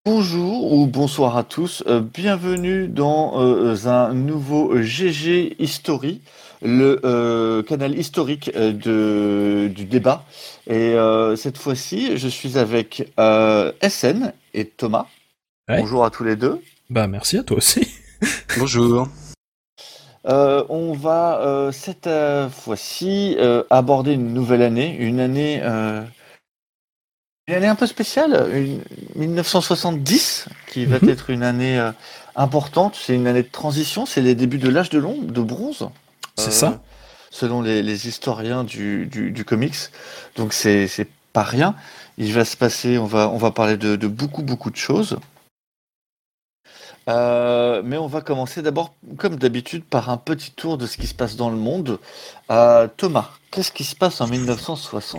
Bonjour ou bonsoir à tous, bienvenue dans un nouveau GG History, le canal historique du débat. Et cette fois-ci, je suis avec SN et Thomas. Ouais. Bonjour à tous les deux. Bah merci à toi aussi. Bonjour. On va cette fois-ci aborder une nouvelle année, une année un peu spéciale, 1970, qui va être une année importante. C'est une année de transition, c'est les débuts de l'âge de bronze. C'est ça. Selon les historiens du comics. Donc c'est pas rien. Il va se passer, on va parler de beaucoup de choses. Mais on va commencer d'abord, comme d'habitude, par un petit tour de ce qui se passe dans le monde. Thomas, qu'est-ce qui se passe en 1970 ?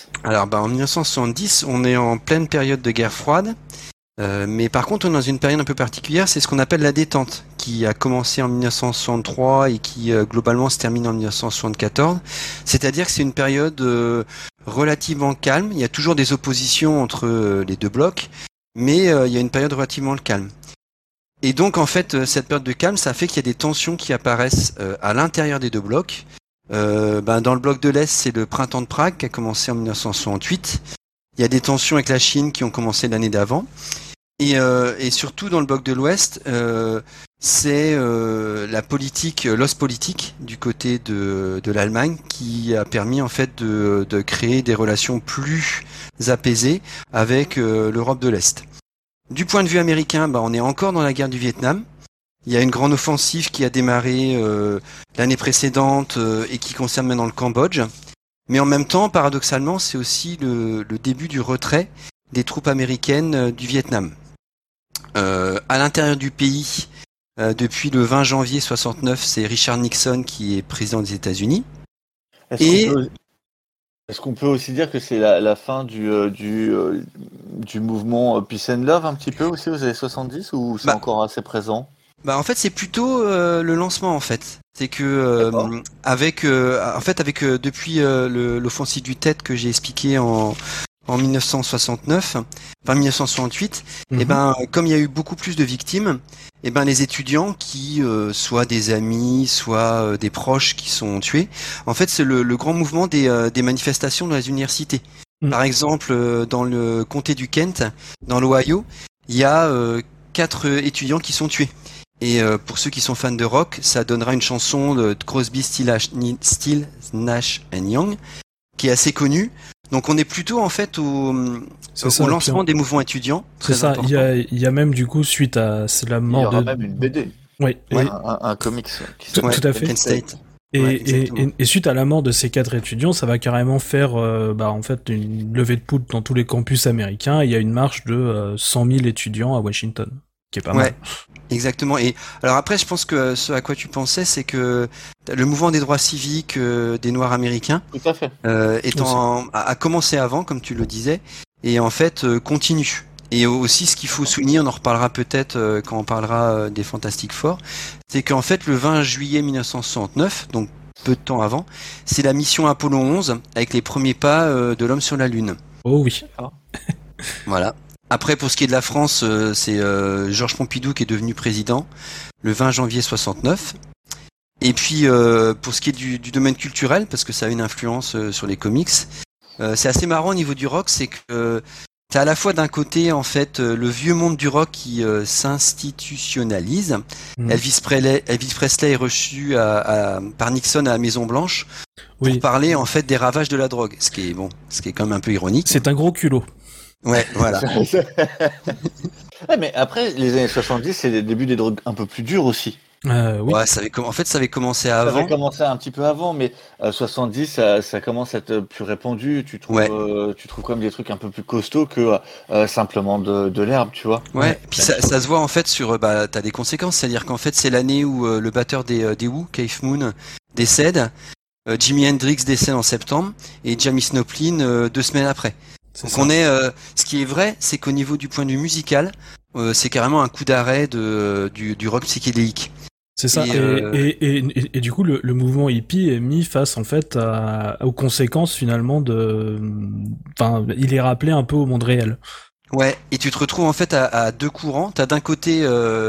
Alors, en 1970, on est en pleine période de guerre froide, mais par contre, on est dans une période un peu particulière, c'est ce qu'on appelle la détente, qui a commencé en 1963 et qui globalement se termine en 1974. C'est-à-dire que c'est une période relativement calme. Il y a toujours des oppositions entre les deux blocs, mais il y a une période relativement calme. Et donc, en fait, cette période de calme, ça fait qu'il y a des tensions qui apparaissent à l'intérieur des deux blocs. Dans le bloc de l'Est, c'est le printemps de Prague qui a commencé en 1968. Il y a des tensions avec la Chine qui ont commencé l'année d'avant. Et surtout dans le bloc de l'Ouest, c'est la politique, l'Ostpolitik du côté de l'Allemagne qui a permis en fait de créer des relations plus apaisées avec l'Europe de l'Est. Du point de vue américain, on est encore dans la guerre du Vietnam. Il y a une grande offensive qui a démarré l'année précédente et qui concerne maintenant le Cambodge. Mais en même temps, paradoxalement, c'est aussi le début du retrait des troupes américaines du Vietnam. À l'intérieur du pays, depuis le 20 janvier 69, c'est Richard Nixon qui est président des États-Unis. Est-ce qu'on peut aussi dire que c'est la fin du mouvement Peace and Love un petit peu aussi aux années 70 ou c'est encore assez présent ? En fait, c'est plutôt le lancement en fait. C'est que depuis l'offensive du Tet que j'ai expliqué en 1969, enfin 1968, comme il y a eu beaucoup plus de victimes, les étudiants qui soit des amis, soit des proches qui sont tués, en fait, c'est le grand mouvement des manifestations dans les universités. Par exemple, dans le comté du Kent, dans l'Ohio, il y a 4 étudiants qui sont tués. Et pour ceux qui sont fans de rock, ça donnera une chanson de Crosby, Stills, Nash & Young, qui est assez connue. Donc on est plutôt en fait au lancement des mouvements étudiants. C'est ça, il y a même du coup, suite à la mort il y aura même une BD. Oui. Un comics. Tout à fait. Kent State. Et suite à la mort de ces 4 étudiants, ça va carrément faire en fait une levée de poudre dans tous les campus américains. Il y a une marche de 100 000 étudiants à Washington, qui est pas mal. Exactement. Et alors après, je pense que ce à quoi tu pensais, c'est que le mouvement des droits civiques des Noirs américains, tout à fait, a commencé avant, comme tu le disais, et en fait continue. Et aussi, ce qu'il faut souligner, on en reparlera peut-être quand on parlera des Fantastic Four, c'est qu'en fait, le 20 juillet 1969, donc peu de temps avant, c'est la mission Apollo 11 avec les premiers pas de l'homme sur la Lune. Oh oui. Voilà. Après, pour ce qui est de la France, c'est Georges Pompidou qui est devenu président le 20 janvier 69. Et puis, pour ce qui est du domaine culturel, parce que ça a une influence sur les comics, c'est assez marrant au niveau du rock, c'est que t'as à la fois d'un côté, en fait, le vieux monde du rock qui s'institutionnalise. Elvis Presley est reçu par Nixon à la Maison Blanche pour parler, en fait, des ravages de la drogue, ce qui est quand même un peu ironique. C'est un gros culot. Ouais, voilà. Mais après, les années 70, c'est le début des drogues un peu plus dures aussi. Oui. Ouais, ça avait commencé avant. Ça avait commencé un petit peu avant, mais 70, ça commence à être plus répandu. Tu trouves quand même des trucs un peu plus costauds que simplement de l'herbe, tu vois. Ouais. Puis ça se voit en fait sur, t'as des conséquences, c'est-à-dire qu'en fait c'est l'année où le batteur des Who, Keith Moon, décède. Jimi Hendrix décède en septembre et Janis Joplin 2 semaines après. Donc ce qui est vrai, c'est qu'au niveau du point de vue musical, c'est carrément un coup d'arrêt du rock psychédélique. C'est ça. Et du coup, le mouvement hippie est mis face en fait aux conséquences finalement il est rappelé un peu au monde réel. Ouais, et tu te retrouves en fait à deux courants. T'as d'un côté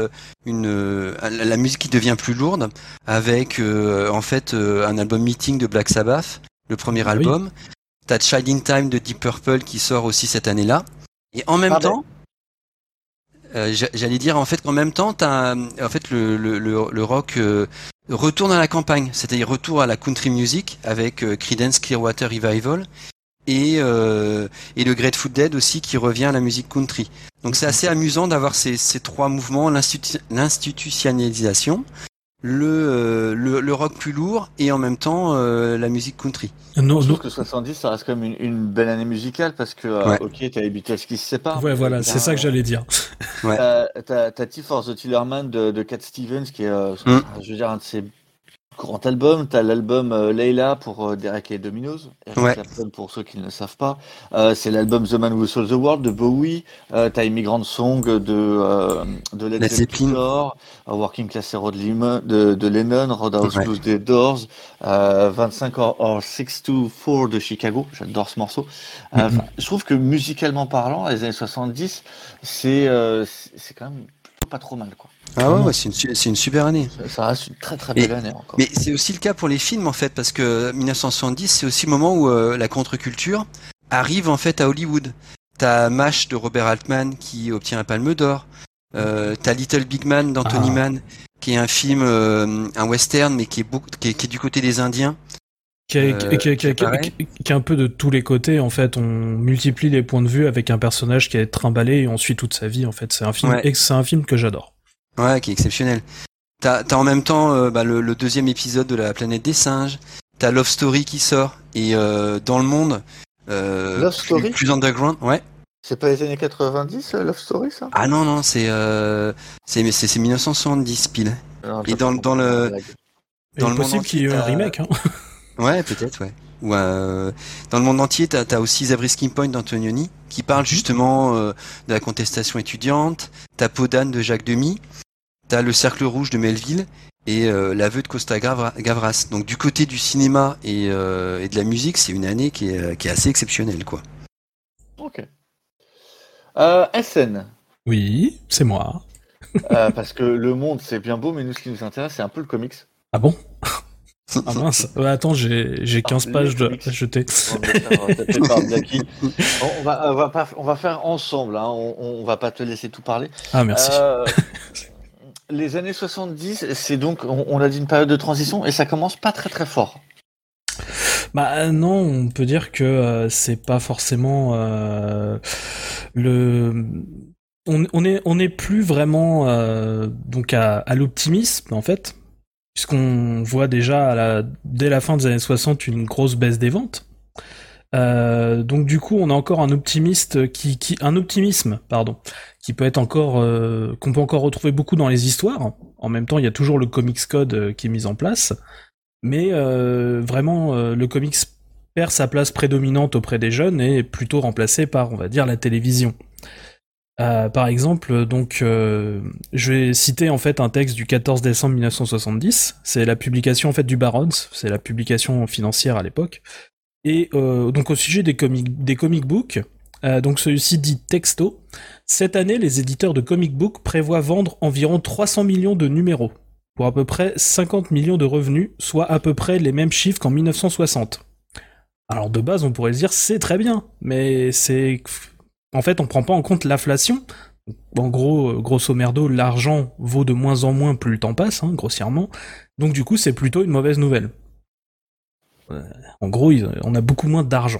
la musique qui devient plus lourde, avec en fait un album Meeting de Black Sabbath, le premier album. T'as Child in Time de Deep Purple qui sort aussi cette année-là. Et en même temps, j'allais dire en fait qu'en même temps, t'as en fait le rock retourne à la campagne, c'est-à-dire retour à la country music avec Creedence Clearwater Revival. Et le Grateful Dead aussi qui revient à la musique country. Donc c'est assez amusant d'avoir ces trois mouvements, l'institutionnalisation, le rock plus lourd et en même temps la musique country. Je trouve que 70 ça reste quand même une belle année musicale parce que ok, t'as les Beatles qui se séparent. Ouais, voilà, c'est ça que j'allais dire. Ouais. T'as Tea for the Tillerman de Cat Stevens qui est je veux dire un de ses grand album. T'as l'album Layla pour Derek et Dominos. Eric Clapton pour ceux qui ne le savent pas. C'est l'album The Man Who Sold the World de Bowie. T'as Immigrant Song de Led Zeppelin. Working Class Hero de Lennon. Roadhouse Blues des Doors. 25 or 624 de Chicago. J'adore ce morceau. Je trouve que musicalement parlant, les années 70, c'est quand même pas trop mal, quoi. Ah ouais, c'est une super année. Ça reste une très très belle année encore. Mais c'est aussi le cas pour les films en fait, parce que 1970 c'est aussi le moment où la contre-culture arrive en fait à Hollywood. T'as MASH de Robert Altman qui obtient un Palme d'Or. T'as Little Big Man d'Anthony Mann qui est un film, un western mais qui est du côté des Indiens. Qui est un peu de tous les côtés en fait. On multiplie les points de vue avec un personnage qui est trimballé et on suit toute sa vie en fait. C'est un film que j'adore. Ouais, qui est exceptionnel. T'as en même temps le deuxième épisode de La Planète des Singes. T'as Love Story qui sort et dans le monde Love Story plus underground, ouais. C'est pas les années 90 Love Story ça? Ah non, c'est 1970 pile. Alors, et dans le monde possible qu'il y ait un remake hein. Ouais, peut-être, ouais. Ou dans le monde entier, t'as aussi Zabriskie Point d'Antonioni qui parle justement de la contestation étudiante. T'as Podane de Jacques Demy. T'as Le Cercle Rouge de Melville et L'Aveu de Costa Gavras. Donc du côté du cinéma et de la musique, c'est une année qui est assez exceptionnelle, quoi. Ok. SN. Oui, c'est moi. Parce que le monde c'est bien beau, mais nous ce qui nous intéresse c'est un peu le comics. Ah bon? Ah mince, attends, j'ai 15 pages de jeter. On va faire ensemble, hein. On va pas te laisser tout parler. Ah merci. Les années 70, c'est donc, on a dit une période de transition et ça commence pas très très fort. Bah non, on peut dire que c'est pas forcément on est plus vraiment donc à l'optimisme en fait. Puisqu'on voit déjà dès la fin des années 60 une grosse baisse des ventes. Donc du coup, on a encore un optimisme qui peut être encore qu'on peut encore retrouver beaucoup dans les histoires. En même temps, il y a toujours le Comics Code qui est mis en place, mais vraiment le comics perd sa place prédominante auprès des jeunes et est plutôt remplacé par, on va dire, la télévision. Par exemple, donc, je vais citer en fait un texte du 14 décembre 1970. C'est la publication en fait du Barron's, c'est la publication financière à l'époque. Et donc au sujet des comic books, donc celui-ci dit texto. Cette année, les éditeurs de comic books prévoient vendre environ 300 millions de numéros pour à peu près 50 millions de revenus, soit à peu près les mêmes chiffres qu'en 1960. Alors de base, on pourrait se dire c'est très bien, mais en fait, on prend pas en compte l'inflation. En gros, grosso merdo, l'argent vaut de moins en moins plus le temps passe, hein, grossièrement. Donc du coup, c'est plutôt une mauvaise nouvelle. En gros, on a beaucoup moins d'argent.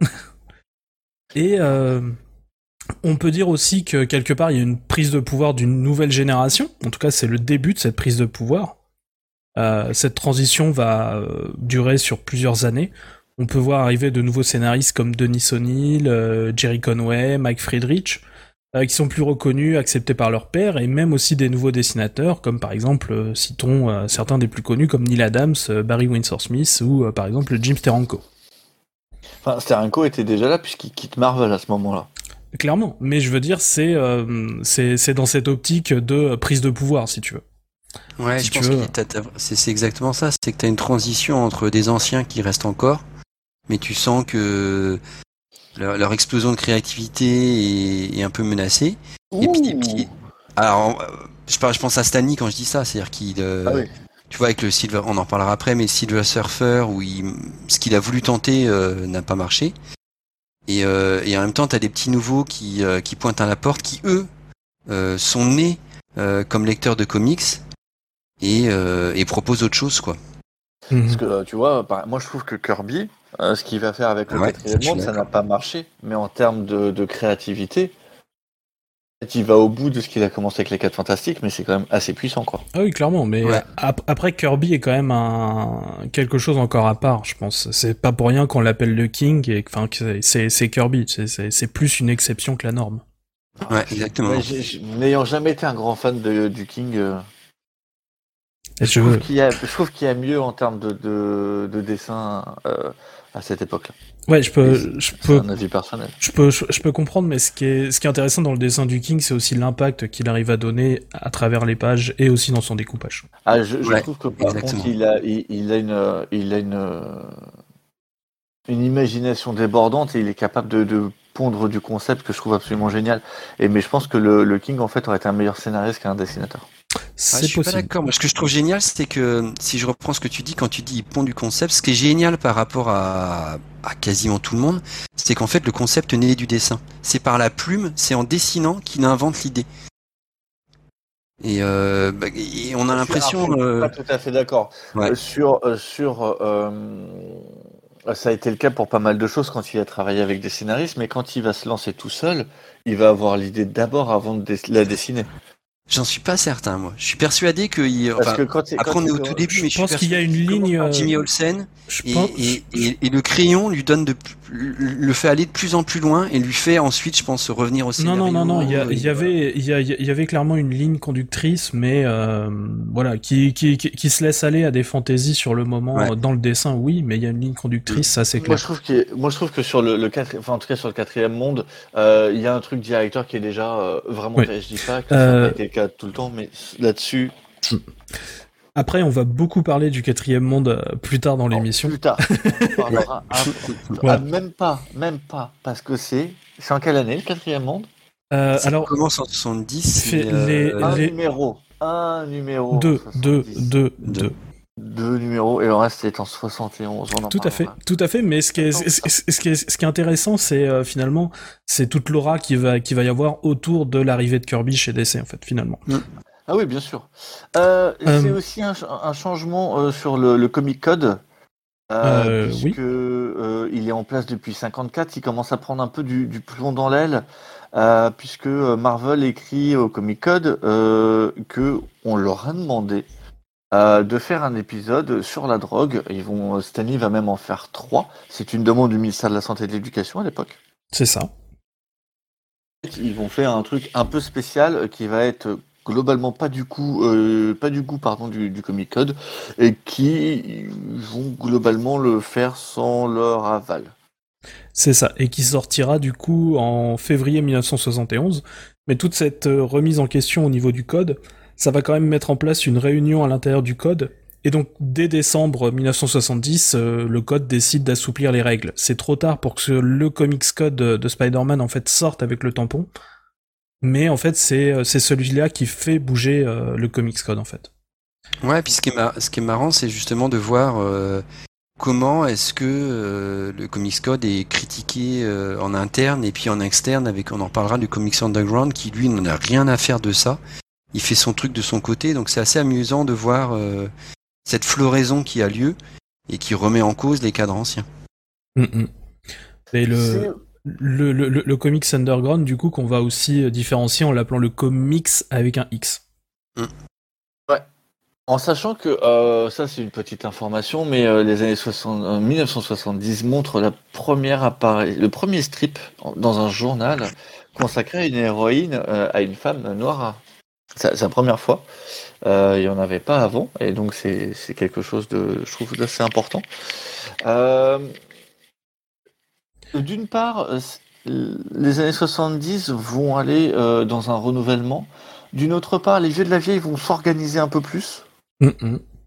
Et on peut dire aussi que quelque part, il y a une prise de pouvoir d'une nouvelle génération. En tout cas, c'est le début de cette prise de pouvoir. Cette transition va durer sur plusieurs années. On peut voir arriver de nouveaux scénaristes comme Denis O'Neill, Jerry Conway, Mike Friedrich, qui sont plus reconnus, acceptés par leur pairs, et même aussi des nouveaux dessinateurs, comme par exemple, citons certains des plus connus comme Neil Adams, Barry Windsor Smith, ou par exemple Jim Steranko. Enfin, Steranko était déjà là puisqu'il quitte Marvel à ce moment-là. Clairement, mais je veux dire, c'est dans cette optique de prise de pouvoir, si tu veux. Ouais, je pense que c'est exactement ça, c'est que t'as une transition entre des anciens qui restent encore, mais tu sens que leur explosion de créativité est un peu menacée. Et puis, alors, je pense à Stanley quand je dis ça, c'est-à-dire qu'il, tu vois, avec le Silver, on en reparlera après, mais le Silver Surfer, ce qu'il a voulu tenter n'a pas marché. Et en même temps, t'as des petits nouveaux qui pointent à la porte, qui eux sont nés comme lecteurs de comics et proposent autre chose, quoi. Parce que tu vois, moi je trouve que Kirby, ce qu'il va faire avec le quatrième monde, ça n'a pas marché. Mais en termes de créativité, il va au bout de ce qu'il a commencé avec les 4 Fantastiques, mais c'est quand même assez puissant, quoi. Ah oui, clairement, mais après Kirby est quand même quelque chose encore à part, je pense. C'est pas pour rien qu'on l'appelle le King, et enfin c'est Kirby, c'est plus une exception que la norme. Ouais, exactement. N'ayant jamais été un grand fan du King, je trouve qu'il y a mieux en termes de dessin à cette époque-là. Ouais, c'est un avis personnel. Je peux comprendre, mais ce qui est intéressant dans le dessin du King, c'est aussi l'impact qu'il arrive à donner à travers les pages et aussi dans son découpage. Ah, je trouve que par contre, il a une imagination débordante et il est capable de pondre du concept que je trouve absolument génial. Mais je pense que le King en fait aurait été un meilleur scénariste qu'un dessinateur. Je suis pas d'accord. Moi, ce que je trouve génial, c'est que si je reprends ce que tu dis quand tu dis il pond du concept, ce qui est génial par rapport à quasiment tout le monde, c'est qu'en fait le concept naît du dessin. C'est par la plume, c'est en dessinant qu'il invente l'idée. Et on a l'impression. Je suis pas tout à fait d'accord. Ouais. Ça a été le cas pour pas mal de choses quand il a travaillé avec des scénaristes, mais quand il va se lancer tout seul, il va avoir l'idée d'abord avant de la dessiner. J'en suis pas certain, moi. Je suis persuadé que après on est au tout début, mais je pense qu'il y a une ligne. Jimmy Olsen et le crayon lui donne le fait aller de plus en plus loin et lui fait ensuite, je pense, revenir au scénario. Non. Il y avait clairement une ligne conductrice, mais voilà, qui se laisse aller à des fantaisies sur le moment dans le dessin, oui, mais il y a une ligne conductrice, ça c'est clair. Moi je trouve que sur en tout cas sur le quatrième monde, il y a un truc directeur qui est déjà vraiment. Je dis pas que ça n'a pas été le cas tout le temps, mais là-dessus. Après, on va beaucoup parler du quatrième monde plus tard dans l'émission. Plus tard. On parlera même pas, parce que c'est en quelle année le quatrième monde alors, commence en 70. Un numéro. Deux numéros et le reste est en 71. Tout à fait. Mais ce qui est intéressant, c'est finalement c'est toute l'aura qui va y avoir autour de l'arrivée de Kirby chez DC en fait finalement. Ah oui, bien sûr. C'est aussi un changement sur le Comic Code. Puisque il est en place depuis 54, il commence à prendre un peu du plomb dans l'aile, puisque Marvel écrit au Comic Code que on leur a demandé de faire un épisode sur la drogue. Stanley va même en faire 3. C'est une demande du ministère de la Santé et de l'Éducation à l'époque. C'est ça. Ils vont faire un truc un peu spécial qui va être globalement pas du goût du Comic Code et qui vont globalement le faire sans leur aval. C'est ça, et qui sortira du coup en février 1971. Mais toute cette remise en question au niveau du code, ça va quand même mettre en place une réunion à l'intérieur du code. Et donc, dès décembre 1970, le code décide d'assouplir les règles. C'est trop tard pour que le comics code de Spider-Man en fait sorte avec le tampon. Mais en fait, c'est celui-là qui fait bouger le comics code en fait. Ouais, puis ce qui est marrant, c'est justement de voir comment est-ce que le comics code est critiqué en interne et puis en externe. On en parlera du comics underground qui lui n'en a rien à faire de ça. Il fait son truc de son côté, donc c'est assez amusant de voir cette floraison qui a lieu et qui remet en cause les cadres anciens. Et le comics underground, du coup, qu'on va aussi différencier en l'appelant le comics avec un X. Ouais. En sachant que, ça c'est une petite information, mais les années 1970 montrent le premier strip dans un journal consacré à une héroïne, à une femme noire. C'est la première fois. Il n'y en avait pas avant, et donc c'est quelque chose je trouve d'assez important. D'une part, les années 70 vont aller dans un renouvellement. D'une autre part, les vieux de la vieille vont s'organiser un peu plus.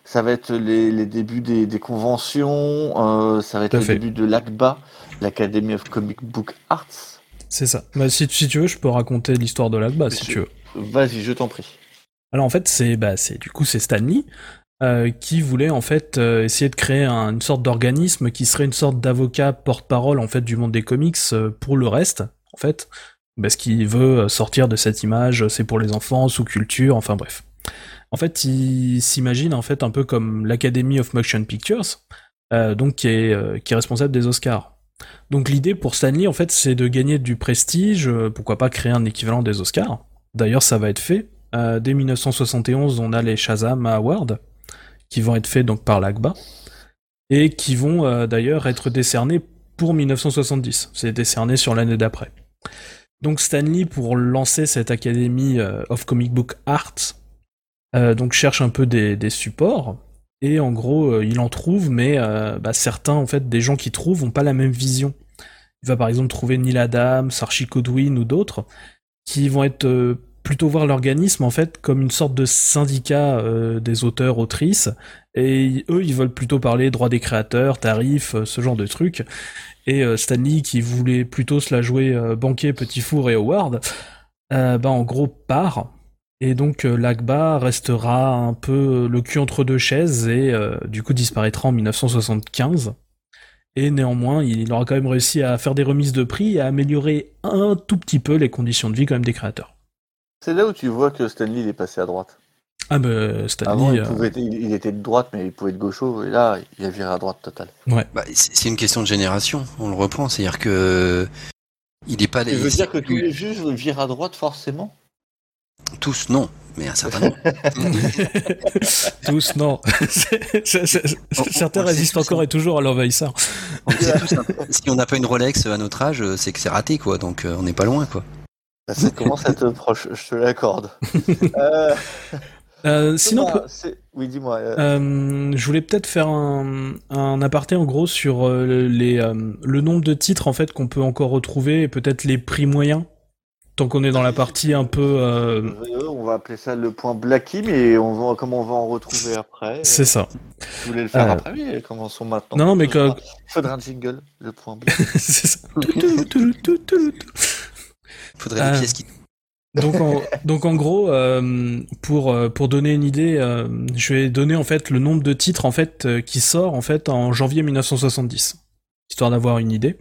ça va être les débuts des conventions, ça va être Tout à le fait. début de l'ACBA, l'Academy of Comic Book Arts. C'est ça. Bah, si tu veux, je peux raconter l'histoire de l'ACBA, si tu veux. Vas-y, je t'en prie. Alors en fait, c'est Stan Lee qui voulait en fait essayer de créer une sorte d'organisme qui serait une sorte d'avocat porte-parole en fait du monde des comics pour le reste, en fait, parce qu'il veut sortir de cette image, c'est pour les enfants, sous culture, enfin bref. En fait, il s'imagine en fait un peu comme l'Academy of Motion Pictures, donc qui est responsable des Oscars. Donc l'idée pour Stan Lee en fait, c'est de gagner du prestige, pourquoi pas créer un équivalent des Oscars. D'ailleurs, ça va être fait. Dès 1971, on a les Shazam Awards, qui vont être faits donc par l'ACBA, et qui vont d'ailleurs être décernés pour 1970. C'est décerné sur l'année d'après. Donc Stan Lee, pour lancer cette Academy of Comic Book Arts, donc cherche un peu des supports, et en gros, il en trouve, mais certains, en fait, des gens qui trouvent ont pas la même vision. Il va par exemple trouver Neil Adams, Archie Goodwin ou d'autres, qui vont être plutôt voir l'organisme en fait comme une sorte de syndicat des auteurs-autrices, et eux ils veulent plutôt parler droit des créateurs, tarifs, ce genre de trucs, et Stan Lee qui voulait plutôt se la jouer banquier, petit four et Howard, en gros part, et donc l'ACBA restera un peu le cul entre deux chaises, et du coup disparaîtra en 1975. Et néanmoins, il aura quand même réussi à faire des remises de prix et à améliorer un tout petit peu les conditions de vie quand même des créateurs. C'est là où tu vois que Stanley il est passé à droite. Ah bah Stan Avant, Lee, il était de droite, mais il pouvait être gaucho, et là, il a viré à droite totale. ouais. Bah, c'est une question de génération, on le reprend, c'est-à-dire que il est pas Tu veux dire que tous les juges virent à droite forcément? tous non, mais un certain nombre. Tous, non. Certains résistent encore et toujours à l'envahisseur. On le sait tous, hein. Si on n'a pas une Rolex à notre âge, c'est que c'est raté, quoi. Donc on n'est pas loin, quoi. Ça commence à être proche, je te l'accorde. Sinon, oui, dis-moi. je voulais peut-être faire un aparté en gros sur le nombre de titres en fait qu'on peut encore retrouver et peut-être les prix moyens. Tant qu'on est dans la partie un peu... On va appeler ça le point Blacky, mais comme on va en retrouver après. C'est ça. Je voulais le faire après, mais commençons maintenant. Non, mais il faudra un jingle, le point Blacky. C'est ça. Faudrait des pièces qui... Donc en gros, pour donner une idée, je vais donner en fait le nombre de titres en fait qui sort en fait en janvier 1970, histoire d'avoir une idée.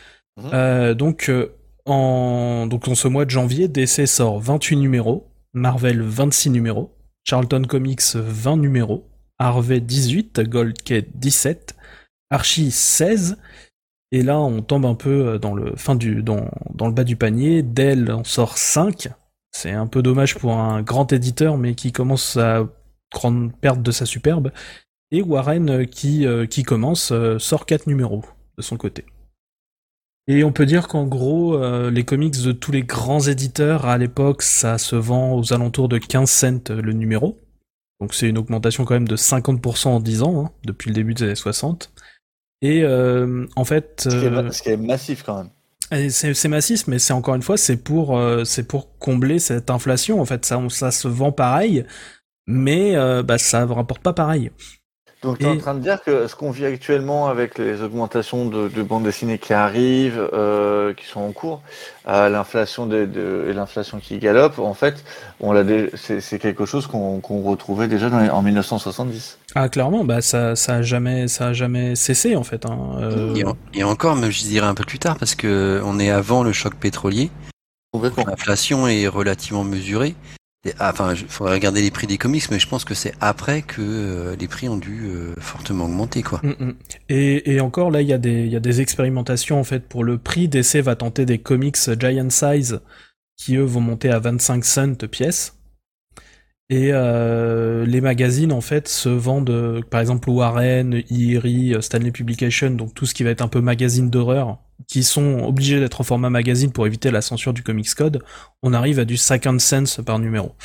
Donc en ce mois de janvier, DC sort 28 numéros, Marvel 26 numéros, Charlton Comics 20 numéros, Harvey 18, Gold Kid 17, Archie 16, et là on tombe un peu dans le bas du panier. Dell en sort 5, c'est un peu dommage pour un grand éditeur mais qui commence à perdre de sa superbe, et Warren qui commence sort 4 numéros de son côté. Et on peut dire qu'en gros, les comics de tous les grands éditeurs, à l'époque, ça se vend aux alentours de 15 cents le numéro. Donc c'est une augmentation quand même de 50% en 10 ans, hein, depuis le début des années 60. Et en fait... Ce qui est massif quand même. C'est massif, mais c'est encore une fois, c'est pour combler cette inflation. En fait, ça se vend pareil, mais ça ne rapporte pas pareil. Donc tu es en train de dire que ce qu'on vit actuellement avec les augmentations de bandes dessinées qui arrivent, qui sont en cours, l'inflation et l'inflation qui galope, en fait, c'est quelque chose qu'on retrouvait déjà en 1970. Ah clairement, ça a jamais cessé en fait. Hein. Et encore, même je dirais un peu plus tard, parce que on est avant le choc pétrolier. L'inflation est relativement mesurée. Enfin, il faudrait regarder les prix des comics, mais je pense que c'est après que les prix ont dû fortement augmenter, quoi. Et encore, là, il y a des expérimentations, en fait, pour le prix. DC va tenter des comics Giant Size, qui, eux, vont monter à 25 cents pièce. Et les magazines, en fait, se vendent, par exemple, Warren, IRI, Stanley Publication, donc tout ce qui va être un peu magazine d'horreur, qui sont obligés d'être en format magazine pour éviter la censure du Comics Code. On arrive à du 50 cents par numéro.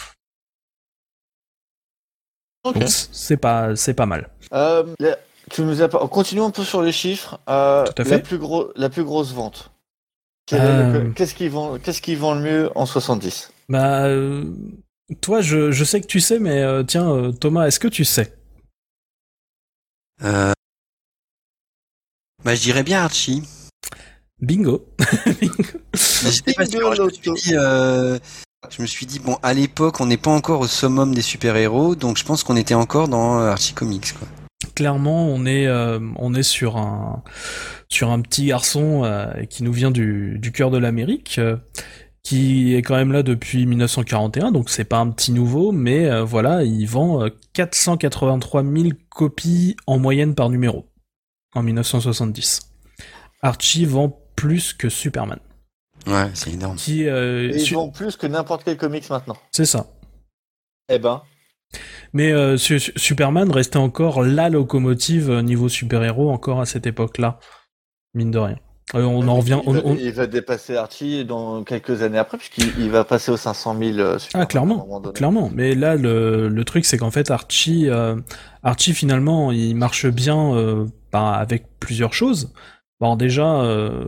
Okay. Donc c'est pas mal. Continuons un peu sur les chiffres. Tout à fait. La plus grosse vente. Qu'est-ce qui vend le mieux en 70? Toi, je sais que tu sais, mais tiens, Thomas, est-ce que tu sais? Bah, je dirais bien Archie. Bingo. J'étais pas sûr. Je me suis dit, bon, à l'époque, on n'est pas encore au summum des super-héros, donc je pense qu'on était encore dans Archie Comics, quoi. Clairement, on est sur un petit garçon qui nous vient du cœur de l'Amérique, qui est quand même là depuis 1941, donc c'est pas un petit nouveau, mais voilà, il vend 483 000 copies en moyenne par numéro en 1970. Archie vend plus que Superman. Ouais, c'est énorme. Ils vendent plus que n'importe quel comics maintenant. C'est ça. Eh ben. Mais Superman restait encore la locomotive niveau super-héros encore à cette époque-là, mine de rien. On en revient. Il va dépasser Archie dans quelques années après, puisqu'il va passer aux 500 000. Clairement. Mais là, le truc, c'est qu'en fait, Archie finalement, il marche bien avec plusieurs choses. Bon, déjà,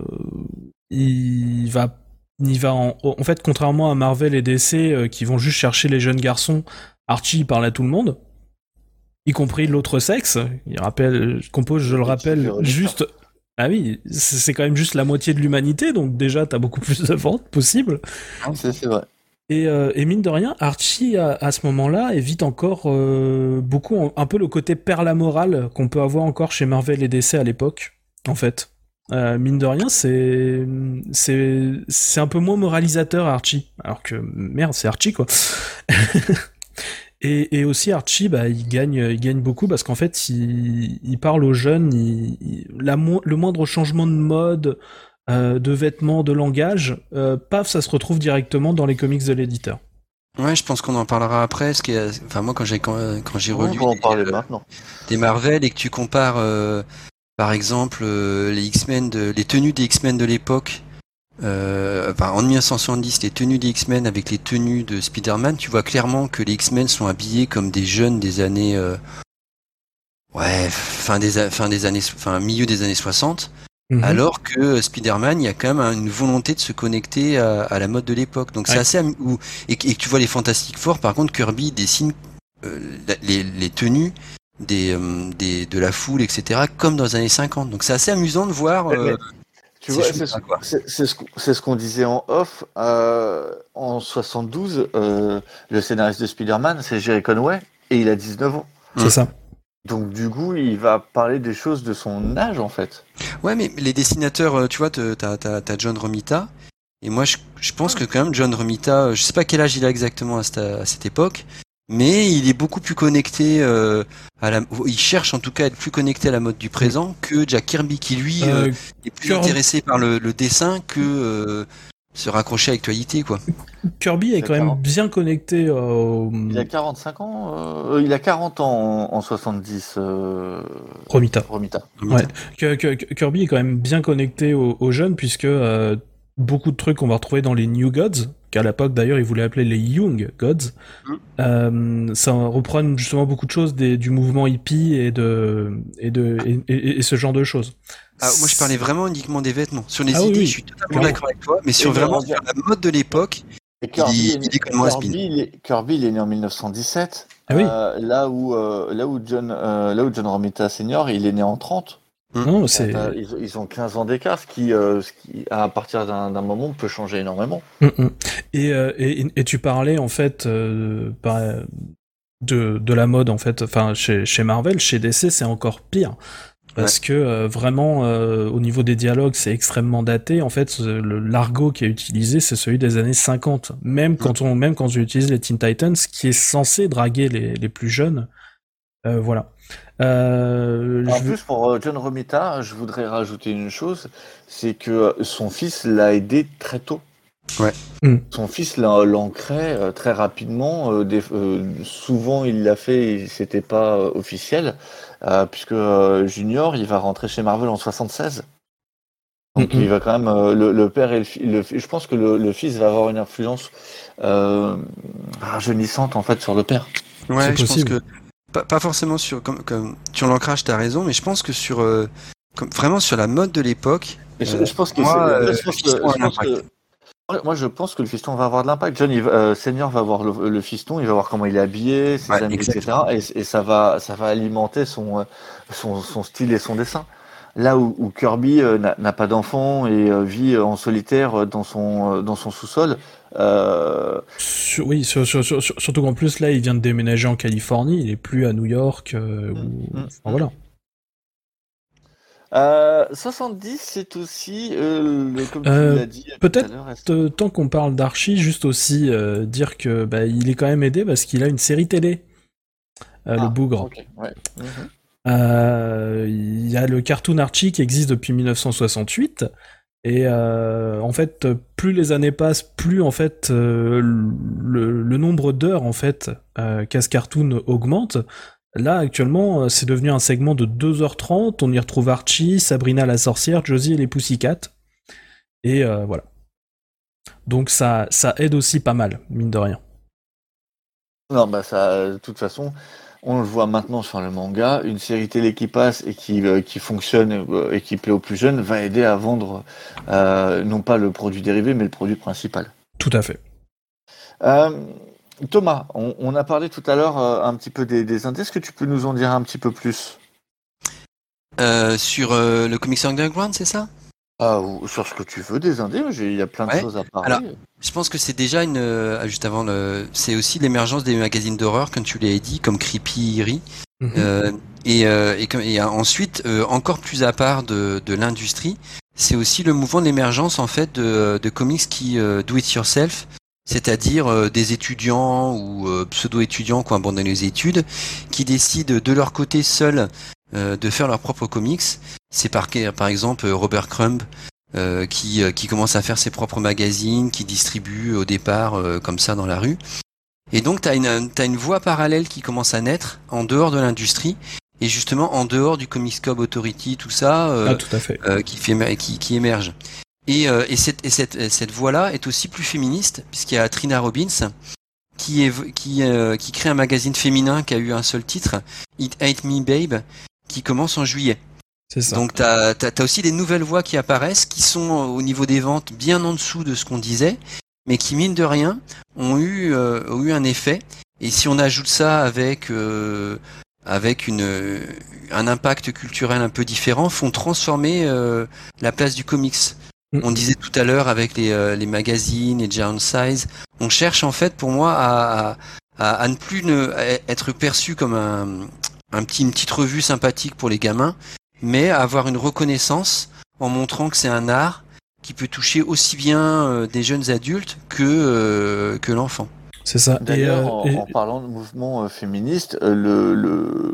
il va en fait, contrairement à Marvel et DC qui vont juste chercher les jeunes garçons, Archie parle à tout le monde, y compris l'autre sexe. Il compose, je le rappelle, juste. Ah oui, c'est quand même juste la moitié de l'humanité, donc déjà t'as beaucoup plus de ventes possibles. C'est vrai. Et mine de rien, Archie à ce moment-là évite encore beaucoup un peu le côté perle à morale qu'on peut avoir encore chez Marvel et DC à l'époque, en fait. Mine de rien, c'est un peu moins moralisateur Archie, alors que merde, c'est Archie quoi. Et aussi Archie, il gagne beaucoup parce qu'en fait, il parle aux jeunes, le moindre changement de mode, de vêtements, de langage, paf, ça se retrouve directement dans les comics de l'éditeur. Ouais, je pense qu'on en parlera après. Moi, quand j'ai relu des Marvel et que tu compares, par exemple, les X-Men, les tenues des X-Men de l'époque. En 1970, les tenues des X-Men avec les tenues de Spider-Man, tu vois clairement que les X-Men sont habillés comme des jeunes des années, milieu des années 60, alors que Spider-Man, il y a quand même une volonté de se connecter à la mode de l'époque. Donc c'est assez et que tu vois les Fantastic Four, par contre, Kirby dessine les tenues de la foule, etc., comme dans les années 50. Donc c'est assez amusant de voir. Tu vois, c'est ce qu'on disait en off. En 72, le scénariste de Spider-Man, c'est Jerry Conway, et il a 19 ans. C'est ça. Donc du coup, il va parler des choses de son âge, en fait. Ouais, mais les dessinateurs, tu vois, t'as John Romita, et moi, je pense que quand même, John Romita, je sais pas quel âge il a exactement à cette époque, mais il est beaucoup plus connecté il cherche en tout cas à être plus connecté à la mode du présent que Jack Kirby, qui lui est plus intéressé par le dessin que se raccrocher à l'actualité, quoi. Kirby est quand même bien connecté. Il a 45 ans. Il a 40 ans en 70. Romita. Ouais. Kirby est quand même bien connecté aux jeunes puisque beaucoup de trucs qu'on va retrouver dans les New Gods, qu'à l'époque d'ailleurs ils voulaient appeler les Young Gods, ça reprend justement beaucoup de choses du mouvement hippie et ce genre de choses. Moi je parlais vraiment uniquement des vêtements. Sur les idées, je suis totalement d'accord avec toi, mais sur la mode de l'époque, Kirby il est né en 1917. Là où John Romita Senior, il est né en 30. Non, ils ont 15 ans d'écart, ce qui à partir d'un moment peut changer énormément. Et tu parlais en fait de la mode en fait, enfin chez Marvel, chez DC c'est encore pire parce que vraiment au niveau des dialogues c'est extrêmement daté. En fait, l'argot qui est utilisé c'est celui des années 50. Même quand j'utilise les Teen Titans, qui est censé draguer les plus jeunes, voilà. En plus, pour John Romita, je voudrais rajouter une chose, c'est que son fils l'a aidé très tôt. Ouais. Son fils l'ancrait très rapidement. Souvent, il l'a fait et c'était pas officiel, puisque Junior, il va rentrer chez Marvel en 76. Donc il va quand même le père et je pense que le fils va avoir une influence rajeunissante en fait sur le père. Ouais, je pense que pas forcément comme sur l'ancrage, t'as raison, mais je pense que vraiment sur la mode de l'époque. Je pense que Moi, je pense que le fiston va avoir de l'impact. John, Senior va voir le fiston, il va voir comment il est habillé, ses amis, etc. Et ça va alimenter son style et son dessin. Là où Kirby n'a pas d'enfant et vit en solitaire dans son sous-sol. Oui, surtout qu'en plus, là, il vient de déménager en Californie, il est plus à New York. Voilà. 70, c'est aussi, comme tu l'as dit peut-être, tout à l'heure. tant qu'on parle d'Archie, juste aussi dire que il est quand même aidé parce qu'il a une série télé, le Bougre. Okay, ouais. Il y a le cartoon Archie qui existe depuis 1968. Et en fait, plus les années passent, plus en fait le nombre d'heures en fait qu'a ce cartoon augmente. Là, actuellement, c'est devenu un segment de 2h30. On y retrouve Archie, Sabrina la sorcière, Josie et les Pussycats. Et voilà. Donc ça aide aussi pas mal, mine de rien. Non, ça, de toute façon, on le voit maintenant sur le manga, une série télé qui passe et qui fonctionne et qui plaît aux plus jeunes va aider à vendre non pas le produit dérivé, mais le produit principal. Tout à fait. Thomas, on a parlé tout à l'heure un petit peu des indés. Est-ce que tu peux nous en dire un petit peu plus sur le Comics Underground, c'est ça? Ou sur ce que tu veux des indés, il y a plein de choses à parler. Alors, je pense que c'est déjà juste avant c'est aussi l'émergence des magazines d'horreur, comme tu l'as dit, comme Creepy Eerie. Et ensuite, encore plus à part de l'industrie, c'est aussi le mouvement d'émergence en fait de comics qui do it yourself, c'est-à-dire des étudiants ou pseudo-étudiants qui ont abandonné les études, qui décident de leur côté seuls de faire leurs propres comics. C'est par exemple Robert Crumb qui commence à faire ses propres magazines, qui distribue au départ comme ça dans la rue. Et donc t'as une voie parallèle qui commence à naître en dehors de l'industrie et justement en dehors du Comics Code Authority, tout ça, tout à fait. qui émerge. Et cette voie-là est aussi plus féministe puisqu'il y a Trina Robbins qui crée un magazine féminin qui a eu un seul titre, It Ain't Me Babe, qui commence en juillet. C'est ça. Donc t'as aussi des nouvelles voix qui apparaissent, qui sont au niveau des ventes bien en dessous de ce qu'on disait, mais qui mine de rien ont eu un effet. Et si on ajoute ça avec un impact culturel un peu différent, font transformer la place du comics. On disait tout à l'heure avec les magazines, les Giant Size, on cherche en fait pour moi à ne plus être perçu comme une petite revue sympathique pour les gamins, mais à avoir une reconnaissance en montrant que c'est un art qui peut toucher aussi bien des jeunes adultes que l'enfant. C'est ça. D'ailleurs, en parlant de mouvement féministe, le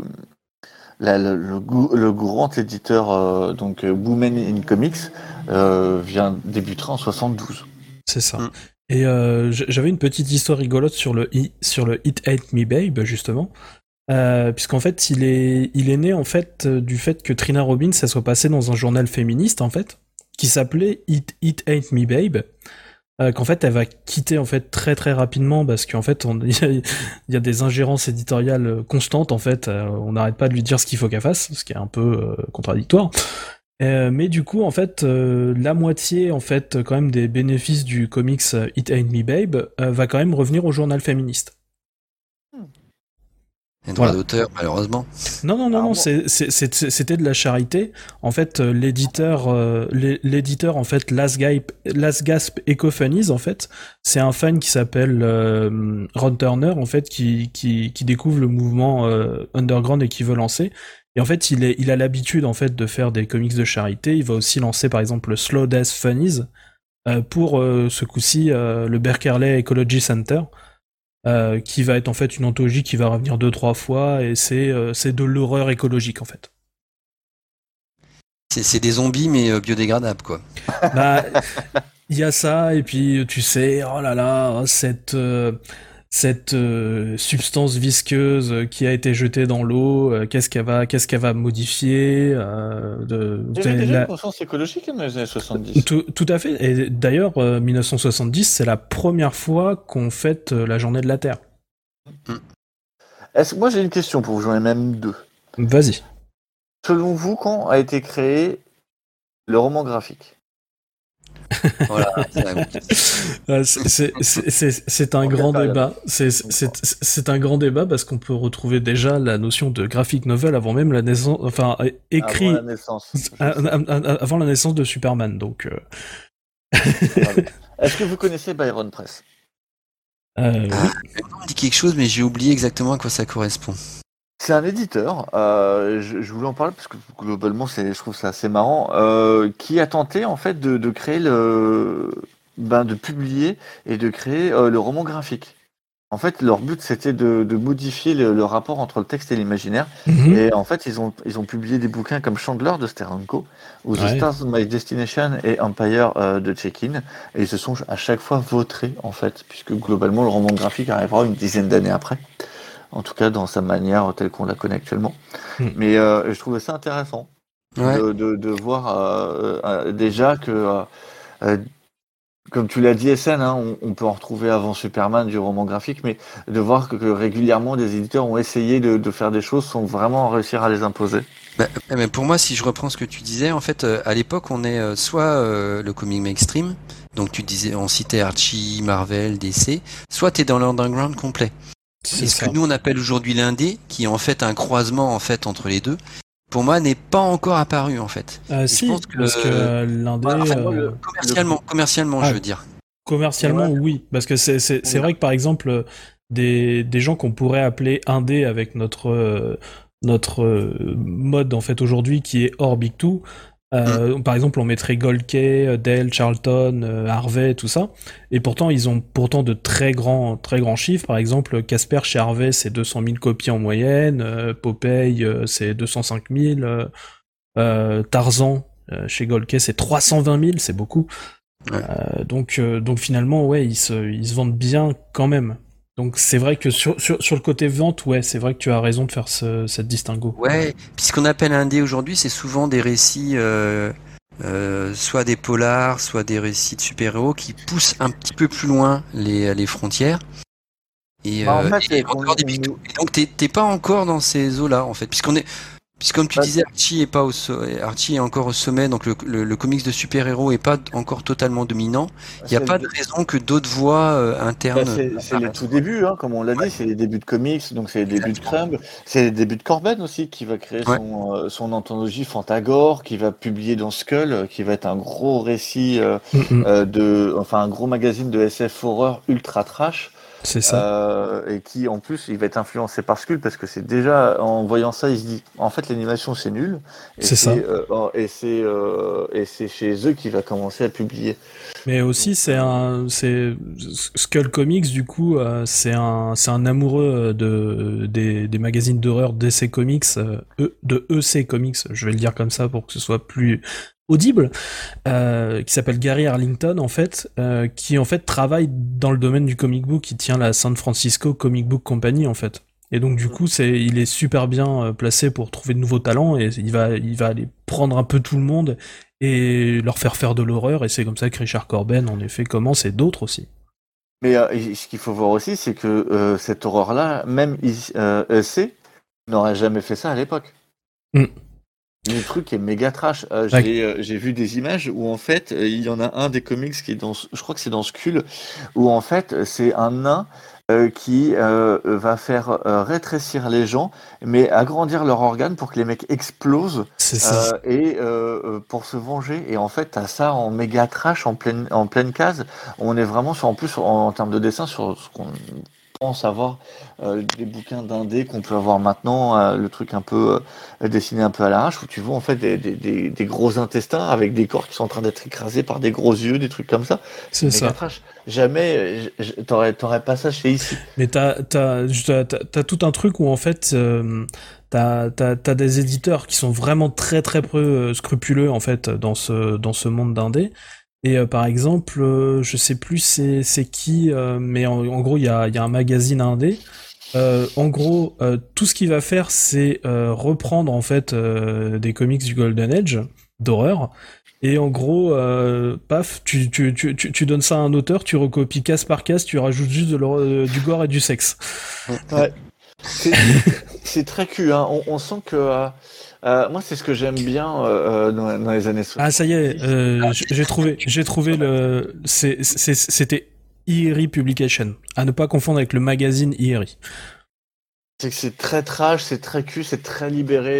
grand éditeur donc Women in Comics débutera en 72. C'est ça. Et j'avais une petite histoire rigolote sur le It Ain't Me Babe justement. Puisqu'en fait il est né en fait du fait que Trina Robbins ça soit passée dans un journal féministe en fait qui s'appelait It Ain't Me Babe, qu'en fait elle va quitter en fait très très rapidement parce qu'en fait il y a des ingérences éditoriales constantes en fait, on n'arrête pas de lui dire ce qu'il faut qu'elle fasse, ce qui est un peu contradictoire. Mais du coup en fait la moitié en fait quand même des bénéfices du comics It Ain't Me Babe va quand même revenir au journal féministe. Les droits d'auteur, malheureusement. Non, c'était de la charité. En fait, l'éditeur en fait, Last Gasp Eco Funnies, en fait, c'est un fan qui s'appelle Ron Turner, en fait, qui découvre le mouvement underground et qui veut lancer. Et en fait, il a l'habitude, en fait, de faire des comics de charité. Il va aussi lancer, par exemple, le Slow Death Funnies pour ce coup-ci le Berkeley Ecology Center. Qui va être en fait une anthologie qui va revenir 2-3 fois et c'est de l'horreur écologique en fait. C'est des zombies mais biodégradables quoi. Bah il y a ça et puis tu sais oh là là cette substance visqueuse qui a été jetée dans l'eau, qu'est-ce qu'elle va modifier Il y avait déjà une conscience écologique dans les années 70. Tout à fait. Et d'ailleurs, 1970, c'est la première fois qu'on fête la journée de la Terre. Moi, j'ai une question pour vous, j'en ai même deux. Vas-y. Selon vous, quand a été créé le roman graphique ? Voilà. C'est un grand débat. C'est un grand débat parce qu'on peut retrouver déjà la notion de graphic novel avant même la naissance, enfin écrit Avant la naissance. avant la naissance de Superman. Donc, Est-ce que vous connaissez Byron Press? oui. On me dit quelque chose, mais j'ai oublié exactement à quoi ça correspond. C'est un éditeur, je voulais en parler parce que globalement je trouve ça assez marrant, qui a tenté en fait de créer de publier et de créer le roman graphique. En fait, leur but c'était de modifier le rapport entre le texte et l'imaginaire. Mhm. Et en fait, ils ont publié des bouquins comme Chandler de Steranko, ou The Stars of My Destination et Empire de Check-in. Et ils se sont à chaque fois vautrés en fait, puisque globalement le roman graphique arrivera une dizaine d'années après. En tout cas, dans sa manière telle qu'on la connaît actuellement. Mais je trouvais ça intéressant de voir déjà que, comme tu l'as dit, SN, hein, on peut en retrouver avant Superman du roman graphique, mais de voir que régulièrement des éditeurs ont essayé de faire des choses sans vraiment réussir à les imposer. Mais pour moi, si je reprends ce que tu disais, en fait, à l'époque, on est soit le comic mainstream, donc tu disais, on citait Archie, Marvel, DC, soit t'es dans l'underground complet. C'est ce que nous on appelle aujourd'hui l'indé, qui est en fait un croisement en fait entre les deux. Pour moi, n'est pas encore apparu en fait. Si, parce que l'indé, commercialement, je veux dire. Commercialement, oui, parce que c'est vrai que par exemple des gens qu'on pourrait appeler indé avec notre mode en fait aujourd'hui qui est hors Big Two. Par exemple, on mettrait Golkey, Dell, Charlton, Harvey, tout ça. Et pourtant, ils ont de très grands chiffres. Par exemple, Casper chez Harvey, c'est 200 000 copies en moyenne. Popeye, c'est 205 000. Tarzan, chez Golkey, c'est 320 000, c'est beaucoup. Ouais. Donc finalement, ouais, ils se vendent bien quand même. Donc c'est vrai que sur le côté vente, ouais, c'est vrai que tu as raison de faire cette distinguo. Ouais, puis ce qu'on appelle indé aujourd'hui, c'est souvent des récits, soit des polars, soit des récits de super-héros qui poussent un petit peu plus loin les frontières. Et, en fait, et donc t'es pas encore dans ces eaux-là en fait, puisque comme tu disais, Archie est encore au sommet, donc le comics de super-héros est pas encore totalement dominant. Il n'y a pas de raison que d'autres voies internes. C'est les tout débuts, hein, comme on l'a dit, c'est les débuts de comics, donc c'est les débuts de Crumb, c'est les débuts de Corben aussi, qui va créer son anthologie Fantagore, qui va publier dans Skull, qui va être un gros récit un gros magazine de SF horreur ultra trash. C'est ça. Et qui en plus il va être influencé par Skull parce que c'est déjà en voyant ça il se dit en fait l'animation c'est nul et c'est chez eux qu'il va commencer à publier. Mais aussi c'est Skull Comics du coup c'est un amoureux des magazines d'horreur DC Comics de EC Comics, je vais le dire comme ça pour que ce soit plus audible, qui s'appelle Gary Arlington en fait, qui en fait travaille dans le domaine du comic book, qui tient la San Francisco Comic Book Company en fait. Et donc du coup il est super bien placé pour trouver de nouveaux talents et il va aller prendre un peu tout le monde et leur faire de l'horreur, et c'est comme ça que Richard Corben en effet commence, et d'autres aussi. Mais ce qu'il faut voir aussi c'est que cette horreur là même EC n'aurait jamais fait ça à l'époque. Le truc est méga trash. J'ai vu des images où en fait il y en a un des comics qui est je crois que c'est dans Skull, où en fait c'est un nain qui va faire rétrécir les gens, mais agrandir leurs organes pour que les mecs explosent et pour se venger. Et en fait t'as ça en méga trash en pleine case. On est vraiment en plus en termes de dessin sur ce qu'on pense avoir des bouquins d'indé qu'on peut avoir maintenant, le truc un peu dessiné un peu à l'arrache, où tu vois en fait des gros intestins avec des corps qui sont en train d'être écrasés par des gros yeux, des trucs comme ça. C'est ça. Trash. Jamais t'aurais pas ça chez ici. Mais t'as tout un truc où en fait t'as des éditeurs qui sont vraiment très très peu scrupuleux en fait dans ce monde d'indé. Et par exemple, je sais plus c'est qui, mais en gros il y a un magazine indé. En gros, tout ce qu'il va faire, c'est reprendre en fait des comics du Golden Age d'horreur. Et en gros, paf, tu donnes ça à un auteur, tu recopies case par case, tu rajoutes juste du gore et du sexe. Ouais. C'est très cul, hein. On sent que Moi, c'est ce que j'aime bien dans les années 60. Ah, ça y est, j'ai trouvé c'était IRI Publication. À ne pas confondre avec le magazine IRI. C'est que c'est très trash, c'est très cul, c'est très libéré.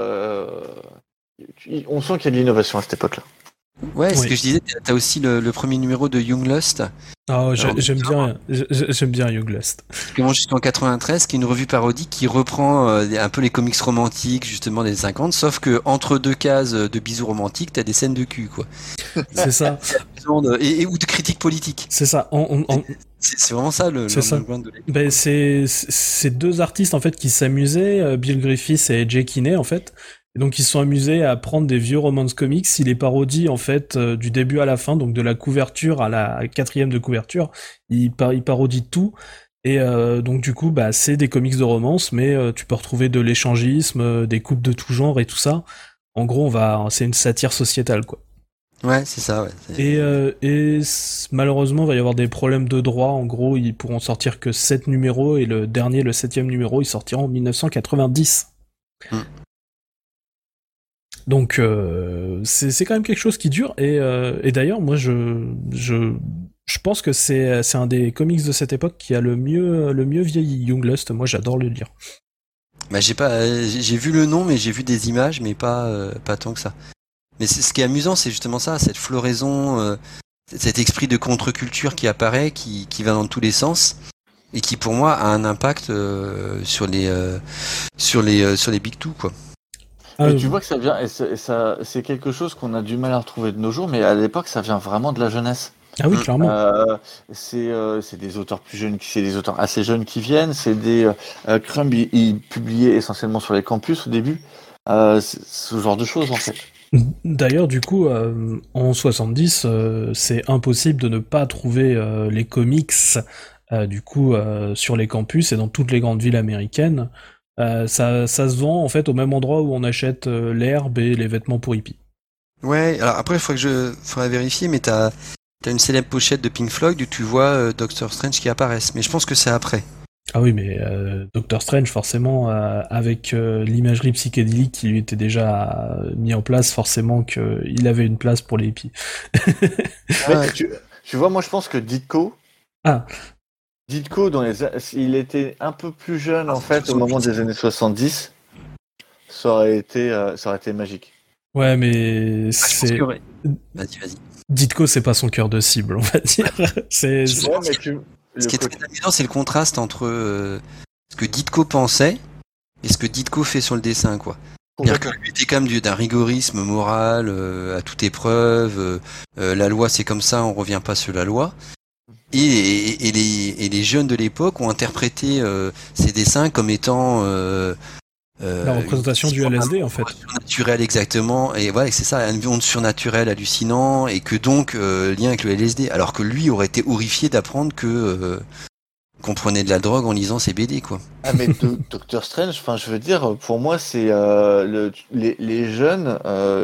On sent qu'il y a de l'innovation à cette époque-là. Ouais, ce Oui. que je disais, t'as aussi le premier numéro de Young Lust, Ah, Alors, j'aime bien Young Lust. qui commence jusqu'en 93, qui est une revue parodique qui reprend un peu les comics romantiques justement des 50, sauf que entre deux cases de bisous romantiques, t'as des scènes de cul, quoi. C'est ça, Ou de critiques politiques. c'est ça. C'est vraiment ça le C'est ça. underground de l'époque. Ben, c'est deux artistes en fait qui s'amusaient, Bill Griffiths et Jay Kinney en fait. Et donc ils se sont amusés à prendre des vieux romance comics, ils les parodient en fait du début à la fin, donc de la couverture à la quatrième de couverture, ils parodient tout. Et donc du coup bah c'est des comics de romance, mais tu peux retrouver de l'échangisme, des coupes de tout genre et tout ça. En gros c'est une satire sociétale quoi. Ouais, c'est ça, ouais. Malheureusement, il va y avoir des problèmes de droit. En gros, ils pourront sortir que 7 numéros et le dernier, le 7e numéro, il sortira en 1990. Mm. Donc, c'est quand même quelque chose qui dure. Et d'ailleurs, moi, je pense que c'est un des comics de cette époque qui a le mieux vieilli. Young Lust, moi, j'adore le lire. Bah, j'ai vu le nom, mais j'ai vu des images, mais pas tant que ça. Mais ce qui est amusant, c'est justement ça, cette floraison, cet esprit de contre-culture qui apparaît, qui va dans tous les sens, et qui pour moi a un impact sur les Big Two, quoi. Et tu vois que ça vient, c'est quelque chose qu'on a du mal à retrouver de nos jours, mais à l'époque, ça vient vraiment de la jeunesse. Ah oui, clairement. C'est des auteurs plus jeunes, c'est des auteurs assez jeunes qui viennent. C'est des Crumb, il publiait essentiellement sur les campus au début. Ce genre de choses en fait. D'ailleurs, du coup, en 70, c'est impossible de ne pas trouver les comics du coup sur les campus et dans toutes les grandes villes américaines. Ça se vend en fait au même endroit où on achète l'herbe et les vêtements pour hippies. Ouais, alors après, faudrait vérifier, mais t'as une célèbre pochette de Pink Floyd où tu vois Doctor Strange qui apparaissent, mais je pense que c'est après. Ah oui, mais Doctor Strange, forcément, avec l'imagerie psychédélique qui lui était déjà mis en place, forcément qu'il avait une place pour les hippies. Mais tu vois, moi je pense que Ditko, Ah, il était un peu plus jeune en fait au moment des années 70, ça aurait été magique. ouais, mais Je pense c'est... que ouais. Vas-y. Ditko, c'est pas son cœur de cible, on va dire. C'est... Ouais, mais Ce qui est très amusant, c'est le contraste entre ce que Ditko pensait et ce que Ditko fait sur le dessin, quoi. C'est-à-dire que lui était quand même d'un rigorisme moral à toute épreuve. La loi, c'est comme ça, on revient pas sur la loi. Et les jeunes de l'époque ont interprété ces dessins comme étant la représentation du LSD, en fait. Surnaturel, exactement. Et ouais, c'est ça, un monde surnaturel hallucinant, et que donc lien avec le LSD. Alors que lui aurait été horrifié d'apprendre qu'on prenait de la drogue en lisant ses BD, quoi. Ah mais Doctor Strange, enfin je veux dire, pour moi c'est les jeunes,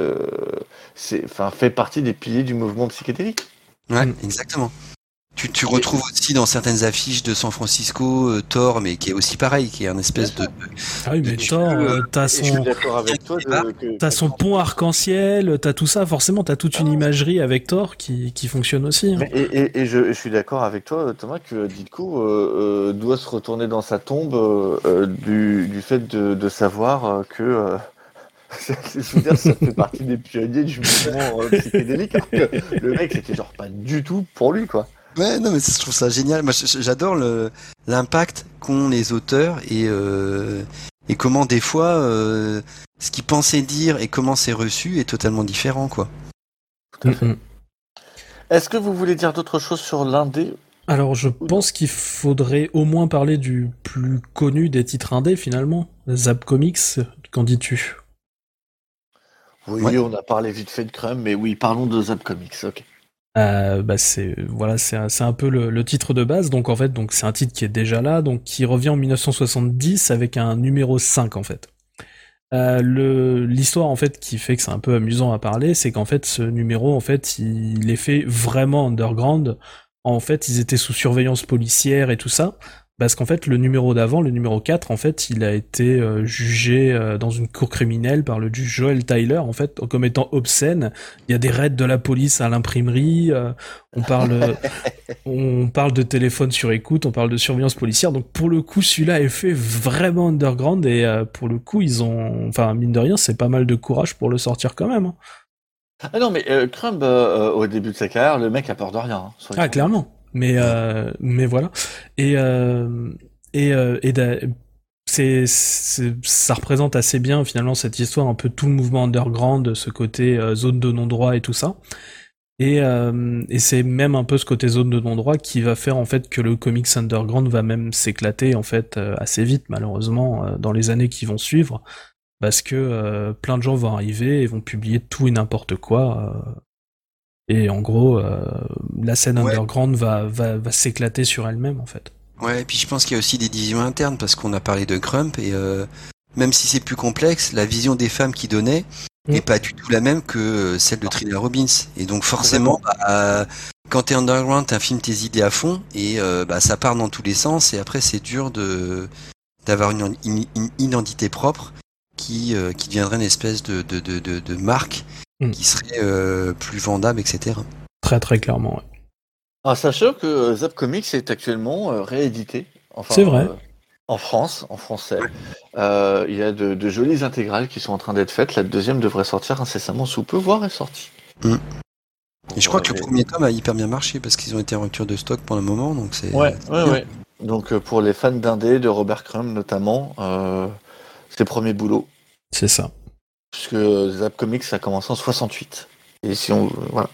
fait partie des piliers du mouvement psychédélique. Ouais, exactement. Tu retrouves aussi dans certaines affiches de San Francisco Thor, mais qui est aussi pareil, qui est un espèce de... Ah oui, mais Thor, Je suis d'accord avec toi. T'as son pont arc-en-ciel, t'as tout ça, forcément, t'as toute une imagerie avec Thor qui fonctionne aussi. Hein. Et je suis d'accord avec toi, Thomas, que Ditko doit se retourner dans sa tombe du fait de savoir que... je veux dire, ça fait partie des pionniers du mouvement psychédélique, alors que le mec, c'était genre pas du tout pour lui, quoi. Ouais, non, mais je trouve ça génial. Moi, j'adore l'impact qu'ont les auteurs et comment des fois ce qu'ils pensaient dire et comment c'est reçu est totalement différent, quoi. Tout à fait. Est-ce que vous voulez dire d'autres choses sur l'indé? Alors, je pense qu'il faudrait au moins parler du plus connu des titres indés, finalement, Zap Comics. Qu'en dis-tu? Oui, Ouais. on a parlé vite fait de Crumb, mais oui, parlons de Zap Comics, ok. C'est un peu le titre de base. Donc en fait, c'est un titre qui est déjà là, donc qui revient en 1970 avec un numéro 5 en fait. L'histoire en fait qui fait que c'est un peu amusant à parler, c'est qu'en fait ce numéro en fait il est fait vraiment underground. En fait, ils étaient sous surveillance policière et tout ça. Parce qu'en fait, le numéro d'avant, le numéro 4, en fait, il a été jugé dans une cour criminelle par le juge Joel Tyler, en fait, comme étant obscène. Il y a des raids de la police à l'imprimerie, on parle de téléphone sur écoute, on parle de surveillance policière. Donc pour le coup, celui-là est fait vraiment underground et pour le coup, enfin mine de rien, c'est pas mal de courage pour le sortir quand même. Hein. Ah non, mais Crumb, au début de sa carrière, le mec a peur de rien. Hein, ah clairement. Mais voilà. Ça représente assez bien finalement cette histoire, un peu tout le mouvement underground, ce côté zone de non-droit et tout ça. Et c'est même un peu ce côté zone de non-droit qui va faire en fait que le comics underground va même s'éclater en fait assez vite malheureusement dans les années qui vont suivre, parce que plein de gens vont arriver et vont publier tout et n'importe quoi. Et en gros, la scène underground va s'éclater sur elle-même, en fait. Ouais, et puis je pense qu'il y a aussi des divisions internes, parce qu'on a parlé de Crump, et même si c'est plus complexe, la vision des femmes qu'il donnait n'est pas du tout la même que celle de Trina Robbins. Et donc forcément, quand t'es underground, t'infilmes tes idées à fond, et ça part dans tous les sens, et après c'est dur d'avoir une identité propre qui deviendrait une espèce de marque qui serait plus vendable, etc. Très très clairement, ouais. Ah, sachant que Zap Comics est actuellement réédité. Enfin, c'est vrai. En France, en français. Il y a de jolies intégrales qui sont en train d'être faites. La deuxième devrait sortir incessamment sous peu, voire est sortie. Et je crois que le premier tome a hyper bien marché parce qu'ils ont été en rupture de stock pendant un moment. Donc c'est ouais. Donc pour les fans d'indé, de Robert Crumb notamment, ses premiers boulots. C'est ça. Puisque Zap Comics a commencé en 68. Et si on... voilà.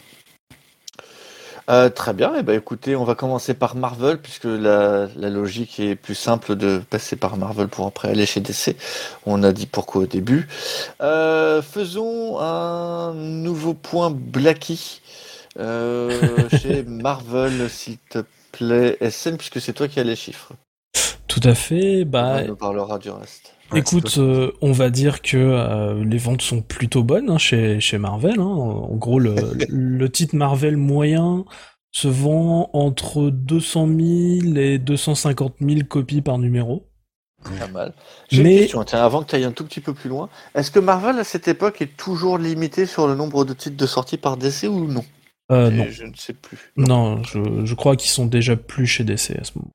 Très bien, et écoutez, on va commencer par Marvel, puisque la logique est plus simple de passer par Marvel pour après aller chez DC. On a dit pourquoi au début. Faisons un nouveau point Blackie chez Marvel, s'il te plaît, SN, puisque c'est toi qui as les chiffres. Tout à fait, On nous parlera du reste. Écoute, on va dire que les ventes sont plutôt bonnes chez Marvel. Hein. En gros, le titre Marvel moyen se vend entre 200 000 et 250 000 copies par numéro. Pas mal. J'ai une question, tiens, avant que tu ailles un tout petit peu plus loin. Est-ce que Marvel, à cette époque, est toujours limité sur le nombre de titres de sortie par DC ou non ? Non. Je ne sais plus. Non, je crois qu'ils sont déjà plus chez DC à ce moment.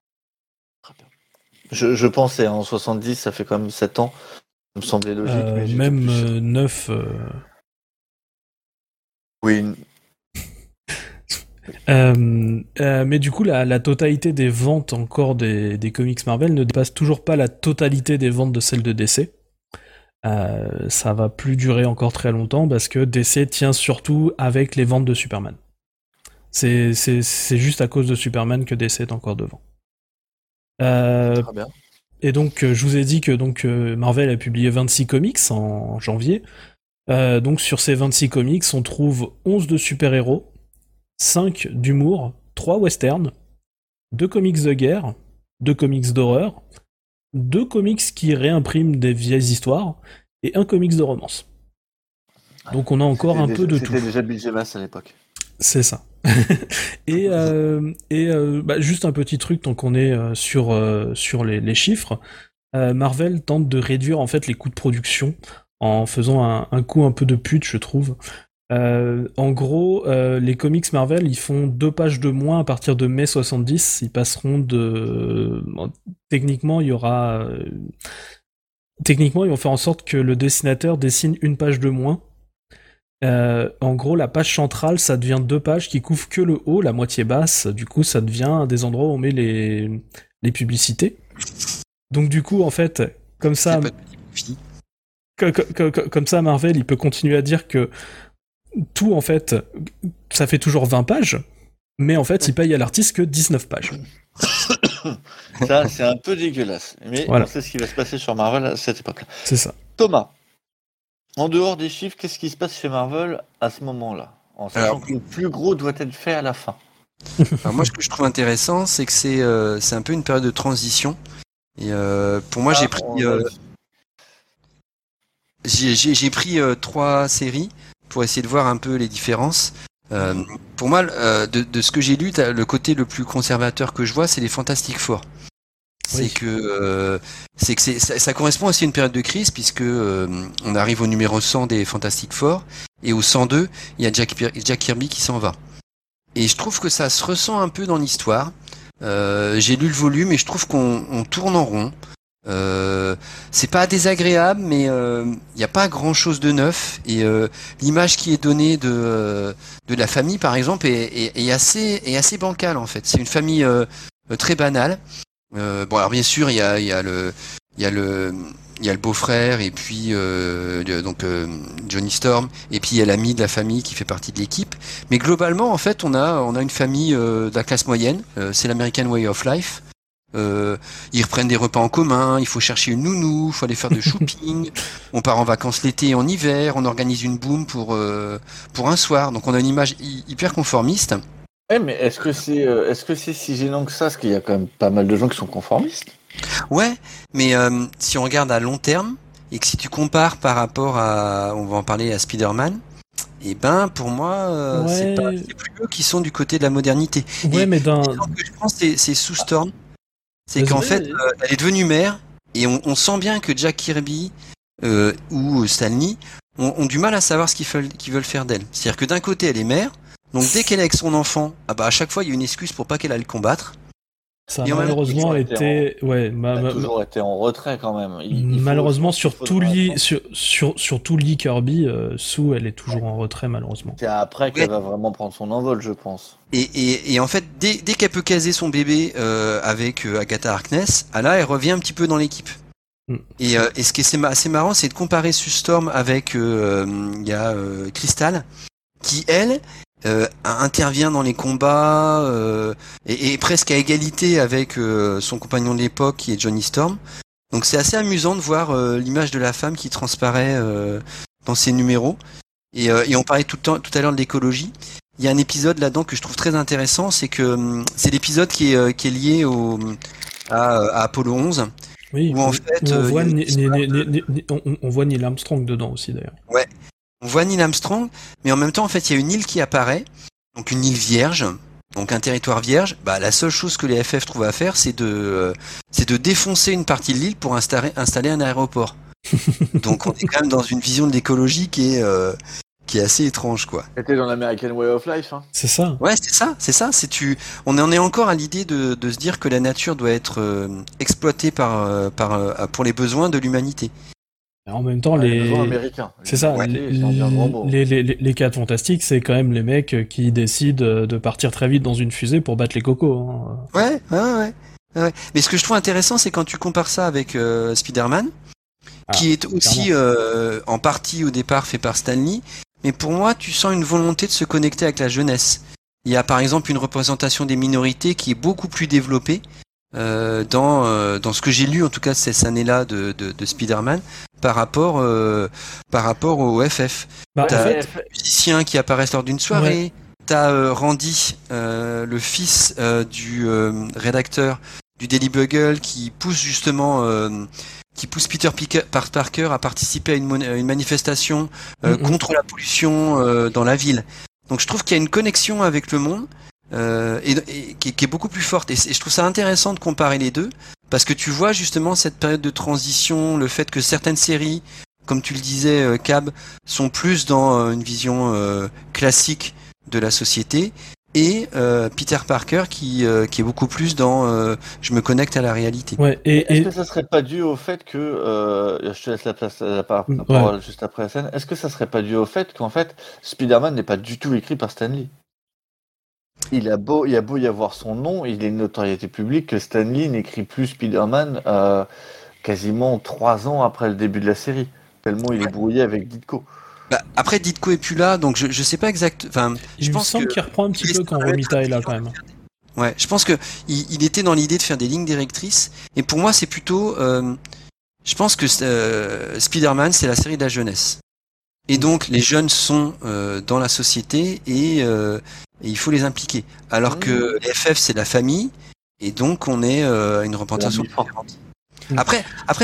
Je pensais, en 70, ça fait quand même 7 ans. Ça me semblait logique. Mais même 9. Oui. Mais du coup, la totalité des ventes encore des comics Marvel ne dépasse toujours pas la totalité des ventes de celles de DC. Ça va plus durer encore très longtemps parce que DC tient surtout avec les ventes de Superman. C'est juste à cause de Superman que DC est encore devant. Très bien. Et donc, je vous ai dit que Marvel a publié 26 comics en janvier. Donc, sur ces 26 comics, on trouve 11 de super-héros, 5 d'humour, 3 westerns, 2 comics de guerre, 2 comics d'horreur, 2 comics qui réimpriment des vieilles histoires, et 1 comics de romance. Donc, on a encore un peu de tout. C'était déjà Bill Bass à l'époque. C'est ça. Et juste un petit truc, tant qu'on est sur les chiffres, Marvel tente de réduire en fait les coûts de production en faisant un coup un peu de pute, je trouve. En gros, les comics Marvel, ils font 2 pages de moins à partir de mai 70. Ils passeront de... Techniquement, ils vont faire en sorte que le dessinateur dessine 1 page de moins. En gros, la page centrale, ça devient 2 pages qui couvrent que le haut, la moitié basse. Du coup, ça devient des endroits où on met les publicités. Donc du coup, en fait, comme ça, Marvel, il peut continuer à dire que tout, en fait, ça fait toujours 20 pages, mais en fait, il paye à l'artiste que 19 pages. Ça, c'est un peu dégueulasse. Mais voilà. On sait ce qui va se passer sur Marvel à cette époque-là. C'est ça. Thomas, en dehors des chiffres, qu'est-ce qui se passe chez Marvel à ce moment-là ? En sachant que le plus gros doit être fait à la fin. Alors moi, ce que je trouve intéressant, c'est que c'est un peu une période de transition. Et pour moi, j'ai pris 3 séries pour essayer de voir un peu les différences. Pour moi, de ce que j'ai lu, le côté le plus conservateur que je vois, c'est les Fantastic Four. c'est que ça correspond aussi à une période de crise puisque on arrive au numéro 100 des Fantastic Four et au 102 il y a Jack Kirby qui s'en va. Et je trouve que ça se ressent un peu dans l'histoire. J'ai lu le volume et je trouve qu'on tourne en rond. C'est pas désagréable, mais il n'y a pas grand chose de neuf. Et l'image qui est donnée de la famille, par exemple, est assez bancale en fait. C'est une famille très banale. Bon, alors bien sûr, il y a le beau-frère et puis Johnny Storm et puis il y a l'ami de la famille qui fait partie de l'équipe. Mais globalement, en fait, on a une famille de la classe moyenne. C'est l'American Way of Life. Ils reprennent des repas en commun. Il faut chercher une nounou. Il faut aller faire du shopping. On part en vacances l'été et en hiver. On organise une boum pour un soir. Donc on a une image hyper conformiste. Ouais, mais est-ce que c'est si gênant que ça, parce qu'il y a quand même pas mal de gens qui sont conformistes. Ouais, mais si on regarde à long terme et que si tu compares par rapport on va en parler à Spider-Man, et ben pour moi c'est plus eux qui sont du côté de la modernité. Ouais, et mais que je pense c'est Sue Storm, c'est qu'en fait elle est devenue mère et on sent bien que Jack Kirby ou Stan Lee ont du mal à savoir ce qu'ils veulent faire d'elle. C'est-à-dire que d'un côté elle est mère. Donc dès qu'elle est avec son enfant, à chaque fois il y a une excuse pour pas qu'elle aille le combattre. Ça a malheureusement été, toujours été en retrait quand même. Malheureusement sur tout Lee Kirby, Sue elle est toujours en retrait malheureusement. C'est après qu'elle va vraiment prendre son envol, je pense. Et en fait dès qu'elle peut caser son bébé avec Agatha Harkness, là elle revient un petit peu dans l'équipe. Et ce qui est assez marrant, c'est de comparer Sue Storm avec Crystal, qui elle intervient dans les combats et presque à égalité avec son compagnon de l'époque qui est Johnny Storm. Donc c'est assez amusant de voir l'image de la femme qui transparaît dans ces numéros. Et on parlait tout à l'heure de l'écologie. Il y a un épisode là-dedans que je trouve très intéressant, c'est que c'est l'épisode qui est lié à Apollo 11. Oui, où en fait on voit Neil Armstrong dedans aussi d'ailleurs. Ouais. On voit Neil Armstrong, mais en même temps, en fait, il y a une île qui apparaît, donc une île vierge, donc un territoire vierge. La seule chose que les FF trouvent à faire, c'est de défoncer une partie de l'île pour installer un aéroport. Donc on est quand même dans une vision de l'écologie qui est assez étrange, quoi. C'était dans l'American Way of Life, hein. C'est ça. Ouais, c'est ça. On en est encore à l'idée de se dire que la nature doit être exploitée pour les besoins de l'humanité. En même temps, les besoins américains. C'est ça. Les 4 fantastiques, c'est quand même les mecs qui décident de partir très vite dans une fusée pour battre les cocos. Hein. Ouais. Mais ce que je trouve intéressant, c'est quand tu compares ça avec Spider-Man, qui est aussi en partie au départ fait par Stan Lee. Mais pour moi, tu sens une volonté de se connecter avec la jeunesse. Il y a par exemple une représentation des minorités qui est beaucoup plus développée. Dans ce que j'ai lu en tout cas ces années-là de Spider-Man par rapport au FF. T'as des musiciens qui apparaissent lors d'une soirée, t'as Randy, le fils du rédacteur du Daily Bugle qui pousse justement Peter Parker à participer à une manifestation contre la pollution dans la ville. Donc je trouve qu'il y a une connexion avec le monde qui est beaucoup plus forte et je trouve ça intéressant de comparer les deux parce que tu vois justement cette période de transition, le fait que certaines séries, comme tu le disais Cab, sont plus dans une vision classique de la société et Peter Parker qui est beaucoup plus dans je me connecte à la réalité. Ouais, est-ce que ça serait pas dû au fait que je te laisse la parole juste après la scène, est-ce que ça serait pas dû au fait qu'en fait Spider-Man n'est pas du tout écrit par Stan Lee? Il y a beau y avoir son nom, il a une notoriété publique que Stan Lee n'écrit plus Spider-Man quasiment 3 ans après le début de la série, tellement il est brouillé avec Ditko. Après Ditko est plus là, donc je sais pas exact. Enfin, je pense qu'il reprend un petit peu quand Romita est là quand même. Ouais, je pense que il était dans l'idée de faire des lignes directrices, et pour moi c'est plutôt, je pense que Spider-Man c'est la série de la jeunesse, et donc les jeunes sont dans la société et il faut les impliquer. Alors que les FF c'est la famille, et donc on est une représentation différente. Après,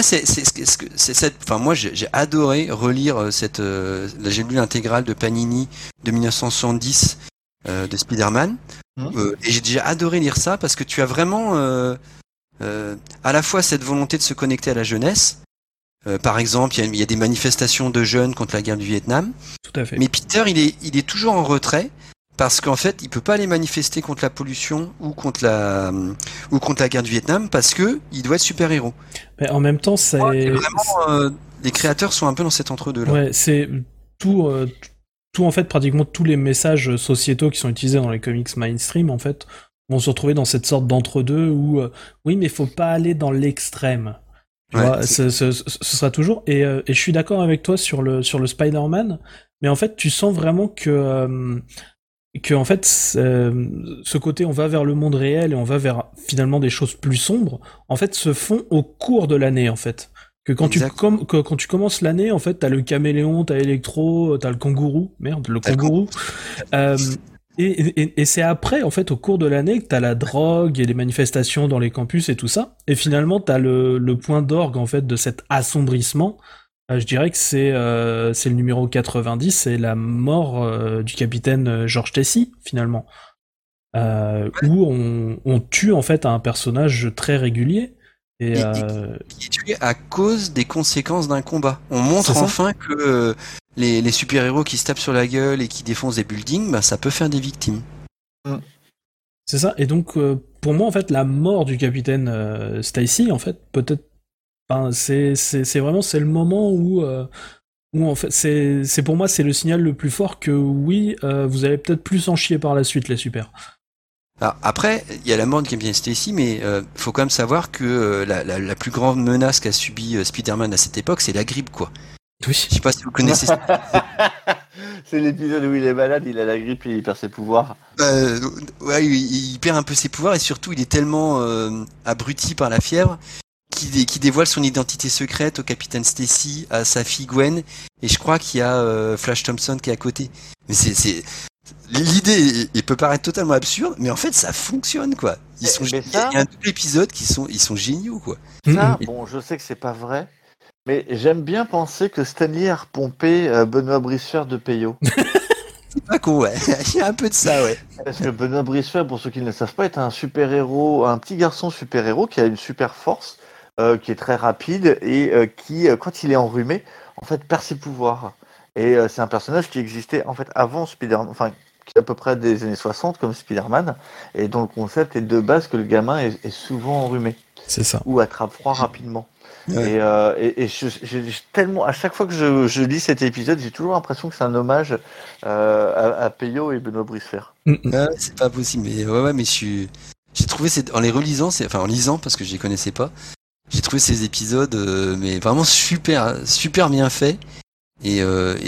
moi j'ai adoré relire j'ai lu l'intégrale de Panini de 1970 de Spider-Man, et j'ai déjà adoré lire ça parce que tu as vraiment à la fois cette volonté de se connecter à la jeunesse. Par exemple, il y a des manifestations de jeunes contre la guerre du Vietnam. Tout à fait. Mais Peter, il est toujours en retrait parce qu'en fait, il peut pas aller manifester contre la pollution ou contre la guerre du Vietnam parce que il doit être super-héros. Mais en même temps, c'est vraiment les créateurs sont un peu dans cet entre-deux là. Ouais, c'est tout en fait, pratiquement tous les messages sociétaux qui sont utilisés dans les comics mainstream en fait vont se retrouver dans cette sorte d'entre-deux où oui, mais faut pas aller dans l'extrême. Tu vois, ce sera toujours et je suis d'accord avec toi sur le Spider-Man, mais en fait, tu sens vraiment que en fait ce côté on va vers le monde réel et on va vers finalement des choses plus sombres en fait se font au cours de l'année en fait. Que quand quand tu commences l'année, en fait, t'as le caméléon, t'as Electro, t'as le kangourou, et c'est après, en fait, au cours de l'année, que t'as la drogue et les manifestations dans les campus et tout ça, et finalement, t'as le point d'orgue, en fait, de cet assombrissement. Je dirais que c'est le numéro 90, c'est la mort du capitaine George Tessie, finalement, où on tue, en fait, un personnage très régulier. Et qui est tué à cause des conséquences d'un combat. On montre enfin que les super-héros qui se tapent sur la gueule et qui défoncent des buildings, bah, ça peut faire des victimes. C'est ça. Et donc, pour moi, en fait, la mort du capitaine Stacy, en fait, peut-être, c'est vraiment le moment où en fait, c'est pour moi, c'est le signal le plus fort que oui, vous allez peut-être plus en chier par la suite, les super. Alors, après, il y a la mort de Captain Stacy, mais faut quand même savoir que la plus grande menace qu'a subi Spider-Man à cette époque, c'est la grippe, quoi. Oui. Je sais pas si vous connaissez. C'est l'épisode où il est malade, il a la grippe et il perd ses pouvoirs. Ouais, il perd un peu ses pouvoirs et surtout, il est tellement abruti par la fièvre qu'il dévoile son identité secrète au Capitaine Stacy, à sa fille Gwen, et je crois qu'il y a Flash Thompson qui est à côté. Mais c'est l'idée, il peut paraître totalement absurde, mais en fait, ça fonctionne, quoi. Il y a un double épisode ils sont géniaux, quoi. Ça, bon, je sais que c'est pas vrai, mais j'aime bien penser que Stanley a repompé Benoît Bricefer de Peyo. C'est pas con, ouais. Il y a un peu de ça, ouais. Parce que Benoît Bricefer, pour ceux qui ne le savent pas, est un super-héros, un petit garçon super-héros qui a une super force, qui est très rapide et qui, quand il est enrhumé, en fait, perd ses pouvoirs. Et c'est un personnage qui existait en fait avant Spider-Man, enfin qui est à peu près des années 60 comme Spider-Man, et dont le concept est de base que le gamin est souvent enrhumé. C'est ça. Ou attrape froid rapidement. Ouais. Et j'ai tellement, à chaque fois que je lis cet épisode, j'ai toujours l'impression que c'est un hommage à Peyo et Benoît Bricefer. C'est pas possible, mais mais j'ai trouvé en les relisant, en lisant parce que je les connaissais pas, j'ai trouvé ces épisodes mais vraiment super bien faits. Et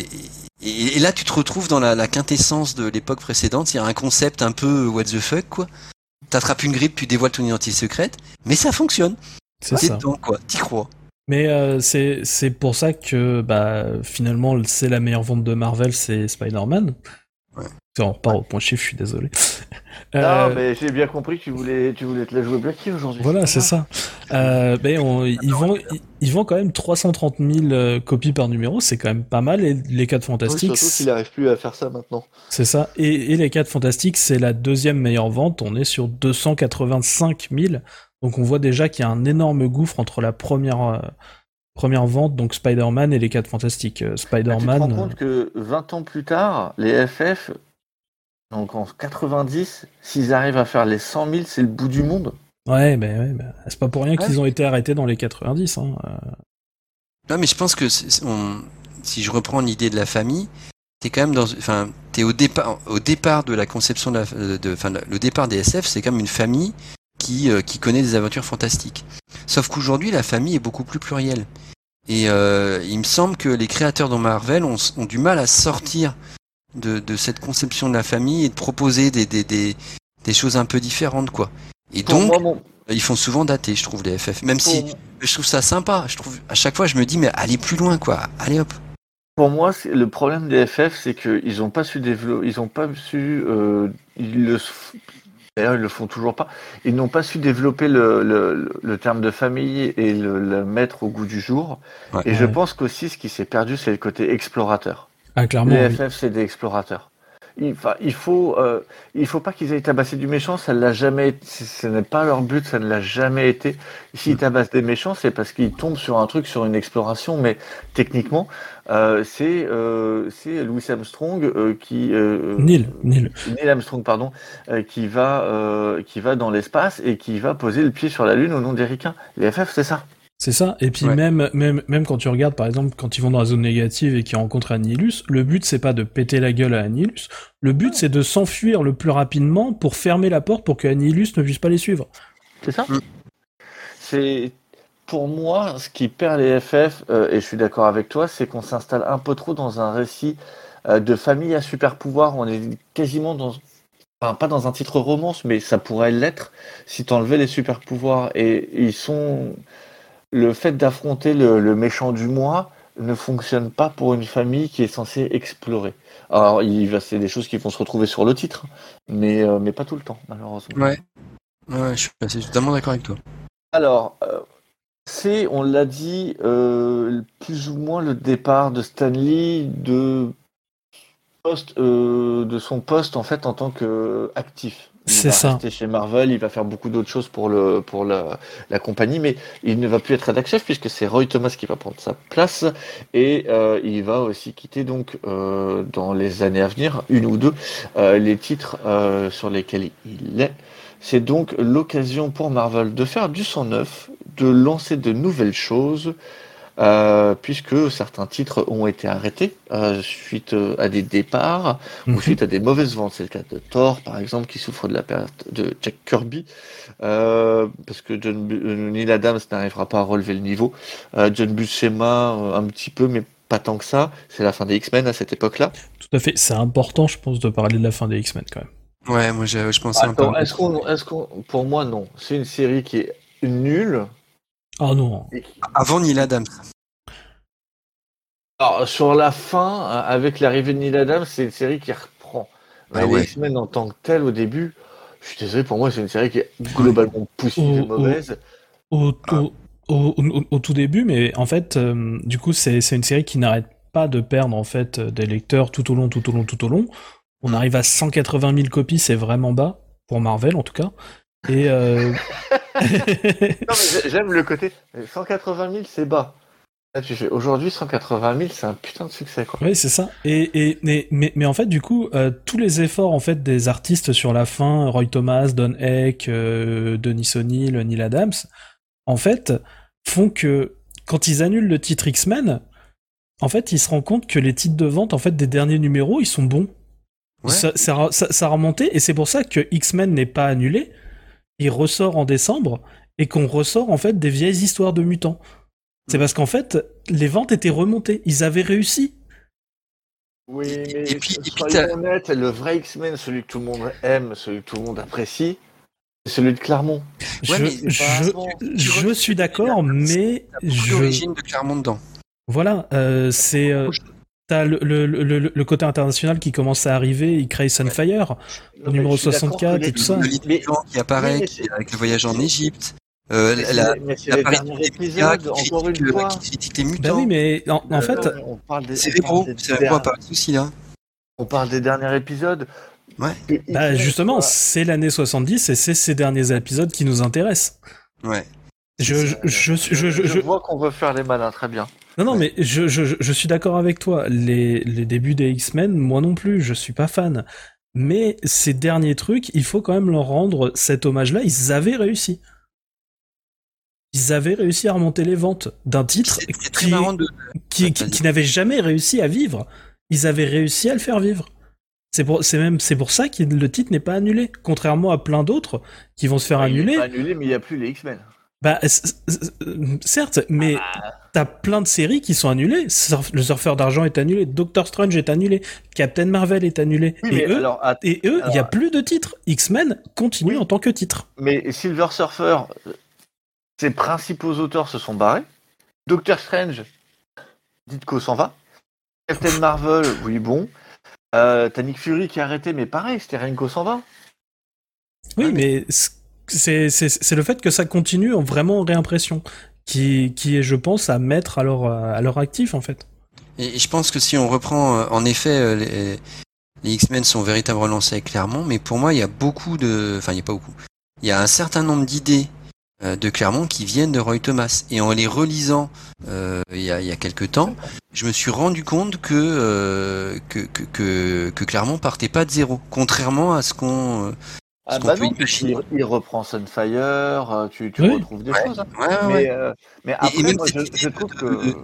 là, tu te retrouves dans la quintessence de l'époque précédente. Il y a un concept un peu what the fuck, quoi. T'attrapes une grippe, tu dévoiles ton identité secrète, mais ça fonctionne. C'est ça. Dedans, quoi. T'y crois. Mais c'est pour ça que finalement, c'est la meilleure vente de Marvel, c'est Spider-Man. Ouais. On repart au point chiffre, je suis désolé. Non, mais j'ai bien compris que tu voulais te la jouer bloquée aujourd'hui. Voilà, c'est ça. Ils vendent quand même 330 000 copies par numéro, c'est quand même pas mal. Et les 4 Fantastiques. Oui, surtout qu'il n'arrive plus à faire ça maintenant. C'est ça. Et les 4 Fantastiques, c'est la deuxième meilleure vente. On est sur 285 000. Donc on voit déjà qu'il y a un énorme gouffre entre la première vente, donc Spider-Man, et les 4 Fantastiques. Spider-Man. Tu te rends compte que 20 ans plus tard, les FF. Donc en 90, s'ils arrivent à faire les 100 000, c'est le bout du monde. Ouais, c'est pas pour rien qu'ils ont été arrêtés dans les 90. Hein. Non, mais je pense que si je reprends l'idée de la famille, t'es quand même t'es au départ de la conception le départ des SF, c'est quand même une famille qui connaît des aventures fantastiques. Sauf qu'aujourd'hui, la famille est beaucoup plus plurielle. Et il me semble que les créateurs dans Marvel ont du mal à sortir de cette conception de la famille et de proposer des choses un peu différentes, quoi. Et donc, ils font souvent dater, je trouve, les FF. Même si je trouve ça sympa, à chaque fois, je me dis, mais allez plus loin, quoi. Allez hop. Pour moi, le problème des FF, c'est qu'ils n'ont pas su développer, d'ailleurs, ils le font toujours pas. Ils n'ont pas su développer le terme de famille et le mettre au goût du jour. Ouais. Et je pense qu'aussi, ce qui s'est perdu, c'est le côté explorateur. Ah, clairement. Les FF, c'est des explorateurs. il faut pas qu'ils aillent tabasser du méchant, ça l'a jamais été, ce n'est pas leur but, ça ne l'a jamais été. S'ils tabassent des méchants, c'est parce qu'ils tombent sur un truc, sur une exploration, mais techniquement, c'est Louis Armstrong Neil Armstrong, pardon, qui va dans l'espace et qui va poser le pied sur la Lune au nom des ricains. Les FF, c'est ça. C'est ça, et puis même quand tu regardes, par exemple, quand ils vont dans la zone négative et qu'ils rencontrent Annihilus, le but c'est pas de péter la gueule à Annihilus, le but c'est de s'enfuir le plus rapidement pour fermer la porte pour que Annihilus ne puisse pas les suivre. C'est ça. C'est, pour moi, ce qui perd les FF, et je suis d'accord avec toi, c'est qu'on s'installe un peu trop dans un récit de famille à super pouvoir. On est quasiment dans... Enfin, pas dans un titre romance, mais ça pourrait l'être si t'enlevais les super pouvoirs. Et ils sont... Le fait d'affronter le méchant du mois ne fonctionne pas pour une famille qui est censée explorer. Alors, c'est des choses qui vont se retrouver sur le titre, mais pas tout le temps, malheureusement. Ouais, je suis totalement d'accord avec toi. Alors, c'est, on l'a dit, plus ou moins le départ de Stan Lee de son poste en fait en tant qu'actif. C'est ça. Il va rester chez Marvel, il va faire beaucoup d'autres choses pour la compagnie, mais il ne va plus être rédac-chef puisque c'est Roy Thomas qui va prendre sa place et il va aussi quitter donc dans les années à venir, une ou deux, les titres sur lesquels il est. C'est donc l'occasion pour Marvel de faire du sang neuf, de lancer de nouvelles choses. Puisque certains titres ont été arrêtés suite à des départs ou suite à des mauvaises ventes. C'est le cas de Thor, par exemple, qui souffre de la perte de Jack Kirby, parce que Neil Adams n'arrivera pas à relever le niveau. John Buscema, un petit peu, mais pas tant que ça. C'est la fin des X-Men à cette époque-là. Tout à fait. C'est important, je pense, de parler de la fin des X-Men, quand même. Ouais, moi, je pensais un peu... Pour moi, non. C'est une série qui est nulle. Ah non. Avant Neil Adams. Alors, sur la fin, avec l'arrivée de Neil Adams, c'est une série qui reprend. Mais les X-Men en tant que tel, au début, je suis désolé, pour moi, c'est une série qui est globalement poussive et mauvaise. Au tout début, mais en fait, du coup, c'est une série qui n'arrête pas de perdre en fait des lecteurs tout au long. On arrive à 180 000 copies, c'est vraiment bas, pour Marvel en tout cas. Et non, mais j'aime le côté 180 000, c'est bas. Là, tu fais aujourd'hui 180 000, c'est un putain de succès, quoi. Oui, c'est ça. Mais en fait, du coup, tous les efforts en fait des artistes sur la fin, Roy Thomas, Don Heck, Denis O'Neill, Neil Adams, en fait, font que quand ils annulent le titre X-Men, en fait, ils se rendent compte que les titres de vente en fait des derniers numéros, ils sont bons. Ouais. Ça a remonté, et c'est pour ça que X-Men n'est pas annulé. Il ressort en décembre et qu'on ressort en fait des vieilles histoires de mutants. C'est parce qu'en fait les ventes étaient remontées, ils avaient réussi. Oui, mais soyons honnêtes, le vrai X-Men, celui que tout le monde aime, celui que tout le monde apprécie, c'est celui de Claremont. Je suis d'accord, mais l'origine de Claremont dedans. Voilà, t'as le côté international qui commence à arriver, il crée Sunfire, au numéro 64 et tout ça. Qui apparaît, avec le voyage en Égypte. C'est le dernier épisode, encore une fois. Qui critique les mutants. Ben oui, mais en fait... Cérébro apparaît aussi là. On parle des derniers épisodes. Ouais. Bah justement, c'est l'année 70 et c'est ces derniers épisodes qui nous intéressent. Ouais. Je vois qu'on veut faire les malins, très bien. Non, mais je suis d'accord avec toi. Les débuts des X-Men, moi non plus, je suis pas fan. Mais ces derniers trucs, il faut quand même leur rendre cet hommage-là. Ils avaient réussi. Ils avaient réussi à remonter les ventes d'un titre qui n'avait jamais réussi à vivre. Ils avaient réussi à le faire vivre. C'est pour ça que le titre n'est pas annulé. Contrairement à plein d'autres qui vont se faire annuler. Il n'est pas annulé, mais il n'y a plus les X-Men. Bah, certes, mais t'as plein de séries qui sont annulées. Le Surfeur d'Argent est annulé, Doctor Strange est annulé, Captain Marvel est annulé. Oui, et eux, il n'y a plus de titres. X-Men continue en tant que titre. Mais Silver Surfer, ses principaux auteurs se sont barrés. Doctor Strange, Ditko s'en va. Captain Marvel, oui, bon. T'as Nick Fury qui a arrêté, mais pareil, Steranko s'en va. Oui, mais c'est le fait que ça continue en vraiment réimpression qui est, je pense, à mettre à leur actif, en fait. Et je pense que si on reprend, en effet, les X-Men sont véritablement relancés avec Claremont, mais pour moi, il y a beaucoup de... Enfin, il n'y a pas beaucoup. Il y a un certain nombre d'idées de Claremont qui viennent de Roy Thomas. Et en les relisant il y a quelques temps, je me suis rendu compte que Claremont partait pas de zéro, contrairement à ce qu'on peut imaginer. Il reprend Sunfire, tu retrouves des choses. Hein. Ouais. Mais après, et même moi, je trouve que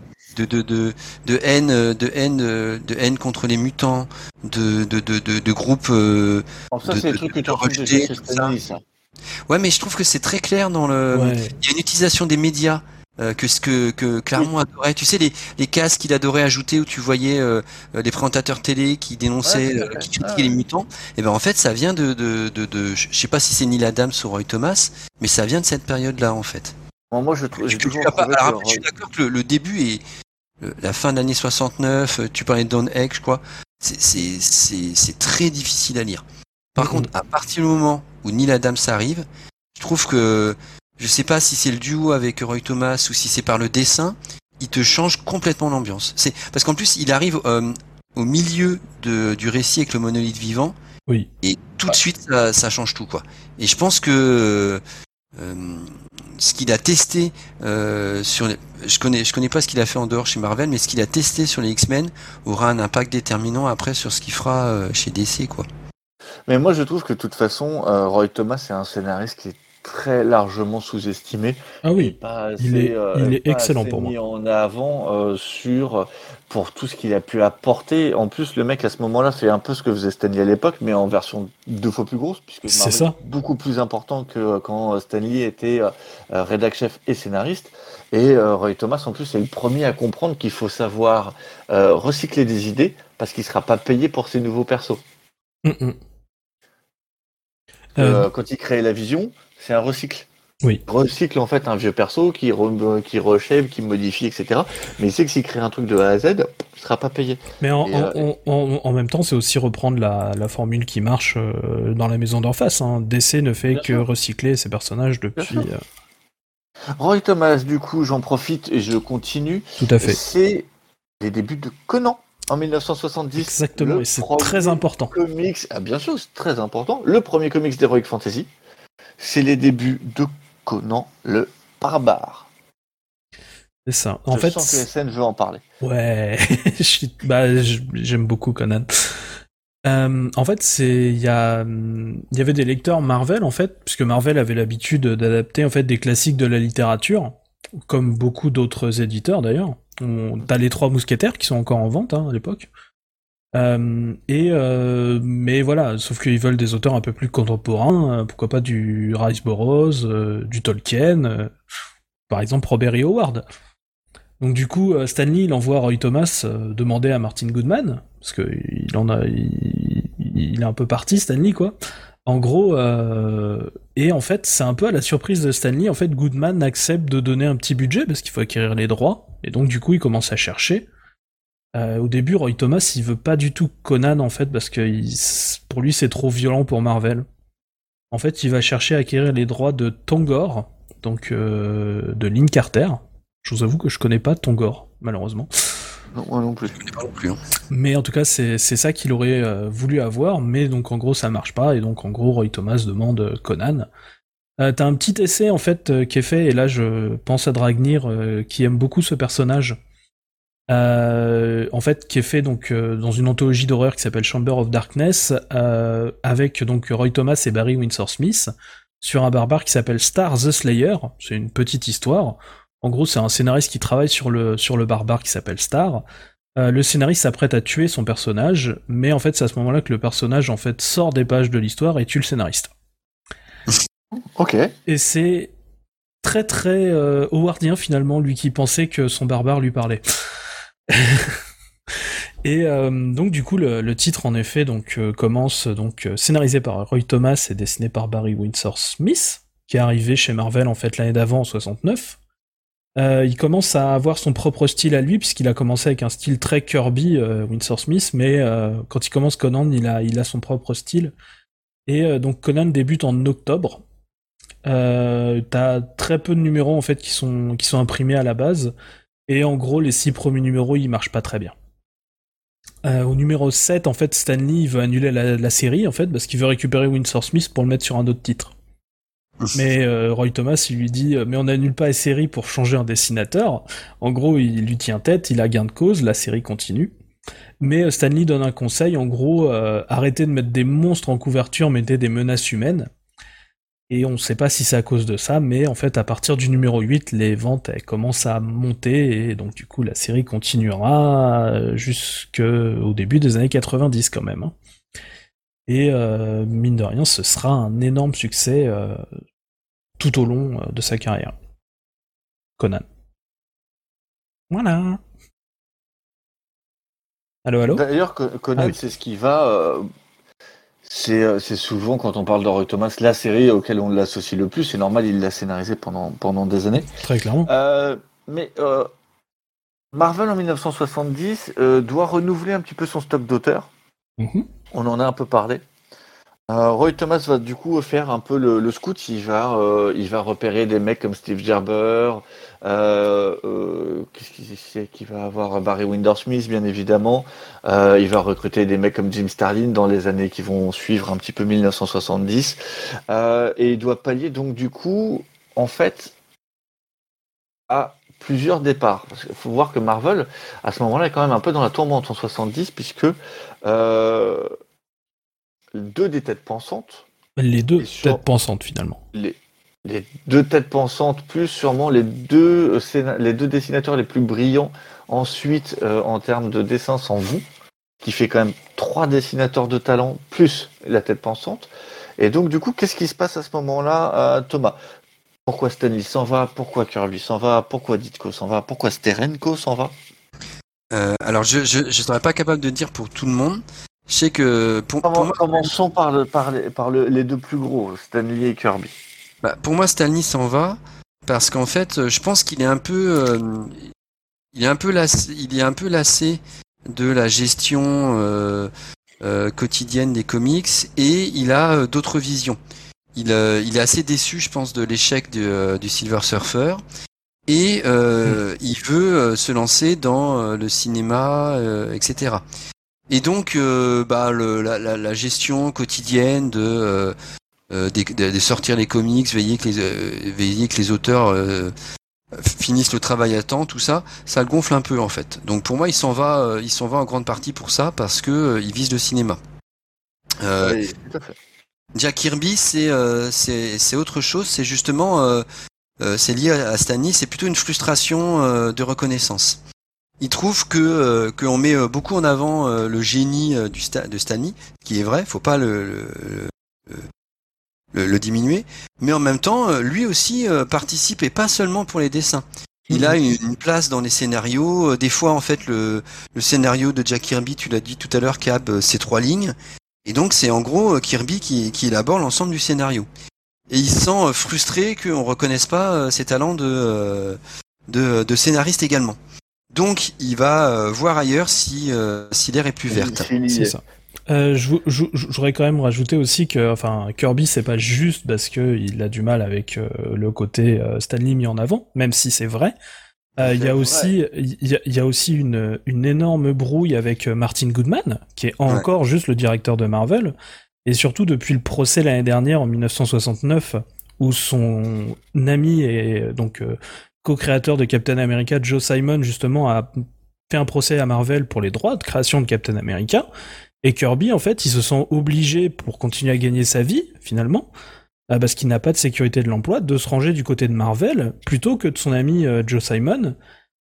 de haine contre les mutants, de groupes. Ça, c'est des trucs que tu retrouves déjà chez Stan Lee, ça. Ouais, mais je trouve que c'est très clair dans le. Ouais. Il y a une utilisation des médias que Claremont adorait. Tu sais, les cases qu'il adorait ajouter où tu voyais les présentateurs télé qui dénonçaient, qui critiquaient les mutants. Et ben en fait, ça vient je sais pas si c'est Neil Adams ou Roy Thomas, mais ça vient de cette période-là en fait. Bon, moi, je trouve. Je suis d'accord que le début est la fin de l'année 69. Tu parlais de Don Heck, je crois. C'est très difficile à lire. Par contre, à partir du moment où Neil Adams arrive, je trouve que, je sais pas si c'est le duo avec Roy Thomas ou si c'est par le dessin, il te change complètement l'ambiance. C'est parce qu'en plus, il arrive au milieu du récit avec le monolithe vivant, oui. Et tout de suite, ça change tout, quoi. Et je pense que ce qu'il a testé je connais pas ce qu'il a fait en dehors chez Marvel, mais ce qu'il a testé sur les X-Men aura un impact déterminant après sur ce qu'il fera chez DC, quoi. Mais moi, je trouve que de toute façon, Roy Thomas, c'est un scénariste qui est très largement sous-estimé. Ah oui, pas assez, il est excellent pour moi. Mis en avant pour tout ce qu'il a pu apporter. En plus, le mec, à ce moment-là, fait un peu ce que faisait Stan Lee à l'époque, mais en version 2 fois plus grosse, puisque c'est ça. Beaucoup plus important que quand Stan Lee était rédac chef et scénariste. Et Roy Thomas, en plus, est le premier à comprendre qu'il faut savoir recycler des idées, parce qu'il ne sera pas payé pour ses nouveaux persos. Quand il crée la vision, c'est un recycle. Oui. Il recycle en fait un vieux perso qui reshave, qui modifie, etc. Mais il sait que s'il crée un truc de A à Z, il ne sera pas payé. Mais en même temps, c'est aussi reprendre la formule qui marche dans la maison d'en face. Hein. DC ne fait que recycler ses personnages depuis... Roy Thomas, du coup, j'en profite et je continue. Tout à fait. C'est les débuts de Conan. En 1970, exactement, et c'est très important. Comics, bien sûr, c'est très important. Le premier comics d'Heroic Fantasy, c'est les débuts de Conan le Barbare. C'est ça. Je sens que SN veut en parler. Ouais, j'aime beaucoup Conan. En fait, il y avait des lecteurs Marvel en fait, puisque Marvel avait l'habitude d'adapter en fait des classiques de la littérature, comme beaucoup d'autres éditeurs d'ailleurs. T'as les 3 mousquetaires qui sont encore en vente à l'époque. Mais voilà, sauf qu'ils veulent des auteurs un peu plus contemporains, pourquoi pas du Rice Burroughs, du Tolkien, par exemple Robert E. Howard. Donc du coup, Stan Lee, il envoie Roy Thomas demander à Martin Goodman, parce que il est un peu parti, Stan Lee, quoi. En gros, et en fait, c'est un peu à la surprise de Stan Lee, en fait, Goodman accepte de donner un petit budget, parce qu'il faut acquérir les droits, et donc du coup, il commence à chercher. Au début, Roy Thomas, il veut pas du tout Conan, en fait, parce que pour lui, c'est trop violent pour Marvel. En fait, il va chercher à acquérir les droits de Tongor, donc de Lynn Carter. Je vous avoue que je connais pas Tongor, malheureusement. Non, moi non plus. Je connais pas non plus. Hein. Mais en tout cas, c'est ça qu'il aurait voulu avoir, mais donc en gros, ça marche pas, et donc en gros, Roy Thomas demande Conan. T'as un petit essai, en fait, qui est fait, et là, je pense à Dragnir, qui aime beaucoup ce personnage, en fait, qui est fait donc dans une anthologie d'horreur qui s'appelle Chamber of Darkness, avec donc Roy Thomas et Barry Windsor Smith, sur un barbare qui s'appelle Star the Slayer. C'est une petite histoire. En gros, c'est un scénariste qui travaille sur le barbare qui s'appelle Star. Le scénariste s'apprête à tuer son personnage, mais en fait, c'est à ce moment-là que le personnage en fait sort des pages de l'histoire et tue le scénariste. Ok. Et c'est très très howardien finalement, lui qui pensait que son barbare lui parlait. Et donc du coup le titre en effet donc commence donc scénarisé par Roy Thomas et dessiné par Barry Windsor Smith, qui est arrivé chez Marvel en fait l'année d'avant en 69. Il commence à avoir son propre style à lui, puisqu'il a commencé avec un style très Kirby, Windsor Smith, mais quand il commence Conan, il a son propre style. Et donc Conan débute en octobre. T'as très peu de numéros en fait qui sont imprimés à la base, et en gros les 6 premiers numéros ils marchent pas très bien. Au numéro 7, en fait, Stanley veut annuler la série, en fait, parce qu'il veut récupérer Winsor Smith pour le mettre sur un autre titre. Mais Roy Thomas, il lui dit mais on n'annule pas la série pour changer un dessinateur. En gros, il lui tient tête, il a gain de cause, la série continue. Mais Stanley donne un conseil, en gros, arrêtez de mettre des monstres en couverture, mettez des menaces humaines. Et on ne sait pas si c'est à cause de ça, mais en fait, à partir du numéro 8, les ventes elles commencent à monter, et donc du coup, la série continuera jusqu'au début des années 90 quand même. Hein. Et mine de rien, ce sera un énorme succès tout au long de sa carrière. Conan. Voilà. Allô. D'ailleurs, Conan, oui. c'est ce qui va. C'est souvent, quand on parle de Roy Thomas, la série auquel on l'associe le plus. C'est normal, il l'a scénarisé pendant des années. Très clairement. Mais Marvel, en 1970, doit renouveler un petit peu son stock d'auteurs. Mm-hmm. On en a un peu parlé. Roy Thomas va du coup faire un peu le scout. Il va repérer des mecs comme Steve Gerber. Qu'est-ce qu'il sait qu'il va avoir Barry Windsor-Smith, bien évidemment. Il va recruter des mecs comme Jim Starlin dans les années qui vont suivre un petit peu 1970. Et il doit pallier donc du coup, en fait, à plusieurs départs. Parce qu'il faut voir que Marvel, à ce moment-là, est quand même un peu dans la tourmente en 70, puisque 2 des têtes pensantes. Les deux têtes pensantes, finalement. Les 2 têtes pensantes, plus sûrement les deux dessinateurs les plus brillants ensuite en termes de dessin sans vous, qui fait quand même 3 dessinateurs de talent, plus la tête pensante. Et donc, du coup, qu'est-ce qui se passe à ce moment-là, Thomas ? Pourquoi Stanley s'en va ? Pourquoi Kirby s'en va ? Pourquoi Ditko s'en va ? Pourquoi Steranko s'en va ? Alors, je serais pas capable de dire pour tout le monde. Je sais que pour moi, commençons par les 2 plus gros, Stanley et Kirby. Pour moi, Stanley s'en va parce qu'en fait, je pense qu'il est un peu, lassé de la gestion quotidienne des comics et il a d'autres visions. Il est assez déçu, je pense, de l'échec du Silver Surfer et il veut se lancer dans le cinéma, etc. Et donc, la gestion quotidienne de sortir les comics, veiller que les auteurs finissent le travail à temps, tout ça, ça le gonfle un peu en fait. Donc pour moi, il s'en va en grande partie pour ça parce que il vise le cinéma. Oui, tout à fait. Jack Kirby, c'est autre chose. C'est justement, c'est lié à Stanley. C'est plutôt une frustration de reconnaissance. Il trouve que on met beaucoup en avant le génie de Stanley, qui est vrai, faut pas le diminuer, mais en même temps, lui aussi participe et pas seulement pour les dessins. Il a une place dans les scénarios. Des fois, en fait, le scénario de Jack Kirby, tu l'as dit tout à l'heure, Cab, c'est 3 lignes, et donc c'est en gros Kirby qui élabore l'ensemble du scénario. Et il se sent frustré qu'on reconnaisse pas ses talents de scénariste également. Donc, il va voir ailleurs si l'air est plus verte. C'est ça. J'aurais quand même rajouté aussi que, Kirby, c'est pas juste parce que il a du mal avec le côté Stanley mis en avant, même si c'est vrai. Il y a aussi une énorme brouille avec Martin Goodman, qui est encore juste le directeur de Marvel, et surtout depuis le procès l'année dernière en 1969, où son ami et donc co-créateur de Captain America, Joe Simon, justement, a fait un procès à Marvel pour les droits de création de Captain America. Et Kirby, en fait, il se sent obligé, pour continuer à gagner sa vie, finalement, parce qu'il n'a pas de sécurité de l'emploi, de se ranger du côté de Marvel, plutôt que de son ami Joe Simon.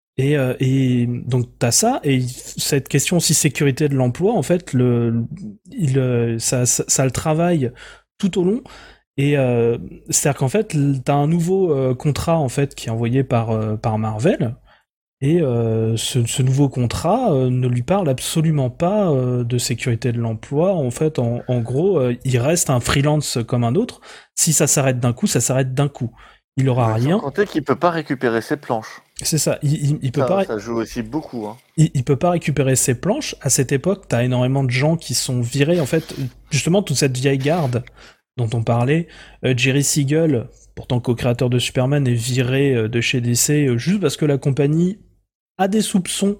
Et donc t'as ça, et cette question aussi sécurité de l'emploi, en fait, ça le travaille tout au long. Et c'est-à-dire qu'en fait, t'as un nouveau contrat en fait qui est envoyé par Marvel, et ce nouveau contrat ne lui parle absolument pas de sécurité de l'emploi. En fait, en gros, il reste un freelance comme un autre. Si ça s'arrête d'un coup, ça s'arrête d'un coup. Il aura rien. Sans compter qu'il peut pas récupérer ses planches. C'est ça. Il peut pas. Ça joue aussi beaucoup. Hein. Il peut pas récupérer ses planches. À cette époque, t'as énormément de gens qui sont virés. En fait, justement, toute cette vieille garde dont on parlait, Jerry Siegel, pourtant co-créateur de Superman, est viré de chez DC juste parce que la compagnie a des soupçons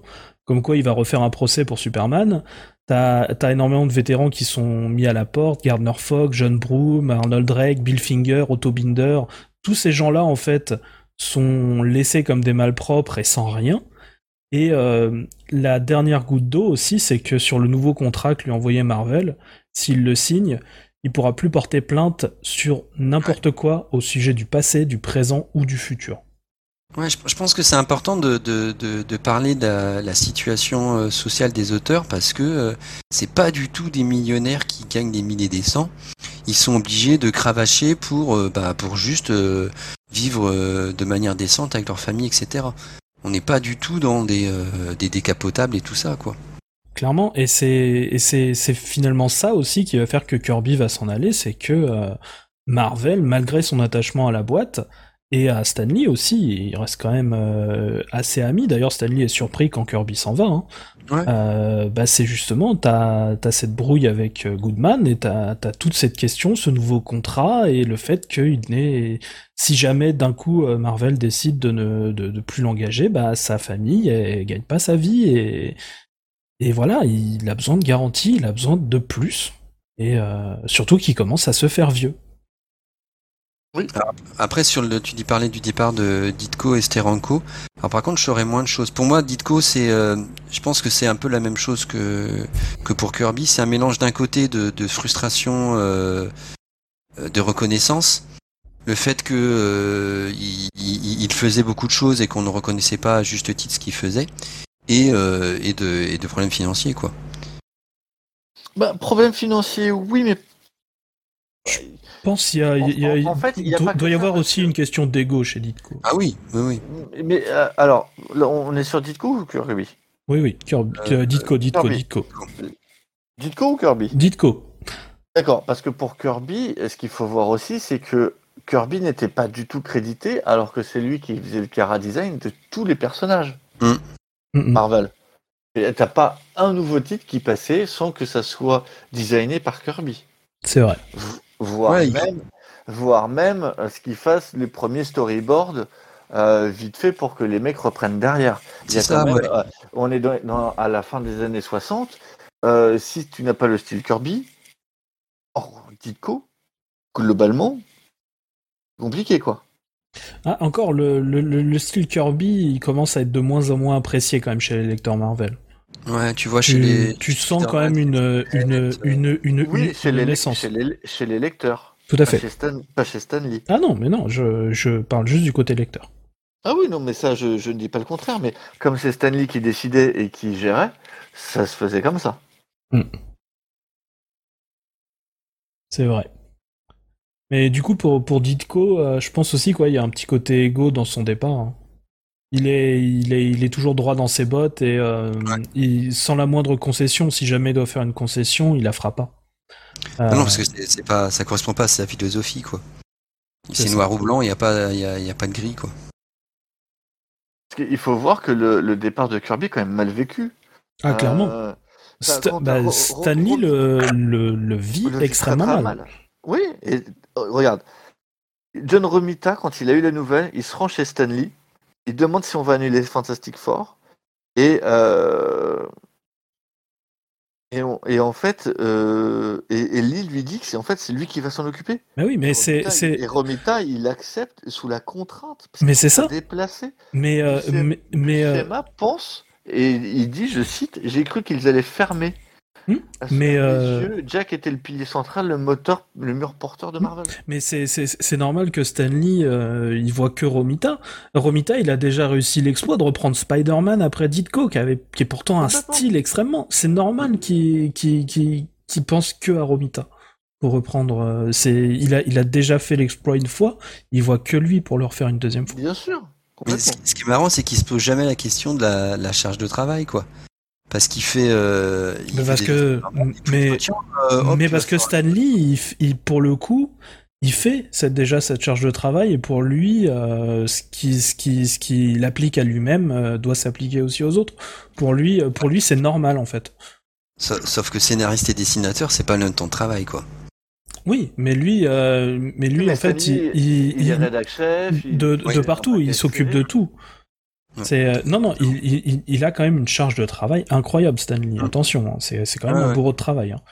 comme quoi il va refaire un procès pour Superman. T'as énormément de vétérans qui sont mis à la porte, Gardner Fogg, John Broome, Arnold Drake, Bill Finger, Otto Binder. Tous ces gens-là, en fait, sont laissés comme des malpropres et sans rien. Et la dernière goutte d'eau aussi, c'est que sur le nouveau contrat que lui envoyait Marvel, s'il le signe, il pourra plus porter plainte sur n'importe quoi au sujet du passé, du présent ou du futur. Ouais, je pense que c'est important de parler de la situation sociale des auteurs parce que c'est pas du tout des millionnaires qui gagnent des milliers et des cents. Ils sont obligés de cravacher pour juste vivre de manière décente avec leur famille, etc. On n'est pas du tout dans des décapotables et tout ça, quoi. Clairement, et c'est finalement ça aussi qui va faire que Kirby va s'en aller, c'est que Marvel, malgré son attachement à la boîte, et à Stan Lee aussi, il reste quand même assez ami. D'ailleurs, Stan Lee est surpris quand Kirby s'en va. Hein. Ouais. C'est justement, t'as cette brouille avec Goodman et t'as toute cette question, ce nouveau contrat et le fait qu'il n'est, si jamais d'un coup Marvel décide de plus l'engager, sa famille elle gagne pas sa vie et voilà, il a besoin de garanties, il a besoin de plus et surtout qu'il commence à se faire vieux. Oui. Alors, après, tu parlais du départ de Ditko et Steranko. Alors, par contre, je saurais moins de choses. Pour moi, Ditko, je pense que c'est un peu la même chose que pour Kirby. C'est un mélange d'un côté de frustration, de reconnaissance. Le fait que il faisait beaucoup de choses et qu'on ne reconnaissait pas à juste titre ce qu'il faisait, et de problèmes financiers, quoi. Problème financier, oui, mais Je pense qu'il doit y avoir aussi une question d'ego chez Ditko. Ah oui. Mais alors, là, on est sur Ditko ou Kirby? Oui, Ditko. Ditko ou Kirby? Ditko. D'accord, parce que pour Kirby, ce qu'il faut voir aussi, c'est que Kirby n'était pas du tout crédité, alors que c'est lui qui faisait le chara-design de tous les personnages Marvel. Et t'as pas un nouveau titre qui passait sans que ça soit designé par Kirby. C'est vrai. Voire même ce qu'ils fassent les premiers storyboards vite fait pour que les mecs reprennent derrière. On est à la fin des années 60. Si tu n'as pas le style Kirby, Ditko, globalement, compliqué quoi. Ah, encore, le style Kirby, il commence à être de moins en moins apprécié quand même chez les lecteurs Marvel. Ouais, tu vois, tu sens quand même une naissance. Chez les lecteurs. Tout à fait. Pas chez Stan Lee. Ah non, mais non, je parle juste du côté lecteur. Ah oui, non, mais ça, je ne dis pas le contraire, mais comme c'est Stan Lee qui décidait et qui gérait, ça se faisait comme ça. C'est vrai. Mais du coup, pour Ditko, je pense aussi il y a un petit côté égo dans son départ. Hein. Il est toujours droit dans ses bottes et sans la moindre concession, si jamais il doit faire une concession, il la fera pas. Non, parce que ça correspond pas à sa philosophie, quoi. C'est noir ou blanc, il y a pas de gris, quoi. Parce qu'il faut voir que le départ de Kirby est quand même mal vécu. Ah, clairement. Stan Lee le vit extrêmement mal. Oui, et regarde, John Romita, quand il a eu la nouvelle, il se rend chez Stan Lee, il demande si on va annuler Fantastic Four, et en fait, Lee lui dit que c'est lui qui va s'en occuper. Mais oui, mais et Romita, il accepte sous la contrainte. Mais c'est ça. Déplacé. Mais Buscema pense et il dit, je cite, j'ai cru qu'ils allaient fermer. Jack était le pilier central, le mur porteur de Marvel. Mais c'est normal que Stan Lee il voit que Romita. Romita, il a déjà réussi l'exploit de reprendre Spider-Man après Ditko, qui est pourtant un style extrêmement. C'est normal qu'il pense que à Romita pour reprendre. Il a déjà fait l'exploit une fois. Il voit que lui pour le refaire une deuxième fois. Bien sûr. Mais ce qui est marrant, c'est qu'il se pose jamais la question de la charge de travail, quoi. Parce qu'il fait. Parce que Stan Lee, pour le coup, il fait déjà cette charge de travail et pour lui, ce qu'il applique à lui-même doit s'appliquer aussi aux autres. Pour lui, c'est normal en fait. Sauf que scénariste et dessinateur, c'est pas le même temps de travail, quoi. Oui, mais lui en fait, il est rédac chef, de partout, il s'occupe de tout. Non, il a quand même une charge de travail incroyable, Stan Lee. Attention, hein, c'est quand même un bourreau de travail. Hein.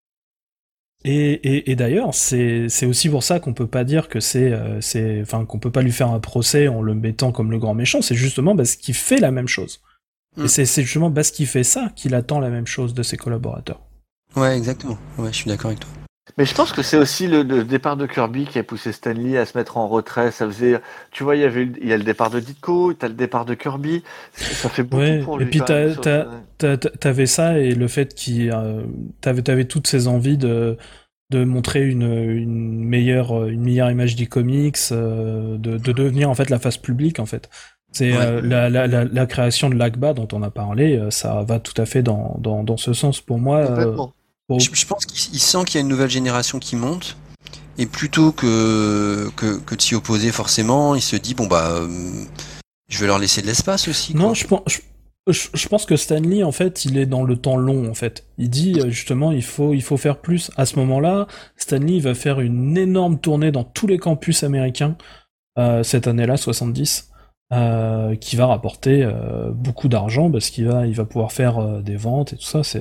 Et d'ailleurs, c'est aussi pour ça qu'on peut pas dire que qu'on peut pas lui faire un procès en le mettant comme le grand méchant. C'est justement parce qu'il fait la même chose. Et c'est justement parce qu'il fait ça qu'il attend la même chose de ses collaborateurs. Ouais, exactement. Ouais, je suis d'accord avec toi. Mais je pense que c'est aussi le départ de Kirby qui a poussé Stan Lee à se mettre en retrait. Ça faisait, tu vois, il y a le départ de Ditko, t'as le départ de Kirby. Ça fait beaucoup pour lui. Et puis t'avais ça et le fait qu'il t'avais toutes ces envies de montrer une meilleure image des comics, de devenir en fait la face publique en fait. C'est la création de l'ACBA dont on a parlé, ça va tout à fait dans ce sens pour moi. Complètement. Je pense qu'il sent qu'il y a une nouvelle génération qui monte, et plutôt que de s'y opposer forcément, il se dit je vais leur laisser de l'espace aussi. Non, je pense que Stan Lee, en fait, il est dans le temps long, en fait. Il dit, justement, il faut faire plus. À ce moment-là, Stan Lee va faire une énorme tournée dans tous les campus américains, cette année-là, 70, qui va rapporter beaucoup d'argent, parce qu'il va pouvoir faire des ventes et tout ça.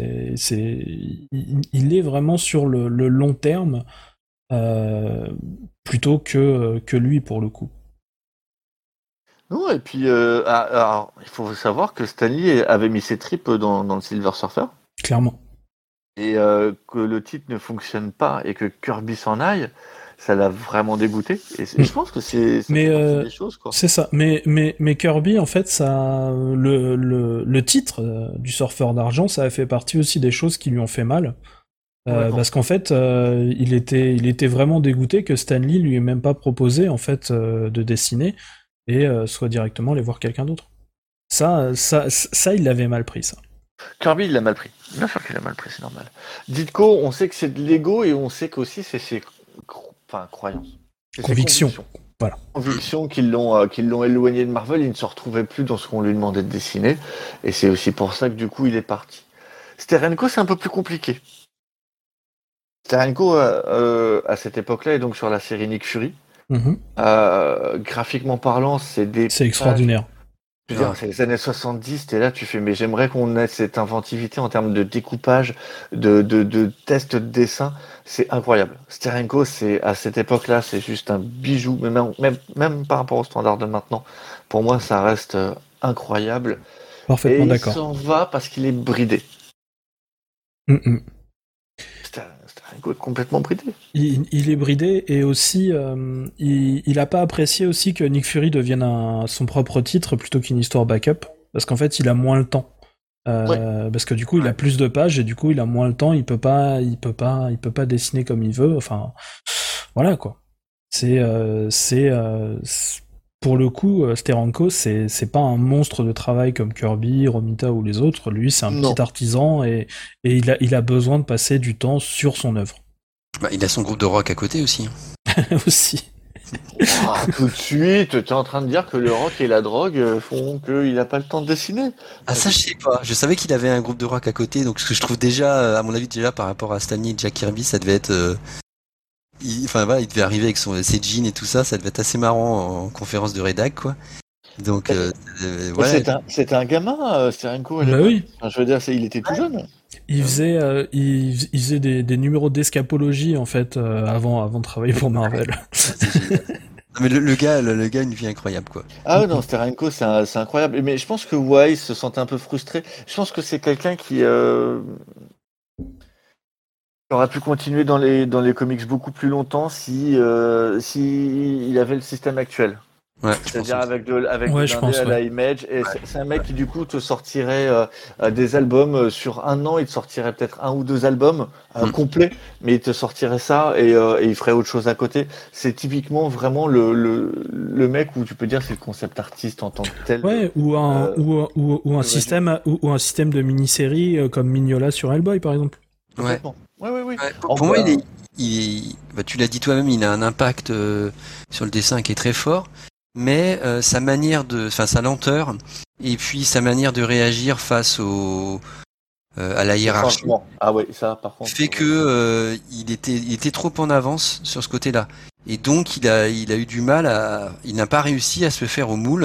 Il est vraiment sur le long terme, plutôt que lui, pour le coup. Non, et puis, alors, il faut savoir que Stan Lee avait mis ses tripes dans le Silver Surfer. Clairement. Et que le titre ne fonctionne pas et que Kirby s'en aille, ça l'a vraiment dégoûté. Et je pense que c'est des choses, quoi. C'est ça. Mais Kirby, en fait, ça, le titre du Surfeur d'argent, ça a fait partie aussi des choses qui lui ont fait mal. Parce qu'en fait, il était vraiment dégoûté que Stan Lee lui ait même pas proposé, en fait, de dessiner et soit directement aller voir quelqu'un d'autre. Ça, il l'avait mal pris, ça. Kirby, il l'a mal pris. Bien sûr qu'il l'a mal pris, c'est normal. Ditko, on sait que c'est de l'ego et on sait qu'aussi c'est ses croyances. Convictions. Voilà. Convictions qui l'ont éloigné de Marvel, il ne se retrouvait plus dans ce qu'on lui demandait de dessiner. Et c'est aussi pour ça que du coup il est parti. Steranko, c'est un peu plus compliqué. Steranko, à cette époque-là, est donc sur la série Nick Fury. Graphiquement parlant, c'est extraordinaire. Je veux dire, c'est les années 70, t'es là, tu fais, mais j'aimerais qu'on ait cette inventivité en termes de découpage, de tests de dessin, c'est incroyable. Steranko, à cette époque-là, c'est juste un bijou, même par rapport au standard de maintenant. Pour moi, ça reste incroyable. Parfaitement d'accord. Il s'en va parce qu'il est bridé. Steranko est complètement bridé. Il est bridé et aussi il a pas apprécié aussi que Nick Fury devienne son propre titre plutôt qu'une histoire backup parce qu'en fait il a moins le temps parce que du coup il a plus de pages et du coup il a moins le temps, il peut pas dessiner comme il veut, enfin voilà quoi. Pour le coup, Steranko, c'est pas un monstre de travail comme Kirby, Romita ou les autres. Lui, c'est un petit artisan et il a besoin de passer du temps sur son œuvre. Il a son groupe de rock à côté aussi. Aussi. Tout de suite, t'es en train de dire que le rock et la drogue font qu'il n'a pas le temps de dessiner. Ah ça je sais pas. Je savais qu'il avait un groupe de rock à côté, donc ce que je trouve déjà, à mon avis déjà par rapport à Stan Lee et Jack Kirby, ça devait être... il devait arriver avec ses jeans et tout ça, ça devait être assez marrant en conférence de rédac, quoi. Donc, c'était un gamin, Steranko. Bah oui. Enfin, je veux dire, il était tout jeune. Il faisait des numéros d'escapologie en fait avant de travailler pour Marvel. Non, mais le gars a une vie incroyable, quoi. Ah non, Steranko, c'est incroyable. Mais je pense que Wise se sentait un peu frustré. Je pense que c'est quelqu'un qui aurait pu continuer dans les comics beaucoup plus longtemps si il avait le système actuel. Ouais, c'est-à-dire avec je pense, à la Image, et c'est un mec qui du coup te sortirait des albums sur un an, il te sortirait peut-être 1 ou 2 albums complets, mais il te sortirait ça et il ferait autre chose à côté. C'est typiquement vraiment le mec où tu peux dire c'est le concept artiste en tant que tel. Ouais, ou un système de mini-série comme Mignola sur Hellboy par exemple. Ouais. Pour moi, tu l'as dit toi-même, il a un impact sur le dessin qui est très fort. Mais sa lenteur et puis sa manière de réagir face à la hiérarchie, ça par contre, fait que il était trop en avance sur ce côté-là, et donc il a eu du mal il n'a pas réussi à se faire au moule,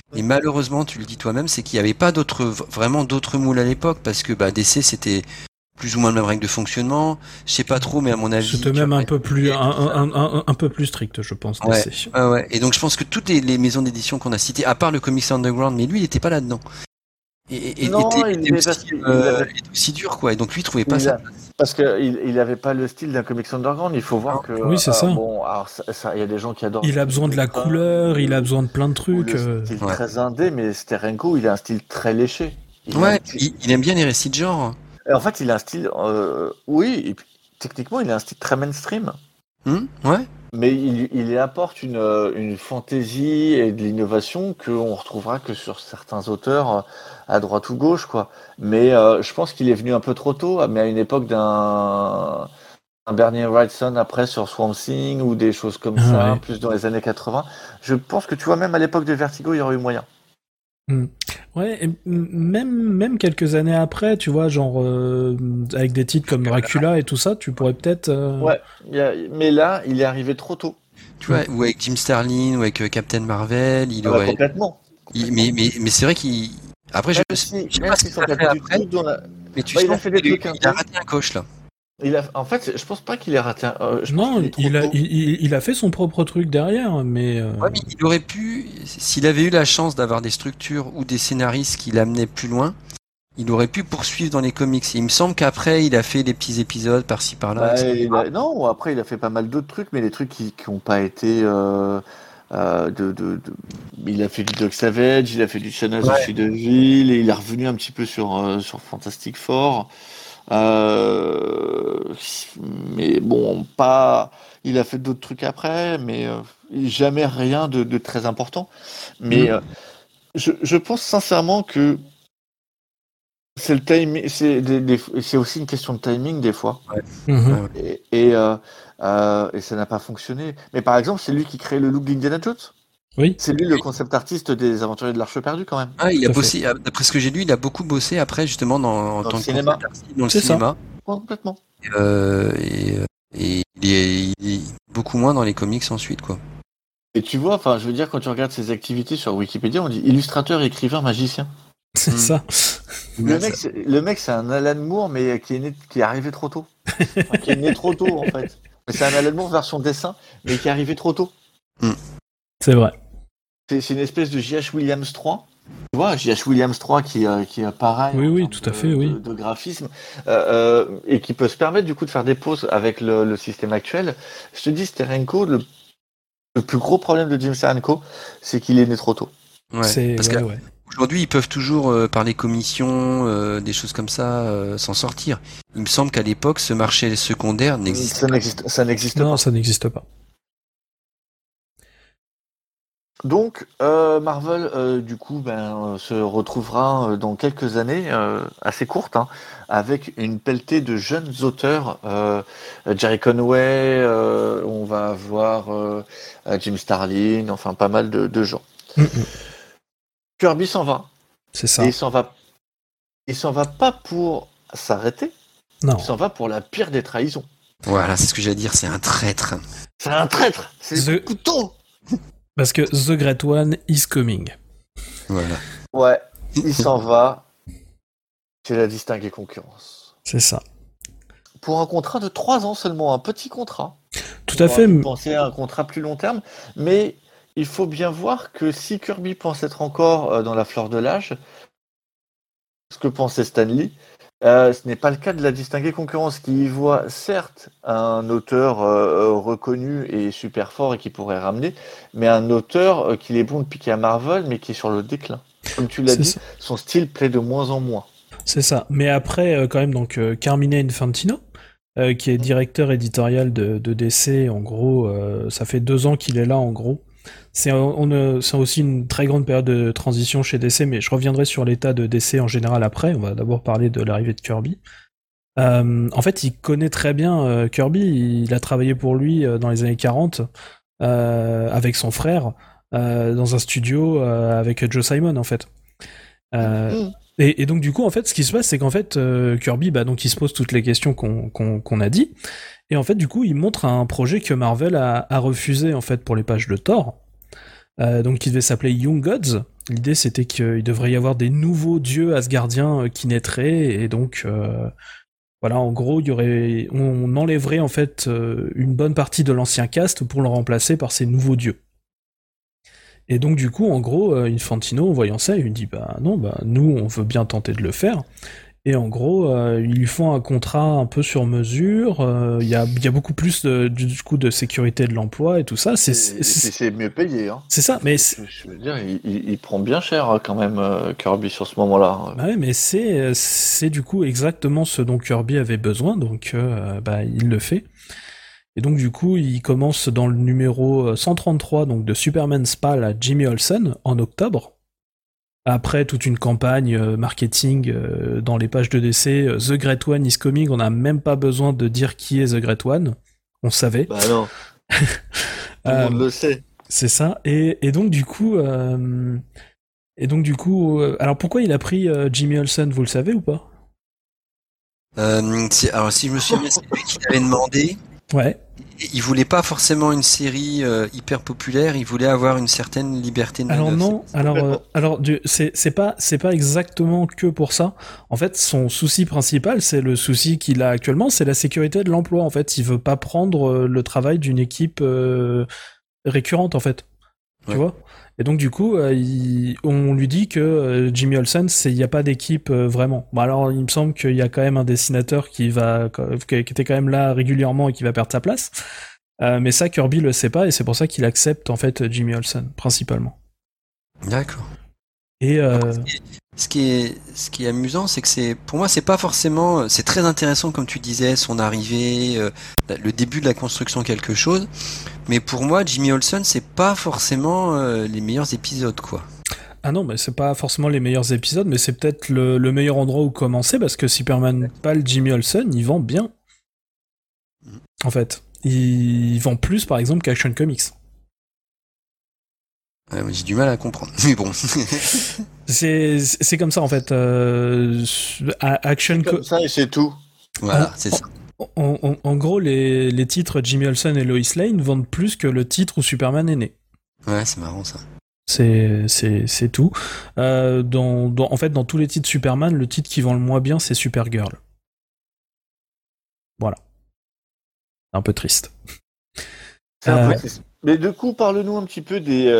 Et malheureusement, tu le dis toi-même, c'est qu'il n'y avait pas vraiment d'autres moules à l'époque, parce que DC c'était plus ou moins le même règle de fonctionnement. Je sais pas trop, mais à mon avis. C'était même un peu plus strict, je pense. Ouais. DC. Ouais. Et donc je pense que toutes les maisons d'édition qu'on a citées, à part le Comics Underground, mais lui il était pas là-dedans. Et Non, était aussi dur, quoi. Et donc lui il trouvait pas ça. Parce qu'il avait pas le style d'un comics underground. Il faut voir que. Oui, c'est ça. Bon, alors il y a des gens qui adorent. Il a besoin de la couleur, il a besoin de plein de trucs. Le style très indé, mais Steranko, il a un style très léché. Il aime bien les récits de genre. Et en fait, il a un style. Oui, et puis, techniquement, il a un style très mainstream. Ouais. Mais il y apporte une fantaisie et de l'innovation qu'on retrouvera que sur certains auteurs à droite ou gauche, quoi. Mais je pense qu'il est venu un peu trop tôt, mais à une époque d'un Bernie Wrightson après sur Swamp Thing ou des choses comme ça, plus dans les années 80. Je pense que tu vois, même à l'époque de Vertigo, il y aurait eu moyen. Ouais, et même quelques années après, tu vois, genre avec des titres comme Dracula et tout ça, tu pourrais peut-être. Ouais, mais là, il est arrivé trop tôt. Tu vois, ou avec Jim Starlin, ou avec Captain Marvel, il aurait. Complètement. Mais c'est vrai qu'il. Après, je sais pas ce qu'il a fait après. Mais tu sais, il a raté un coche là. En fait, je pense pas qu'il ait raté il a fait son propre truc derrière, mais... Ouais, mais il aurait pu, s'il avait eu la chance d'avoir des structures ou des scénaristes qui l'amenaient plus loin, il aurait pu poursuivre dans les comics. Et il me semble qu'après, il a fait des petits épisodes par-ci par-là. Non, après, il a fait pas mal d'autres trucs, mais les trucs qui n'ont pas été... Il a fait du Doc Savage, il a fait du Shadow of the Ville, et il est revenu un petit peu sur Fantastic Four. Mais bon, il a fait d'autres trucs après, mais jamais rien de très important. Mais je pense sincèrement que c'est le timing, c'est aussi une question de timing des fois. Et ça n'a pas fonctionné. Mais par exemple, c'est lui qui crée le look d'Indiana Jones. Oui. C'est lui le concept artiste des Aventuriers de l'Arche perdue quand même. Ah, il a bossé, d'après ce que j'ai lu, il a beaucoup bossé après justement en tant que cinéma. Dans le cinéma. Complètement. Et il est beaucoup moins dans les comics ensuite, quoi. Et tu vois, enfin, je veux dire, quand tu regardes ses activités sur Wikipédia, on dit illustrateur, écrivain, magicien. C'est ça. Le mec, c'est un Alan Moore, mais qui est arrivé trop tôt. Enfin, qui est né trop tôt, en fait. Mais c'est un Alan Moore version dessin, mais qui est arrivé trop tôt. C'est vrai. C'est une espèce de J.H. Williams 3. Tu vois, J.H. Williams 3 qui est pareil. Oui, tout à fait, oui. De graphisme. Et qui peut se permettre, du coup, de faire des pauses avec le système actuel. Je te dis, Steranko, le plus gros problème de Jim Steranko, c'est qu'il est né trop tôt. Ouais, parce qu'aujourd'hui, ils peuvent toujours, par les commissions, des choses comme ça, s'en sortir. Il me semble qu'à l'époque, ce marché secondaire n'existe pas. Ça n'existe pas. Non, ça n'existe pas. Donc, Marvel, du coup, se retrouvera dans quelques années, assez courtes, avec une pelletée de jeunes auteurs. Jerry Conway, on va avoir Jim Starlin, enfin pas mal de gens. Kirby s'en va. C'est ça. Et il s'en va pas pour s'arrêter. Non. Il s'en va pour la pire des trahisons. Voilà, c'est ce que j'allais dire, c'est un traître. C'est un traître. C'est le couteau. Parce que The Great One is coming. Voilà. Ouais, il s'en va chez la distinguée concurrence. C'est ça. Pour un contrat de 3 ans seulement, un petit contrat. Tout à fait. Penser à un contrat plus long terme, mais il faut bien voir que si Kirby pense être encore dans la fleur de l'âge, ce que pensait Stan Lee, ce n'est pas le cas de la distinguée concurrence qui y voit certes un auteur reconnu et super fort et qui pourrait ramener, mais un auteur qu'il est bon de piquer à Marvel mais qui est sur le déclin. Comme tu l'as dit, son style plaît de moins en moins. C'est ça. Mais après, quand même, donc Carmine Infantino, qui est directeur éditorial de DC, en gros, ça fait 2 ans qu'il est là, en gros. C'est aussi une très grande période de transition chez DC, mais je reviendrai sur l'état de DC en général après. On va d'abord parler de l'arrivée de Kirby. En fait, il connaît très bien Kirby. Il a travaillé pour lui dans les années 40 avec son frère dans un studio avec Joe Simon, en fait. Et donc du coup, en fait, ce qui se passe, c'est qu'en fait, Kirby, donc il se pose toutes les questions qu'on a dit. Et en fait, du coup, il montre un projet que Marvel a refusé en fait pour les pages de Thor. Donc, qui devait s'appeler Young Gods. L'idée, c'était qu'il devrait y avoir des nouveaux dieux asgardiens qui naîtraient, et donc voilà, en gros, on enlèverait en fait une bonne partie de l'ancien cast pour le remplacer par ces nouveaux dieux. Et donc du coup, en gros, Infantino, en voyant ça, il lui dit bah non, bah nous, on veut bien tenter de le faire. Et en gros, ils lui font un contrat un peu sur mesure. Il y a beaucoup plus du coup de sécurité de l'emploi et tout ça. C'est mieux payé. Hein. C'est ça, mais je veux dire, il prend bien cher quand même Kirby sur ce moment-là. Bah ouais, mais c'est du coup exactement ce dont Kirby avait besoin, donc bah il le fait. Et donc du coup, il commence dans le numéro 133 donc de Superman Spal à Jimmy Olsen en octobre. Après toute une campagne marketing dans les pages de DC, The Great One is coming, on n'a même pas besoin de dire qui est The Great One, on savait. Bah non, tout le monde le sait. C'est ça, et donc du coup, alors pourquoi il a pris Jimmy Olsen, vous le savez ou pas? Alors si je me souviens bien, c'est lui qui l'avait demandé. Ouais. Il voulait pas forcément une série hyper populaire, il voulait avoir une certaine liberté de manœuvre. Alors non, c'est pas exactement que pour ça. En fait, son souci principal, c'est le souci qu'il a actuellement, c'est la sécurité de l'emploi. En fait, il veut pas prendre le travail d'une équipe récurrente, en fait. Tu vois? Et donc du coup, on lui dit que Jimmy Olsen, il n'y a pas d'équipe vraiment. Bon alors, il me semble qu'il y a quand même un dessinateur qui était quand même là régulièrement et qui va perdre sa place. Mais ça, Kirby le sait pas et c'est pour ça qu'il accepte en fait Jimmy Olsen principalement. D'accord. Et ce qui est amusant, c'est que pour moi, c'est pas forcément, c'est très intéressant comme tu disais, son arrivée, le début de la construction de quelque chose. Mais pour moi, Jimmy Olsen, c'est pas forcément les meilleurs épisodes, quoi. Ah non, mais c'est pas forcément les meilleurs épisodes, mais c'est peut-être le meilleur endroit où commencer parce que Superman Pal Jimmy Olsen, il vend bien. En fait, il vend plus par exemple qu'Action Comics. J'ai du mal à comprendre, mais bon. c'est comme ça en fait. Action comme ça et c'est tout. Voilà, c'est ça. En gros, les titres Jimmy Olsen et Lois Lane vendent plus que le titre où Superman est né. Ouais, c'est marrant ça. C'est tout. En fait, dans tous les titres Superman, le titre qui vend le moins bien, c'est Supergirl. Voilà. Un peu triste. Mais du coup, parle-nous un petit peu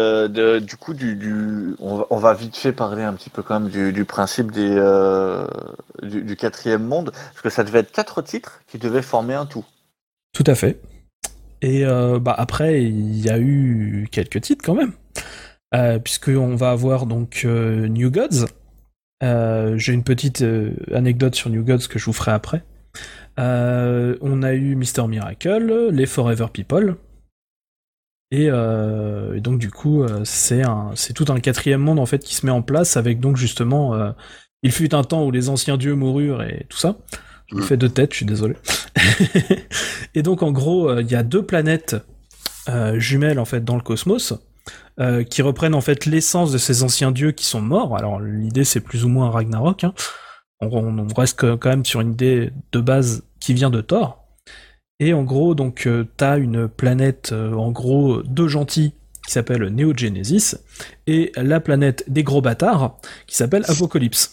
on va vite fait parler un petit peu quand même du principe du quatrième monde, parce que ça devait être 4 titres qui devaient former un tout. Tout à fait. Et après, il y a eu quelques titres quand même, puisqu'on va avoir donc New Gods. J'ai une petite anecdote sur New Gods que je vous ferai après. On a eu Mr. Miracle, les Forever People. Et donc du coup, c'est tout un quatrième monde en fait qui se met en place avec donc justement, il fut un temps où les anciens dieux moururent et tout ça. Je me fais 2 têtes, je suis désolé. Et donc en gros, il y a 2 planètes jumelles en fait dans le cosmos qui reprennent en fait l'essence de ces anciens dieux qui sont morts. Alors l'idée c'est plus ou moins Ragnarok. Hein. On reste quand même sur une idée de base qui vient de Thor. Et en gros, donc, t'as une planète, en gros, 2 gentils, qui s'appelle Neo Genesis, et la planète des gros bâtards, qui s'appelle Apocalypse.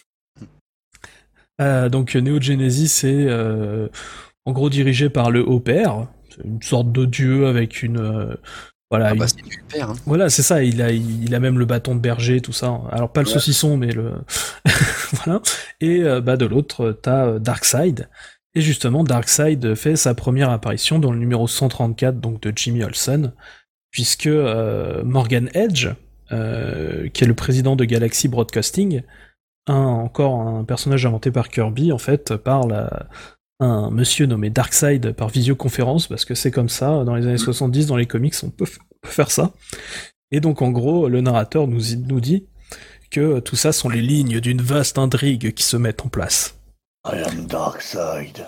Donc, Neo Genesis est, en gros, dirigé par le Haut Père, c'est une sorte de dieu avec une... voilà, c'est du père, hein. Voilà, c'est ça, il a même le bâton de berger, tout ça. Alors, pas le saucisson, mais le... voilà. Et de l'autre, t'as Darkseid. Et justement, Darkseid fait sa première apparition dans le numéro 134 donc de Jimmy Olsen, puisque Morgan Edge, qui est le président de Galaxy Broadcasting, encore un personnage inventé par Kirby, en fait, parle à un monsieur nommé Darkseid par visioconférence, parce que c'est comme ça, dans les années 70, dans les comics, on peut faire ça. Et donc, en gros, le narrateur nous dit que tout ça sont les lignes d'une vaste intrigue qui se mettent en place. I am Darkseid.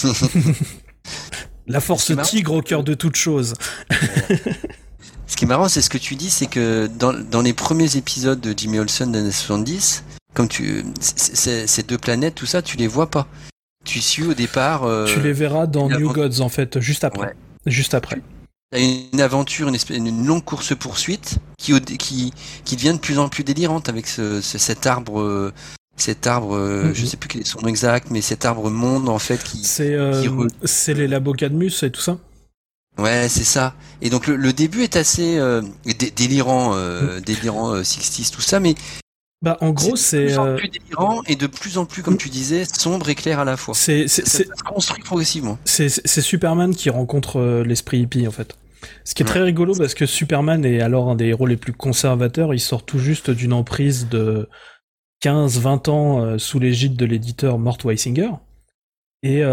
La force tigre au cœur de toute chose. Ce qui est marrant, c'est ce que tu dis, c'est que dans les premiers épisodes de Jimmy Olsen des années 70, comme ces 2 planètes, tout ça, tu les vois pas. Tu suis au départ... tu les verras dans New Gods, en fait, juste après. Ouais. Juste après. T'as une aventure, une longue course-poursuite qui devient de plus en plus délirante avec cet arbre. Je sais plus quel est son nom exact, mais cet arbre monde en fait c'est les labos Cadmus et tout ça. Ouais, c'est ça. Et donc le début est assez délirant, délirant 60s tout ça, mais bah en gros c'est de plus en plus délirant et de plus en plus, comme tu disais, sombre et clair à la fois. Ça se construit progressivement. C'est Superman qui rencontre l'esprit hippie en fait. Ce qui est très rigolo parce que Superman est alors un des héros les plus conservateurs. Il sort tout juste d'une emprise de 15-20 ans sous l'égide de l'éditeur Mort Weisinger. Et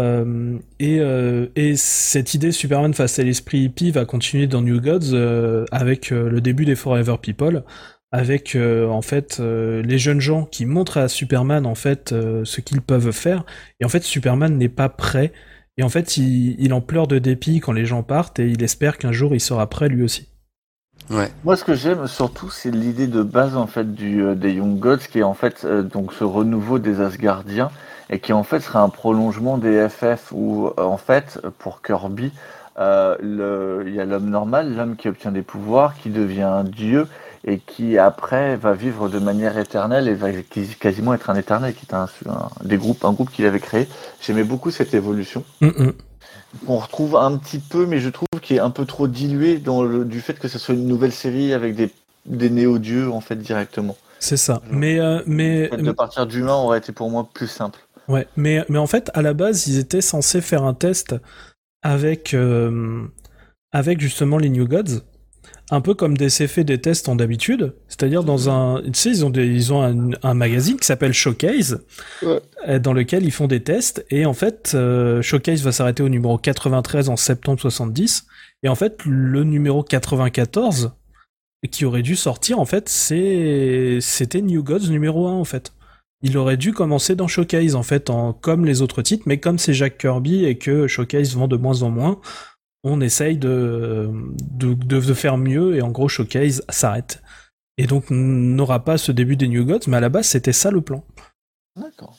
cette idée Superman face à l'esprit hippie va continuer dans New Gods avec le début des Forever People, avec en fait les jeunes gens qui montrent à Superman en fait ce qu'ils peuvent faire. Et en fait Superman n'est pas prêt. Et en fait il en pleure de dépit quand les gens partent et il espère qu'un jour il sera prêt lui aussi. Ouais. Moi, ce que j'aime surtout, c'est l'idée de base en fait des Young Gods, qui est en fait donc ce renouveau des Asgardiens, et qui en fait sera un prolongement des FF, où en fait pour Kirby, il y a l'homme normal, l'homme qui obtient des pouvoirs, qui devient un dieu, et qui après va vivre de manière éternelle et va quasiment être un éternel, qui est un groupe qu'il avait créé. J'aimais beaucoup cette évolution. On retrouve un petit peu, mais je trouve qu'il est un peu trop dilué du fait que ce soit une nouvelle série avec des néo-dieux en fait directement. C'est ça. Mais de partir d'humain aurait été pour moi plus simple. Ouais, mais en fait à la base ils étaient censés faire un test avec justement les New Gods, un peu comme DC fait des tests en d'habitude, c'est-à-dire dans un, tu sais, ils ont un magazine qui s'appelle Showcase, dans lequel ils font des tests, et en fait, Showcase va s'arrêter au numéro 93 en septembre 70, et en fait, le numéro 94, qui aurait dû sortir, en fait, c'était New Gods numéro 1, en fait. Il aurait dû commencer dans Showcase, en fait, comme les autres titres, mais comme c'est Jack Kirby et que Showcase vend de moins en moins, on essaye de faire mieux, et en gros Showcase s'arrête. Et donc n'aura pas ce début des New Gods, mais à la base c'était ça le plan. D'accord.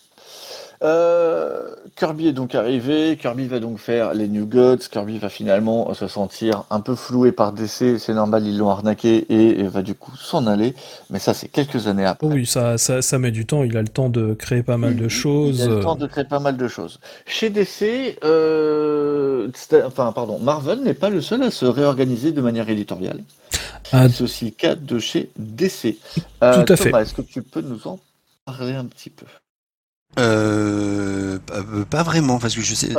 Kirby est donc arrivé, Kirby va donc faire les New Gods, Kirby va finalement se sentir un peu floué par DC, c'est normal, ils l'ont arnaqué et va du coup s'en aller, mais ça c'est quelques années après. Oui, ça met du temps, il a le temps de créer pas mal de choses. Il a le temps de créer pas mal de choses. Chez DC, Marvel n'est pas le seul à se réorganiser de manière éditoriale. C'est aussi le cas de chez DC. Tout à Thomas, fait. Est-ce que tu peux nous en parler un petit peu? Pas vraiment, parce que je sais.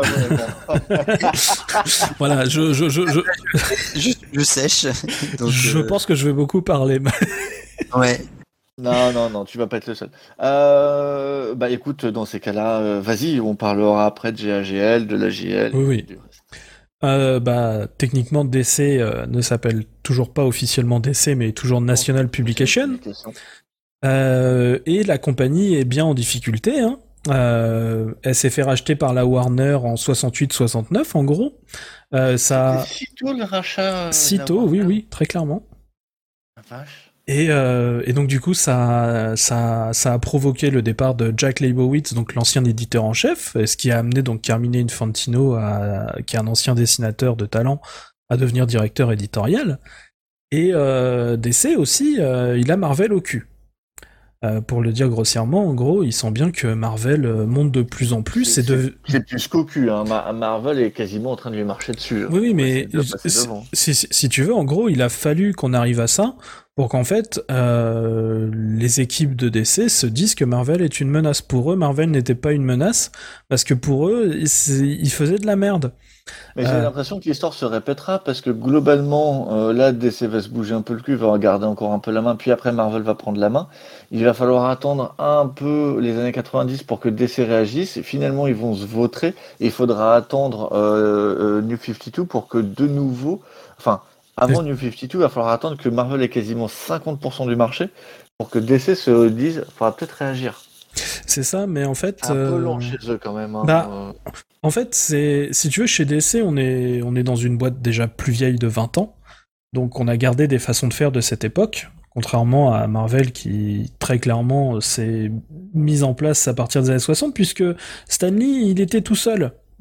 Voilà, je sèche. Donc, je pense que je vais beaucoup parler. Ouais. Non, tu vas pas être le seul. Bah écoute, dans ces cas-là, vas-y, on parlera après de GAGL, de la GL. Oui. Techniquement, DC ne s'appelle toujours pas officiellement DC, mais toujours National Publication. Et la compagnie est bien en difficulté, hein. Elle s'est fait racheter par la Warner en 68-69, en gros. C'était sitôt le rachat. Sitôt, oui, très clairement. La vache. Et donc du coup, ça a provoqué le départ de Jack Leibowitz, donc l'ancien éditeur en chef, ce qui a amené donc Carmine Infantino, qui est un ancien dessinateur de talent, à devenir directeur éditorial. Et DC aussi, il a Marvel au cul. Pour le dire grossièrement, en gros, il sent bien que Marvel monte de plus en plus. C'est plus qu'au cul, hein. Marvel est quasiment en train de lui marcher dessus. Oui, mais si tu veux, en gros, il a fallu qu'on arrive à ça pour qu'en fait, les équipes de DC se disent que Marvel est une menace. Pour eux, Marvel n'était pas une menace, parce que pour eux, ils faisaient de la merde. Mais j'ai l'impression que l'histoire se répétera, parce que globalement, là, DC va se bouger un peu le cul, va regarder encore un peu la main, puis après Marvel va prendre la main. Il va falloir attendre un peu les années 90 pour que DC réagisse. Et finalement, ils vont se vautrer, et il faudra attendre New 52 pour que de nouveau... Avant New 52, il va falloir attendre que Marvel ait quasiment 50% du marché pour que DC se dise, il faudra peut-être réagir. C'est ça, mais en fait... C'est un peu long chez eux quand même. Hein. En fait, si tu veux, chez DC, on est dans une boîte déjà plus vieille de 20 ans, donc on a gardé des façons de faire de cette époque, contrairement à Marvel qui, très clairement, s'est mise en place à partir des années 60, puisque Stan Lee, il était tout seul.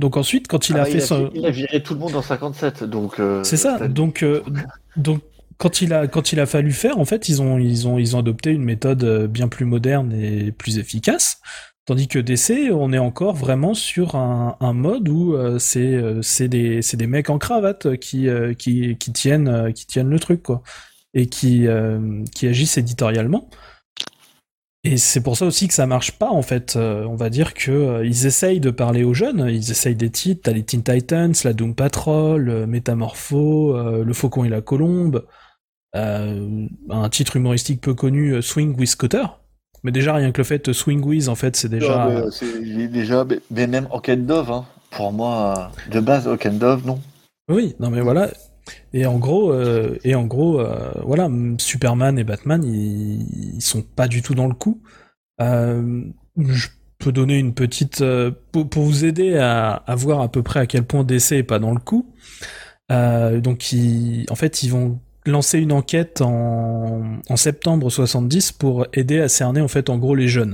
Donc ensuite, quand il a fait il a viré tout le monde en 57, donc. C'est ça. Donc quand il a fallu faire, en fait, ils ont adopté une méthode bien plus moderne et plus efficace. Tandis que DC, on est encore vraiment sur un mode où c'est des mecs en cravate qui tiennent le truc, quoi, et qui agissent éditorialement. Et c'est pour ça aussi que ça marche pas, en fait. On va dire que ils essayent de parler aux jeunes, ils essayent des titres, t'as les Teen Titans, la Doom Patrol, Métamorpho, Le Faucon et la Colombe, un titre humoristique peu connu, Swing with Scooter. Mais déjà, rien que le fait Swing with, en fait, c'est déjà... mais même Hawk and Dove, hein. Pour moi, de base, Hawk and Dove, non. Oui, non mais voilà... Et en gros, voilà, Superman et Batman, ils sont pas du tout dans le coup. Je peux donner une petite pour vous aider à voir à peu près à quel point DC est pas dans le coup. Donc, en fait, ils vont lancer une enquête en septembre 70 pour aider à cerner en fait en gros les jeunes.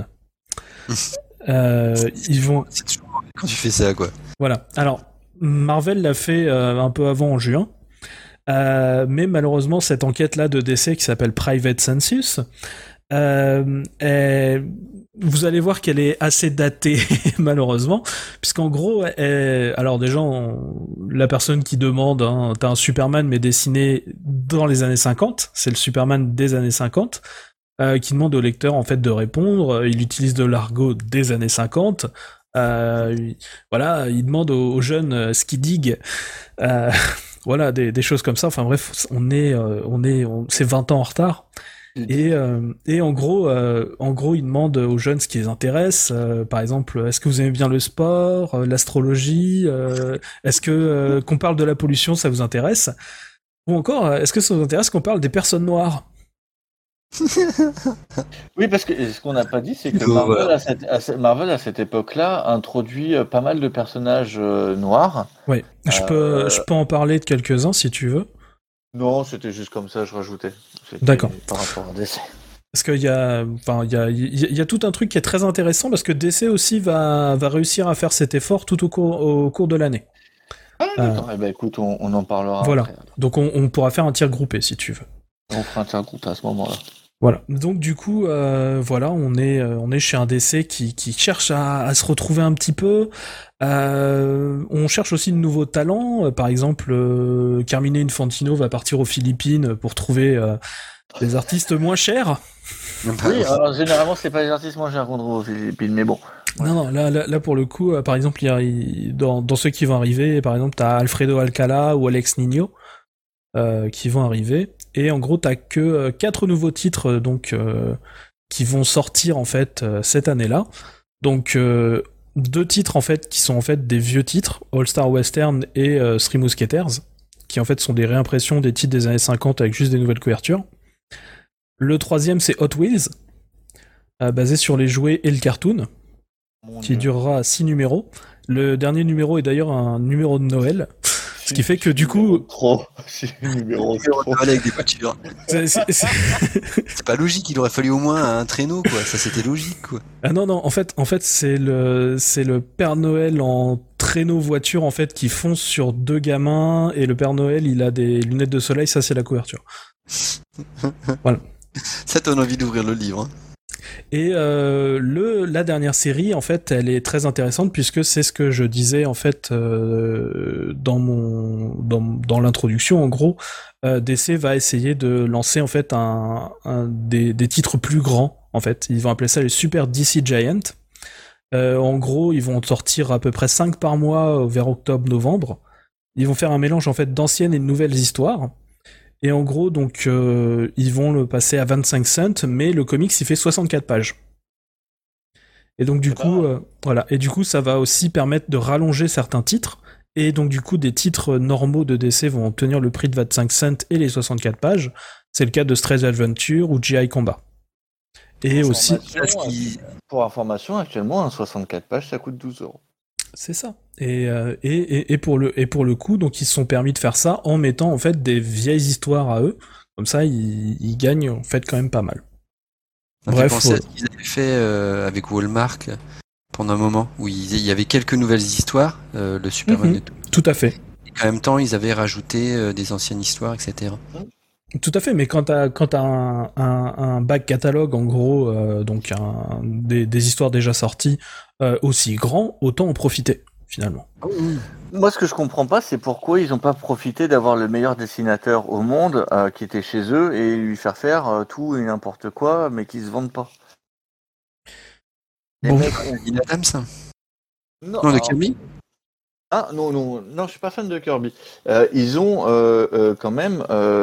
Ils vont. C'est toujours quand tu fais ça, quoi. Voilà. Alors, Marvel l'a fait un peu avant en juin. Mais malheureusement, cette enquête-là de DC qui s'appelle Private Census, vous allez voir qu'elle est assez datée, malheureusement, puisqu'en gros, alors déjà, la personne qui demande, hein, t'as un Superman mais dessiné dans les années 50, c'est le Superman des années 50, qui demande au lecteur en fait de répondre, il utilise de l'argot des années 50, voilà, il demande aux jeunes ce qu'ils diguent, voilà, des choses comme ça. Enfin bref, c'est 20 ans en retard. Et en gros, ils demandent aux jeunes ce qui les intéresse. Par exemple, est-ce que vous aimez bien le sport, l'astrologie, est-ce que qu'on parle de la pollution, ça vous intéresse? Ou encore, est-ce que ça vous intéresse qu'on parle des personnes noires? Oui, parce que ce qu'on n'a pas dit, c'est que Marvel, à cette époque-là, introduit pas mal de personnages noirs. Oui, je peux en parler de quelques-uns si tu veux. Non, c'était juste comme ça, je rajoutais. D'accord. Par rapport à DC. Parce qu'il y a tout un truc qui est très intéressant parce que DC aussi va réussir à faire cet effort tout au cours de l'année. Ah, d'accord. Eh ben, écoute, on en parlera voilà. après. Donc on pourra faire un tir groupé si tu veux. On fera un tir groupé à ce moment-là. Voilà. Donc du coup, voilà, on est chez un DC qui cherche à se retrouver un petit peu. On cherche aussi de nouveaux talents. Par exemple, Carmine Infantino va partir aux Philippines pour trouver des artistes moins chers. Oui, alors généralement c'est pas les artistes moins chers qu'on trouve aux Philippines, mais bon. Ouais. Non, là pour le coup, par exemple, dans ceux qui vont arriver, par exemple, t'as Alfredo Alcala ou Alex Nino qui vont arriver. Et en gros, t'as que 4 nouveaux titres donc qui vont sortir en fait cette année-là. Donc 2 titres en fait qui sont en fait des vieux titres, All Star Western et Three Musketeers, qui en fait sont des réimpressions des titres des années 50 avec juste des nouvelles couvertures. Le 3e c'est Hot Wheels, basé sur les jouets et le cartoon, qui durera 6 numéros. Le dernier numéro est d'ailleurs un numéro de Noël. Ce qui fait que du coup... C'est le numéro trop. Avec des voitures. C'est pas logique, il aurait fallu au moins un traîneau, quoi. Ça, c'était logique, quoi. Ah non, en fait c'est le Père Noël en traîneau voiture, en fait, qui fonce sur 2 gamins, et le Père Noël, il a des lunettes de soleil, ça c'est la couverture. Voilà. Ça donne envie d'ouvrir le livre, hein. Et la dernière série, en fait, elle est très intéressante puisque c'est ce que je disais en fait dans l'introduction. En gros, DC va essayer de lancer en fait des titres plus grands. En fait, ils vont appeler ça les Super DC Giant. En gros, ils vont sortir à peu près 5 par mois vers octobre-novembre. Ils vont faire un mélange en fait d'anciennes et de nouvelles histoires. Et en gros, donc, ils vont le passer à 25 cents, mais le comics, il fait 64 pages. Et donc, du coup, voilà. Et du coup, ça va aussi permettre de rallonger certains titres. Et donc, du coup, des titres normaux de DC vont obtenir le prix de 25 cents et les 64 pages. C'est le cas de Strange Adventure ou G.I. Combat. Et aussi... Pour information, actuellement, un 64 pages, ça coûte 12 €. C'est ça. Et pour le coup, donc ils se sont permis de faire ça en mettant en fait des vieilles histoires à eux. Comme ça, ils gagnent en fait quand même pas mal. Bref, pensez à ce qu'ils avaient fait avec Walmart pendant un moment où il y avait quelques nouvelles histoires, le Superman et tout. Tout à fait. Et en même temps, ils avaient rajouté des anciennes histoires, etc. Tout à fait, mais quand t'as un back catalogue, en gros, donc des histoires déjà sorties aussi grand, autant en profiter, finalement. Moi, ce que je comprends pas, c'est pourquoi ils n'ont pas profité d'avoir le meilleur dessinateur au monde qui était chez eux et lui faire tout et n'importe quoi, mais qui se vendent pas. Les Bon. mecs Il Adams, ça. Non, Non, de alors- Kirby. Ah non, je suis pas fan de Kirby. Ils ont quand même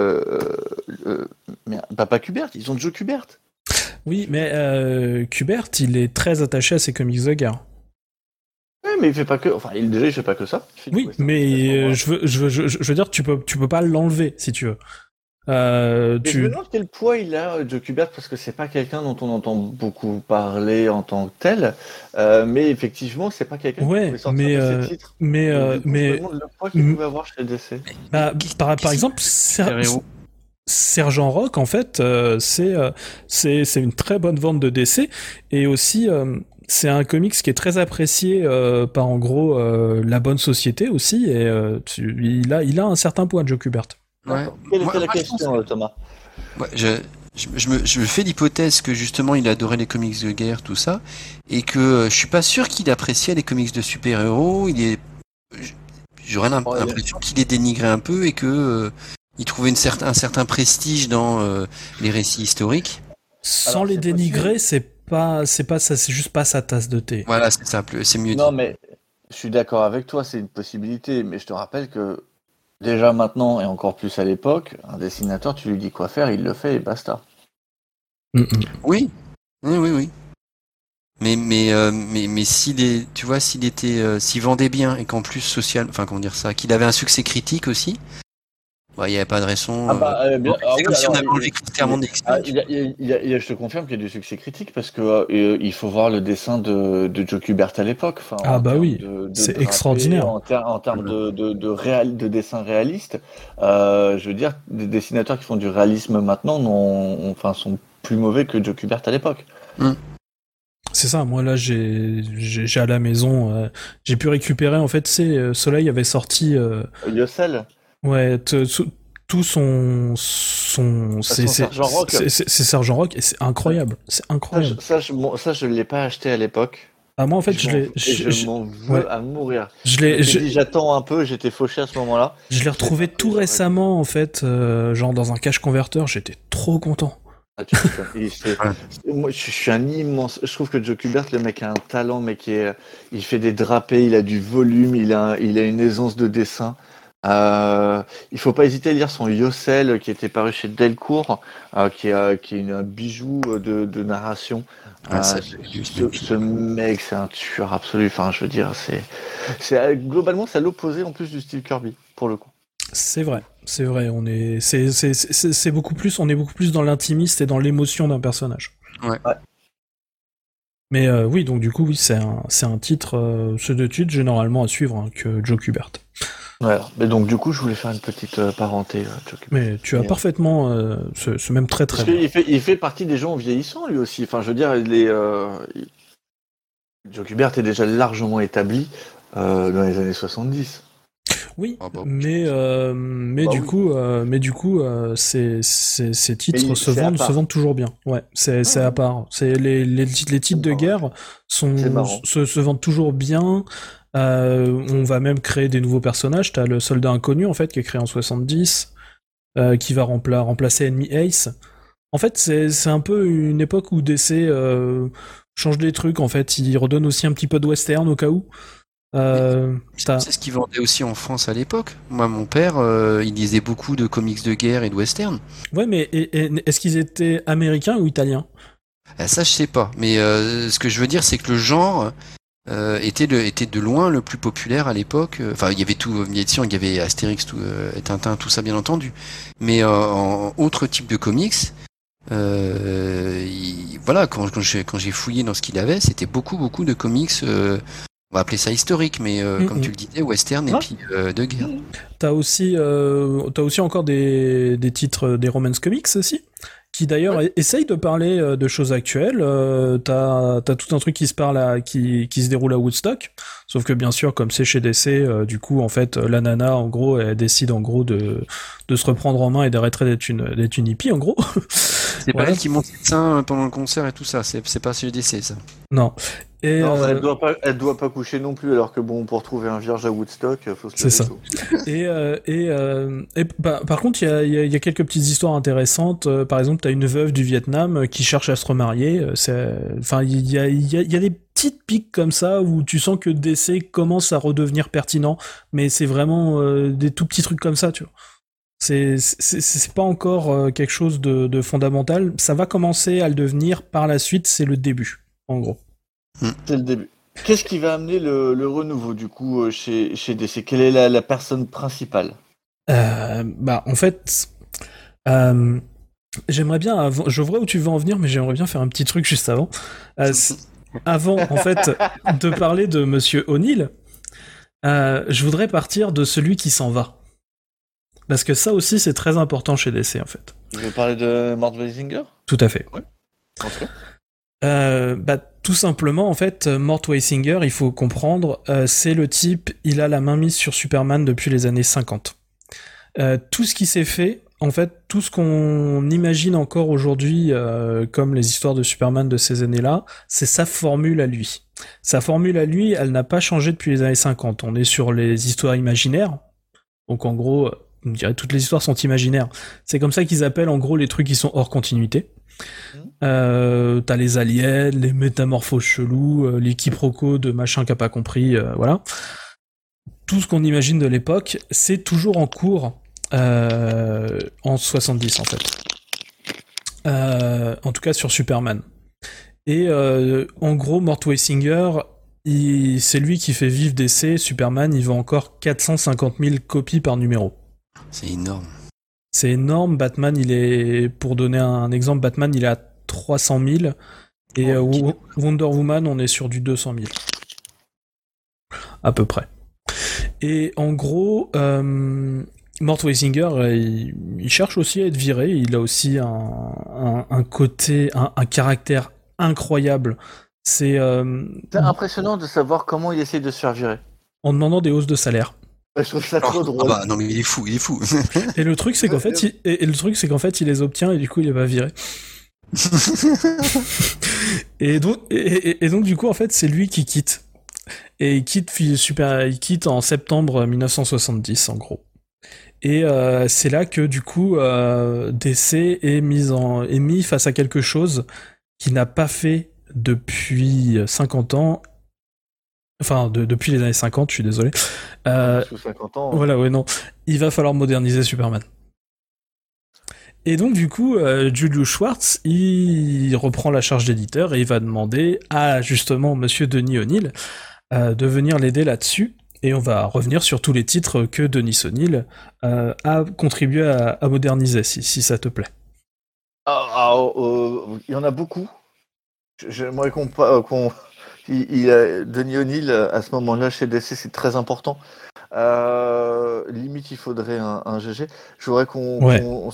Papa Kubert, ils ont Joe Kubert. Oui, mais Kubert, il est très attaché à ses comics de guerre. Ouais, mais il fait pas que, enfin, il fait pas que ça. Il fait du Oui, western. mais je veux dire, tu peux pas l'enlever si tu veux. Et je me demande quel poids il a, Joe Kubert, parce que c'est pas quelqu'un dont on entend beaucoup parler en tant que tel, mais effectivement, c'est pas quelqu'un Ouais, qui pouvait sortir mais, de ses titres. mais, Donc, du coup, je me demande le poids qu'il pouvait avoir chez DC. Bah, par exemple, Sergent Rock, en fait, c'est une très bonne vente de DC, et aussi c'est un comics qui est très apprécié par en gros la bonne société aussi, et il a un certain poids, Joe Kubert. Ouais. Quelle était la je pense question, Thomas? Ouais, je me fais l'hypothèse que justement il adorait les comics de guerre, tout ça, et que je suis pas sûr qu'il appréciait les comics de super-héros. J'aurais l'impression qu'il les dénigrait un peu et que il trouvait un certain prestige dans les récits historiques. Sans Alors, les c'est dénigrer, c'est juste pas sa tasse de thé. Voilà, c'est simple, c'est mieux Non, dit. mais je suis d'accord avec toi, c'est une possibilité, mais je te rappelle que déjà maintenant, et encore plus à l'époque, un dessinateur, tu lui dis quoi faire, il le fait et basta. Oui, oui. Mais s'il vendait bien et qu'en plus qu'il avait un succès critique aussi, bah, il n'y avait pas de raison. C'est comme si on avait enlevé clairement des X-Men. Je te confirme qu'il y a du succès critique parce que il faut voir le dessin de Joe Kubert à l'époque. Enfin, Ah en bah termes oui, de c'est drapé, extraordinaire. En termes de dessin réaliste, je veux dire, des dessinateurs qui font du réalisme maintenant sont plus mauvais que Joe Kubert à l'époque. C'est ça, moi là j'ai à la maison, j'ai pu récupérer en fait, Soleil avait sorti Yossel. ouais tout c'est Sergent Rock. c'est Sergent Rock et c'est incroyable, Ça, je l'ai pas acheté à l'époque. Ah moi en fait je m'en veux à mourir. J'attends un peu, j'étais fauché à ce moment-là. Je l'ai retrouvé tout récemment en fait, genre dans un cache converteur, j'étais trop content. Moi, je suis un immense. Je trouve que Joe Kubert, le mec a un talent, mais il fait des drapés, il a du volume, il a une aisance de dessin. Il faut pas hésiter à lire son Yossel qui était paru chez Delcourt, qui est un bijou de narration. Ce mec, c'est un tueur absolu. Enfin, je veux dire, globalement, c'est à l'opposé en plus du style Kirby pour le coup. C'est vrai. On est beaucoup plus dans l'intimiste et dans l'émotion d'un personnage. Ouais. Mais oui, donc du coup, oui, c'est un titre, ce deux titres généralement à suivre que Joe Kubert. Voilà. Mais donc du coup, je voulais faire une petite parenthèse. Joe Kubert. Mais tu as parfaitement, ce même très très bien. Il fait partie des gens vieillissants lui aussi. Enfin, je veux dire, Joe Kubert est déjà largement établi dans les années 70. Oui, Ah bah, mais du coup, ces titres se vendent toujours bien. Ouais, c'est à part. C'est les titres de guerre se vendent toujours bien. On va même créer des nouveaux personnages. T'as le soldat inconnu en fait qui est créé en 70, qui va remplacer Enemy Ace. En fait, c'est un peu une époque où DC change des trucs. En fait, il redonne aussi un petit peu de western au cas où. C'est ce qu'ils vendait aussi en France à l'époque. Moi, mon père, il lisait beaucoup de comics de guerre et de western. Ouais, mais est-ce qu'ils étaient américains ou italiens ? Ça, je sais pas. Mais ce que je veux dire, c'est que le genre était de loin le plus populaire à l'époque. Enfin, il y avait tout. Il y avait Astérix, Tintin, tout ça, bien entendu. Mais en autre type de comics. Voilà, quand j'ai fouillé dans ce qu'il avait, c'était beaucoup de comics. On va appeler ça historique, mais comme tu le disais, western et puis de guerre. T'as aussi encore des titres des romance comics aussi, qui d'ailleurs essaye de parler de choses actuelles. T'as tout un truc qui se déroule à Woodstock, sauf que bien sûr, comme c'est chez DC, du coup, en fait, la nana, en gros, elle décide en gros de se reprendre en main et d'arrêter d'être une hippie, en gros. C'est pas elle qui monte les seins pendant le concert et tout ça. C'est pas chez DC, ça. Non. Et non, elle doit pas coucher non plus, alors que bon, pour trouver un vierge à Woodstock, faut se lever tôt. Et par contre, il y a quelques petites histoires intéressantes. Par exemple, t'as une veuve du Vietnam qui cherche à se remarier. Enfin, il y a des petites piques comme ça où tu sens que DC commence à redevenir pertinent, mais c'est vraiment des tout petits trucs comme ça, tu vois. C'est pas encore quelque chose de fondamental. Ça va commencer à le devenir par la suite. C'est le début, en gros. C'est le début. Qu'est-ce qui va amener le renouveau du coup chez DC? Quelle est la personne principale? En fait, j'aimerais bien. Je vois où tu veux en venir, mais j'aimerais bien faire un petit truc juste avant. Avant, en fait, de parler de Monsieur O'Neill, je voudrais partir de celui qui s'en va. Parce que ça aussi, c'est très important chez DC, en fait. Tu veux parler de Mort Weisinger? Tout à fait. Ouais. Okay. Tout simplement, en fait, Mort Weisinger, il faut comprendre, c'est le type, il a la main mise sur Superman depuis les années 50. Tout ce qui s'est fait, en fait, tout ce qu'on imagine encore aujourd'hui comme les histoires de Superman de ces années-là, c'est sa formule à lui. Sa formule à lui, elle n'a pas changé depuis les années 50. On est sur les histoires imaginaires. Donc en gros, on dirait toutes les histoires sont imaginaires. C'est comme ça qu'ils appellent en gros les trucs qui sont hors continuité. T'as les aliens, les métamorphoses chelous, les quiproquos de machin qu'a pas compris, voilà. Tout ce qu'on imagine de l'époque, c'est toujours en cours en 70 en fait. En tout cas sur Superman. Et en gros, Mort Weisinger, c'est lui qui fait vivre DC. Superman, il vend encore 450 000 copies par numéro. C'est énorme. C'est énorme. Batman, pour donner un exemple, Batman, il est à 300 000. Et Wonder Woman, on est sur du 200 000. À peu près. Et en gros, Mort Weisinger, il cherche aussi à être viré. Il a aussi un côté, un caractère incroyable. C'est impressionnant de savoir comment il essaie de se faire virer. En demandant des hausses de salaire. Je trouve ça trop drôle. Ah bah non mais il est fou. Et le truc c'est qu'en fait, il les obtient et du coup il va virer. et donc du coup en fait c'est lui qui quitte. Et il quitte en septembre 1970 en gros. Et c'est là que du coup DC est mis face à quelque chose qu'il n'a pas fait depuis 50 ans. Enfin, depuis les années 50, je suis désolé. Sous 50 ans. Voilà, ouais, non. Il va falloir moderniser Superman. Et donc, du coup, Julius Schwartz, il reprend la charge d'éditeur et il va demander à, justement, monsieur Denis O'Neill de venir l'aider là-dessus. Et on va revenir sur tous les titres que Denis O'Neill a contribué à moderniser, si ça te plaît. Il y en a beaucoup. J'aimerais Denis O'Neill, à ce moment-là, chez DC, c'est très important. Limite, il faudrait un GG. Je voudrais qu'on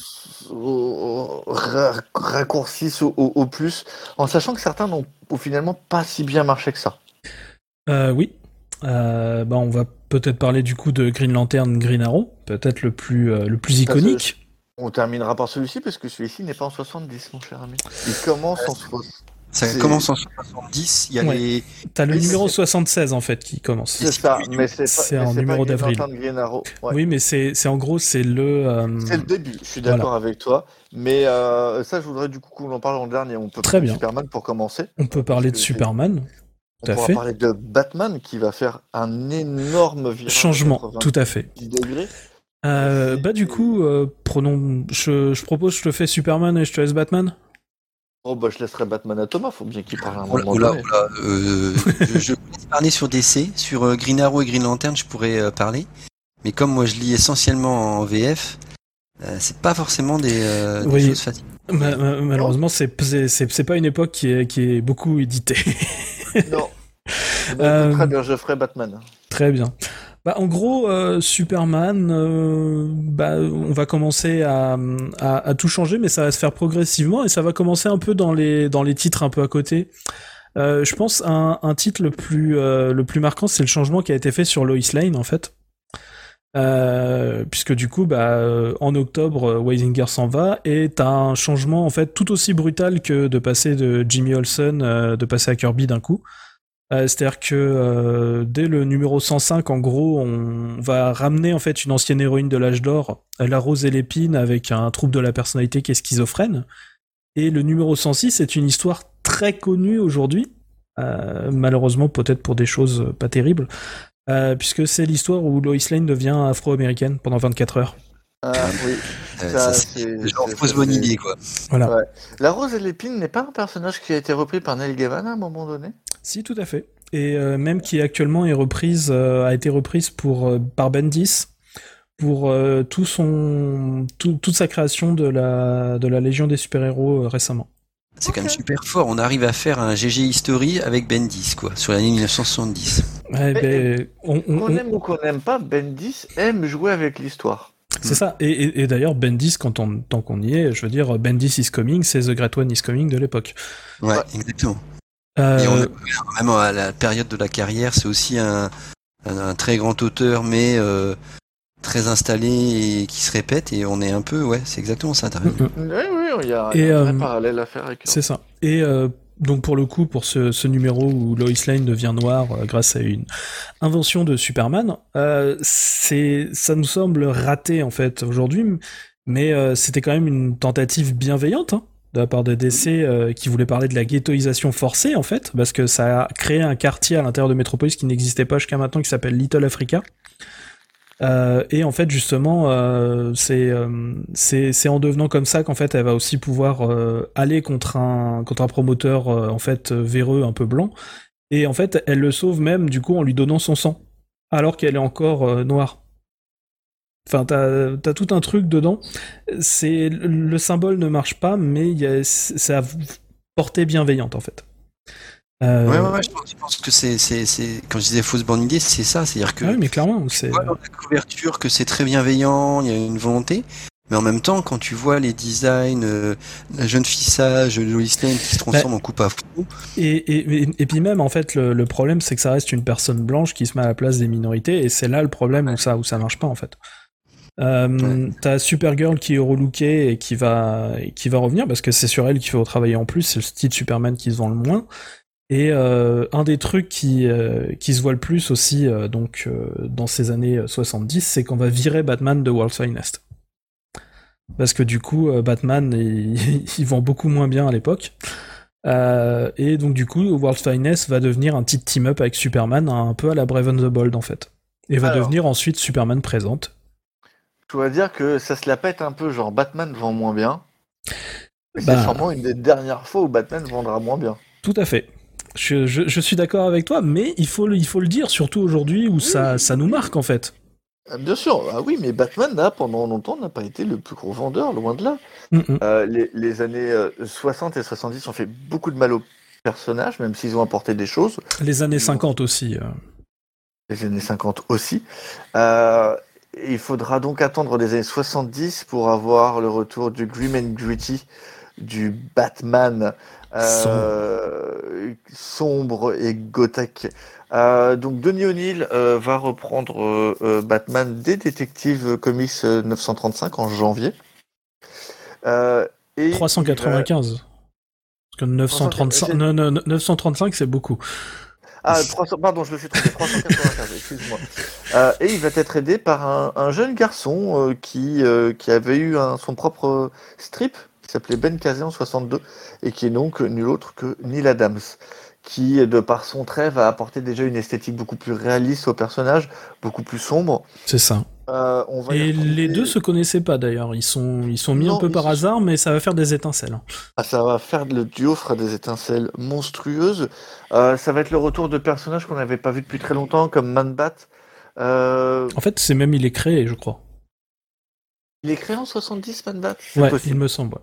raccourcisse au plus, en sachant que certains n'ont finalement pas si bien marché que ça. Oui. On va peut-être parler du coup de Green Lantern, Green Arrow, peut-être le plus iconique. On terminera par celui-ci, parce que celui-ci n'est pas en 70, mon cher ami. Il commence en 70. Ça commence en 70, il y a T'as le numéro 76 en fait qui commence. C'est ça, mais c'est en numéro pas d'avril. Ouais. Oui, mais c'est en gros c'est le. C'est le début. Je suis d'accord avec toi, mais ça je voudrais du coup qu'on en parle en dernier. On peut parler de Superman pour commencer. On peut parler de Superman. On pourra parler de Batman qui va faire un énorme changement. Tout à fait. Degrés. Du coup, je propose, je te fais Superman et je te laisse Batman. Je laisserai Batman à Thomas, faut bien qu'il parle un moment donné. Je peux parler sur DC, sur Green Arrow et Green Lantern, je pourrais parler. Mais comme moi je lis essentiellement en VF, c'est pas forcément des choses faciles. Malheureusement, c'est pas une époque qui est beaucoup éditée. Non. Très bien, je ferai Batman. Très bien. Bah, en gros, Superman, on va commencer à tout changer, mais ça va se faire progressivement et ça va commencer un peu dans les titres un peu à côté. Je pense un titre le plus marquant, c'est le changement qui a été fait sur Lois Lane en fait. Puisque du coup, en octobre, Weisinger s'en va et t'as un changement en fait tout aussi brutal que de passer de Jimmy Olsen, de passer à Kirby d'un coup. C'est-à-dire que dès le numéro 105, en gros, on va ramener en fait une ancienne héroïne de l'âge d'or, la Rose et l'épine, avec un trouble de la personnalité qui est schizophrène. Et le numéro 106 est une histoire très connue aujourd'hui, malheureusement peut-être pour des choses pas terribles, puisque c'est l'histoire où Lois Lane devient afro-américaine pendant 24 heures. Ah oui, Ça, c'est genre fausse bonne idée, quoi. Voilà. Ouais. La Rose et l'épine n'est pas un personnage qui a été repris par Neil Gaiman à un moment donné? Si, tout à fait. Et même qui actuellement est a été reprise par Bendis pour toute sa création de la Légion des super-héros récemment. C'est quand même super fort. On arrive à faire un GG History avec Bendis, quoi, sur l'année 1970. Ouais, qu'on aime ou qu'on n'aime pas, Bendis aime jouer avec l'histoire. C'est ça. Et d'ailleurs, Bendis, tant qu'on y est, je veux dire, Bendis is coming, c'est The Great One is coming de l'époque. Ouais, exactement. Et même à la période de la carrière, c'est aussi un très grand auteur, mais très installé et qui se répète. Et on est un peu, ouais, c'est exactement ça. Oui, il y a un vrai parallèle à faire avec. C'est ça. Et donc pour le coup, pour ce numéro où Lois Lane devient noire grâce à une invention de Superman, ça nous semble raté en fait aujourd'hui, mais c'était quand même une tentative bienveillante de la part de DC qui voulait parler de la ghettoisation forcée en fait, parce que ça a créé un quartier à l'intérieur de Metropolis qui n'existait pas jusqu'à maintenant, qui s'appelle Little Africa. Et en fait, justement, c'est en devenant comme ça qu'en fait, elle va aussi pouvoir aller contre un promoteur en fait véreux, un peu blanc. Et en fait, elle le sauve même du coup en lui donnant son sang, alors qu'elle est encore noire. Enfin, t'as tout un truc dedans. Le symbole ne marche pas, mais c'est à portée bienveillante en fait. Ouais, je pense que c'est quand je disais fausse bonne idée, c'est ça, c'est-à-dire que oui, mais clairement, c'est tu vois dans la couverture que c'est très bienveillant, il y a une volonté, mais en même temps, quand tu vois les designs, la jeune fille sage, Lois Lane qui se transforme en coupe à fou. Et puis même, en fait, le problème, c'est que ça reste une personne blanche qui se met à la place des minorités, et c'est là le problème où ça marche pas, en fait. T'as Supergirl qui est relookée et qui va revenir, parce que c'est sur elle qu'il faut travailler en plus, c'est le style Superman qui se vend le moins. Et un des trucs qui se voit le plus aussi dans ces années 70, c'est qu'on va virer Batman de World's Finest. Parce que du coup, Batman, il vend beaucoup moins bien à l'époque. Et donc du coup, World's Finest va devenir un petit team-up avec Superman, un peu à la Brave and the Bold en fait. Et va devenir ensuite Superman présente. Je dois dire que ça se la pète un peu, genre Batman vend moins bien. C'est sûrement une des dernières fois où Batman vendra moins bien. Tout à fait. Je suis d'accord avec toi, mais il faut le dire, surtout aujourd'hui où ça nous marque en fait. Bien sûr, oui, mais Batman, là, pendant longtemps, n'a pas été le plus gros vendeur, loin de là. Les années 60 et 70 ont fait beaucoup de mal aux personnages, même s'ils ont apporté des choses. Les années 50 aussi. Les années 50 aussi. Il faudra donc attendre les années 70 pour avoir le retour du Grim and Gritty, du Batman sombre et gothique. Donc Denis O'Neill va reprendre Batman des Detective Comics 935 en janvier. Et 395. Parce que 935 c'est beaucoup. Ah, 300, pardon, je me suis trompé, 395, excuse-moi. Et il va être aidé par un jeune garçon qui avait eu son propre strip, qui s'appelait Ben Casey en 62, et qui est donc nul autre que Neil Adams, qui, de par son trait, va apporter déjà une esthétique beaucoup plus réaliste au personnage, beaucoup plus sombre. C'est ça. Et les deux se connaissaient pas d'ailleurs, ils sont mis un peu par hasard, mais ça va faire des étincelles. Ah, ça va faire, le duo fera des étincelles monstrueuses. Ça va être le retour de personnages qu'on n'avait pas vu depuis très longtemps, comme Man-Bat. En fait, il est créé, je crois. Il est créé en 70, Man-Bat? Ouais, possible. Il me semble.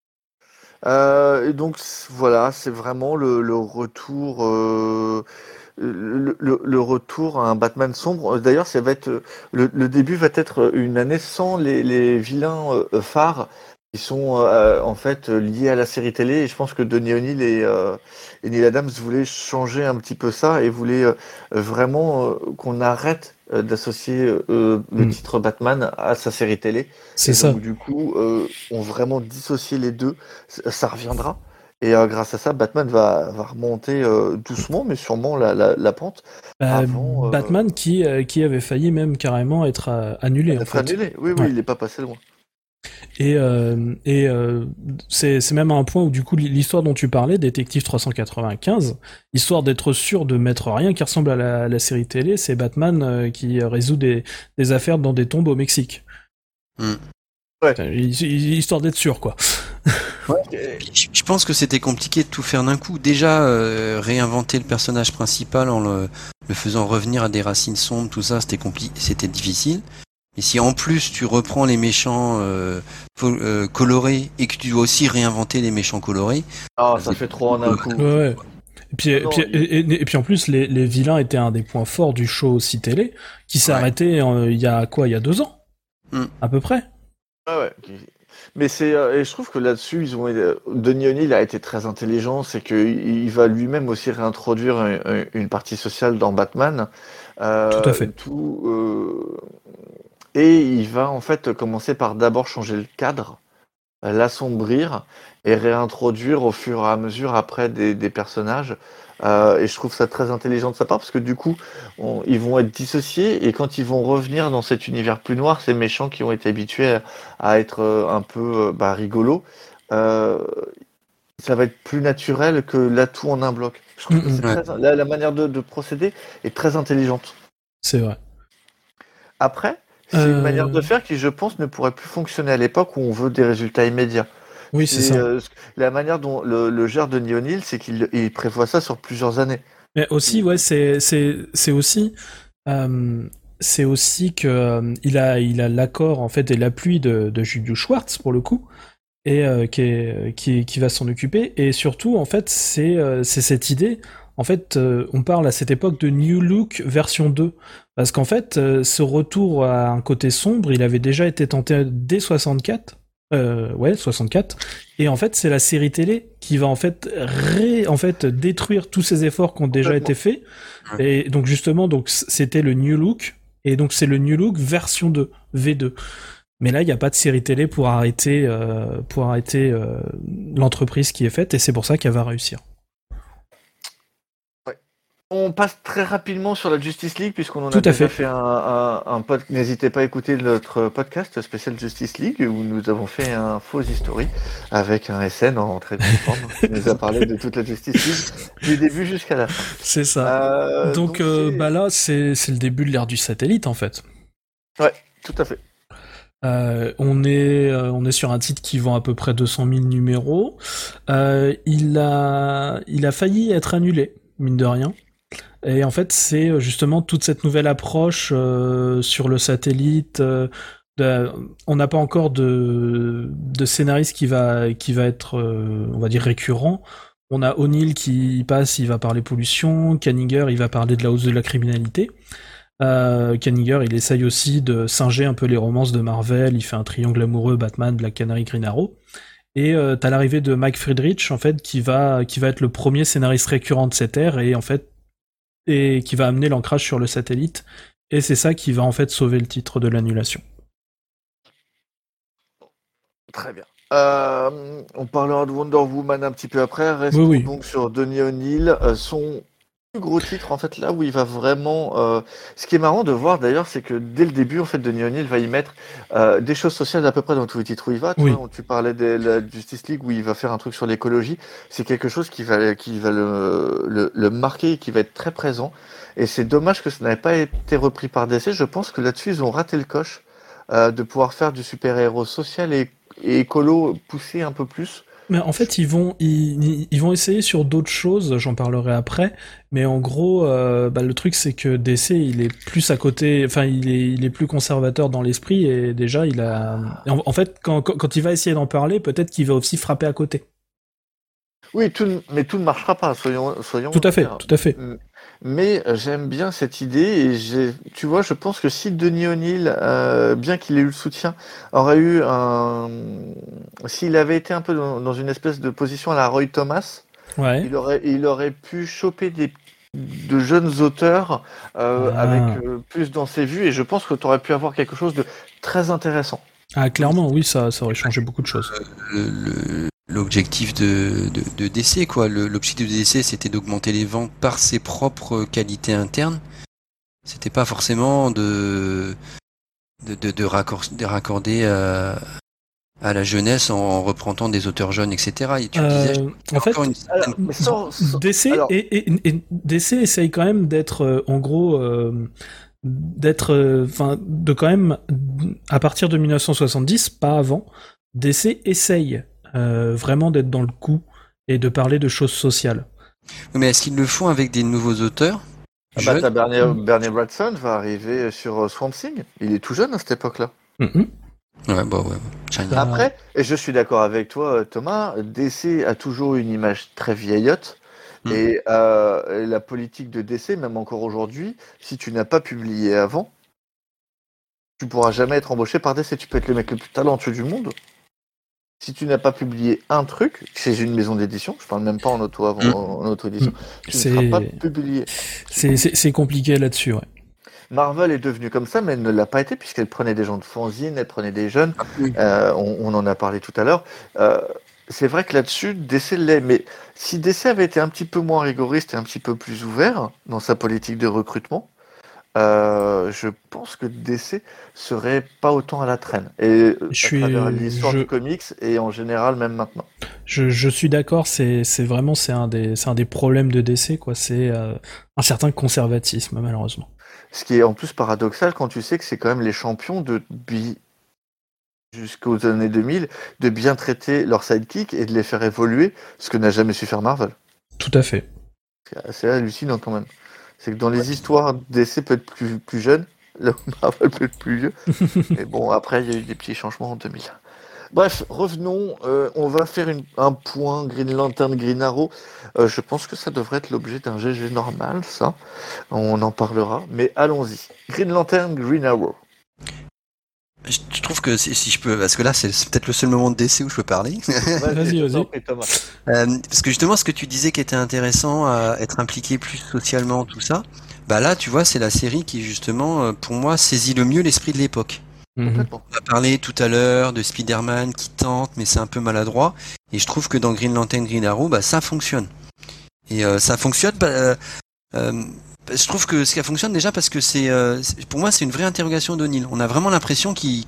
Et donc voilà, c'est vraiment le retour le retour à un Batman sombre. D'ailleurs, ça va être le début va être une année sans les vilains phares qui sont en fait liés à la série télé. Et je pense que Denis O'Neill et Neil Adams voulaient changer un petit peu ça et voulaient vraiment qu'on arrête d'associer le titre Batman à sa série télé. C'est ça. Donc, du coup, on vraiment dissocié les deux. Ça reviendra. Et grâce à ça, Batman va remonter doucement, mais sûrement la pente. Avant, Batman qui avait failli même carrément être annulé en fait. Annulé. Oui, Ouais. il n'est pas passé loin. Et c'est même un point où du coup l'histoire dont tu parlais, Détective 395, histoire d'être sûr de mettre rien qui ressemble à la série télé, c'est Batman qui résout des affaires dans des tombes au Mexique. Ouais. Histoire d'être sûr, quoi. Ouais. Je pense que c'était compliqué de tout faire d'un coup. Déjà, réinventer le personnage principal en le faisant revenir à des racines sombres, tout ça, c'était difficile. Et si en plus tu reprends les méchants colorés et que tu dois aussi réinventer les méchants colorés... Ça fait trop en un coup. Ouais. Et puis en plus, les vilains étaient un des points forts du show aussi télé, qui s'est arrêté il y a 2 ans à peu près. Ouais. Mais et je trouve que là-dessus, Denis O'Neill a été très intelligent, c'est qu'il va lui-même aussi réintroduire une partie sociale dans Batman. Tout à fait. Et il va en fait commencer par d'abord changer le cadre, l'assombrir et réintroduire au fur et à mesure après des personnages. Et je trouve ça très intelligent de sa part parce que du coup, ils vont être dissociés et quand ils vont revenir dans cet univers plus noir, ces méchants qui ont été habitués à être un peu rigolos, ça va être plus naturel que l'atout en un bloc. Je trouve que la manière de procéder est très intelligente. C'est vrai. Après, c'est une manière de faire qui, je pense, ne pourrait plus fonctionner à l'époque où on veut des résultats immédiats. Oui, c'est ça. La manière dont le gère Denis O'Neill, c'est qu'il prévoit ça sur plusieurs années. Mais aussi, ouais, c'est aussi que il a l'accord en fait et l'appui de Julius Schwartz pour le coup et qui va s'en occuper et surtout en fait c'est cette idée. En fait, on parle à cette époque de New Look version 2. Parce qu'en fait, ce retour à un côté sombre, il avait déjà été tenté dès 64. 64. Et en fait, c'est la série télé qui va en fait détruire tous ces efforts qui ont déjà été faits. Et donc justement, c'était le New Look. Et donc c'est le New Look version 2, V2. Mais là, il n'y a pas de série télé pour arrêter l'entreprise qui est faite. Et c'est pour ça qu'elle va réussir. On passe très rapidement sur la Justice League puisqu'on en a déjà fait un podcast. N'hésitez pas à écouter notre podcast spécial Justice League où nous avons fait un faux history avec un SN en très grande forme qui nous a parlé de toute la Justice League du début jusqu'à la fin. C'est ça. Donc là, c'est le début de l'ère du satellite en fait. Ouais, tout à fait. On est sur un titre qui vend à peu près 200 000 numéros. Il a failli être annulé, mine de rien. Et en fait, c'est justement toute cette nouvelle approche sur le satellite. On n'a pas encore de scénariste qui va être, on va dire, récurrent. On a O'Neill qui passe, il va parler pollution. Kanigher, il va parler de la hausse de la criminalité. Kanigher, il essaye aussi de singer un peu les romances de Marvel. Il fait un triangle amoureux, Batman, Black Canary, Green Arrow. Et t'as l'arrivée de Mike Friedrich, en fait, qui va être le premier scénariste récurrent de cette ère, et qui va amener l'ancrage sur le satellite. Et c'est ça qui va en fait sauver le titre de l'annulation. Très bien. On parlera de Wonder Woman un petit peu après. Restons donc sur Denis O'Neill. Son plus gros titre, en fait, là où il va vraiment... Ce qui est marrant de voir, d'ailleurs, c'est que dès le début, en fait, Denis O'Neill va y mettre des choses sociales à peu près dans tous les titres où il va. Tu parlais de la Justice League où il va faire un truc sur l'écologie. C'est quelque chose qui va le marquer et qui va être très présent. Et c'est dommage que ça n'avait pas été repris par DC. Je pense que là-dessus, ils ont raté le coche de pouvoir faire du super-héros social et écolo poussé un peu plus. Mais en fait, ils vont essayer sur d'autres choses, j'en parlerai après, mais en gros, le truc c'est que DC, il est plus à côté, enfin, il est plus conservateur dans l'esprit, et déjà, il a... En fait, quand il va essayer d'en parler, peut-être qu'il va aussi frapper à côté. Oui, mais tout ne marchera pas, soyons Tout à fait, clairs. tout à fait. Mais j'aime bien cette idée tu vois, je pense que si Denis O'Neill, bien qu'il ait eu le soutien, aurait eu s'il avait été un peu dans une espèce de position à la Roy Thomas, Ouais. il aurait pu choper de jeunes auteurs avec plus dans ses vues, et je pense que tu aurais pu avoir quelque chose de très intéressant. Ah, clairement, oui, ça aurait changé beaucoup de choses. L'objectif de DC, quoi. L'objectif de DC, c'était d'augmenter les ventes par ses propres qualités internes. C'était pas forcément de raccorder à la jeunesse en reprenant des auteurs jeunes, etc. Et tu le disais, en fait, DC alors... DC essaye quand même d'être, en gros, de quand même, à partir de 1970, pas avant, DC essaye vraiment d'être dans le coup et de parler de choses sociales. Mais est-ce qu'ils le font avec des nouveaux auteurs? T'as Bernie Wrightson va arriver sur Swamp Thing. Il est tout jeune à cette époque-là. Ouais. Après, et je suis d'accord avec toi, Thomas, DC a toujours une image très vieillotte. Et la politique de DC, même encore aujourd'hui, si tu n'as pas publié avant, tu pourras jamais être embauché par DC. Tu peux être le mec le plus talentueux du monde. Si tu n'as pas publié un truc chez une maison d'édition, je parle même pas en auto-édition, tu ne seras pas publié. C'est compliqué là-dessus, ouais. Marvel est devenue comme ça, mais elle ne l'a pas été, puisqu'elle prenait des gens de fanzine, elle prenait des jeunes, on en a parlé tout à l'heure. C'est vrai que là-dessus, DC l'est, mais si DC avait été un petit peu moins rigoriste et un petit peu plus ouvert dans sa politique de recrutement, je pense que DC serait pas autant à la traîne. Et à travers l'histoire du comics et en général même maintenant. Je suis d'accord, c'est un des problèmes de DC, quoi. C'est un certain conservatisme, malheureusement. Ce qui est en plus paradoxal quand tu sais que c'est quand même les champions jusqu'aux années 2000 de bien traiter leurs sidekicks et de les faire évoluer, ce que n'a jamais su faire Marvel. Tout à fait. C'est assez hallucinant quand même. C'est que dans les histoires, DC peut être plus jeune, là où Marvel peut être plus vieux. Mais bon, après, il y a eu des petits changements en 2000. Bref, revenons. On va faire un point Green Lantern, Green Arrow. Je pense que ça devrait être l'objet d'un GG normal, ça. On en parlera. Mais allons-y. Green Lantern, Green Arrow. Je trouve que si je peux, parce que là c'est peut-être le seul moment de DC où je peux parler. Vas-y. Parce que justement ce que tu disais qui était intéressant à être impliqué plus socialement, tout ça, bah là tu vois c'est la série qui justement pour moi saisit le mieux l'esprit de l'époque. On a parlé tout à l'heure de Spider-Man qui tente mais c'est un peu maladroit, et je trouve que dans Green Lantern, Green Arrow, bah ça fonctionne. Et ça fonctionne. Je trouve que ça fonctionne déjà parce que pour moi c'est une vraie interrogation d'O'Neill. On a vraiment l'impression qu'il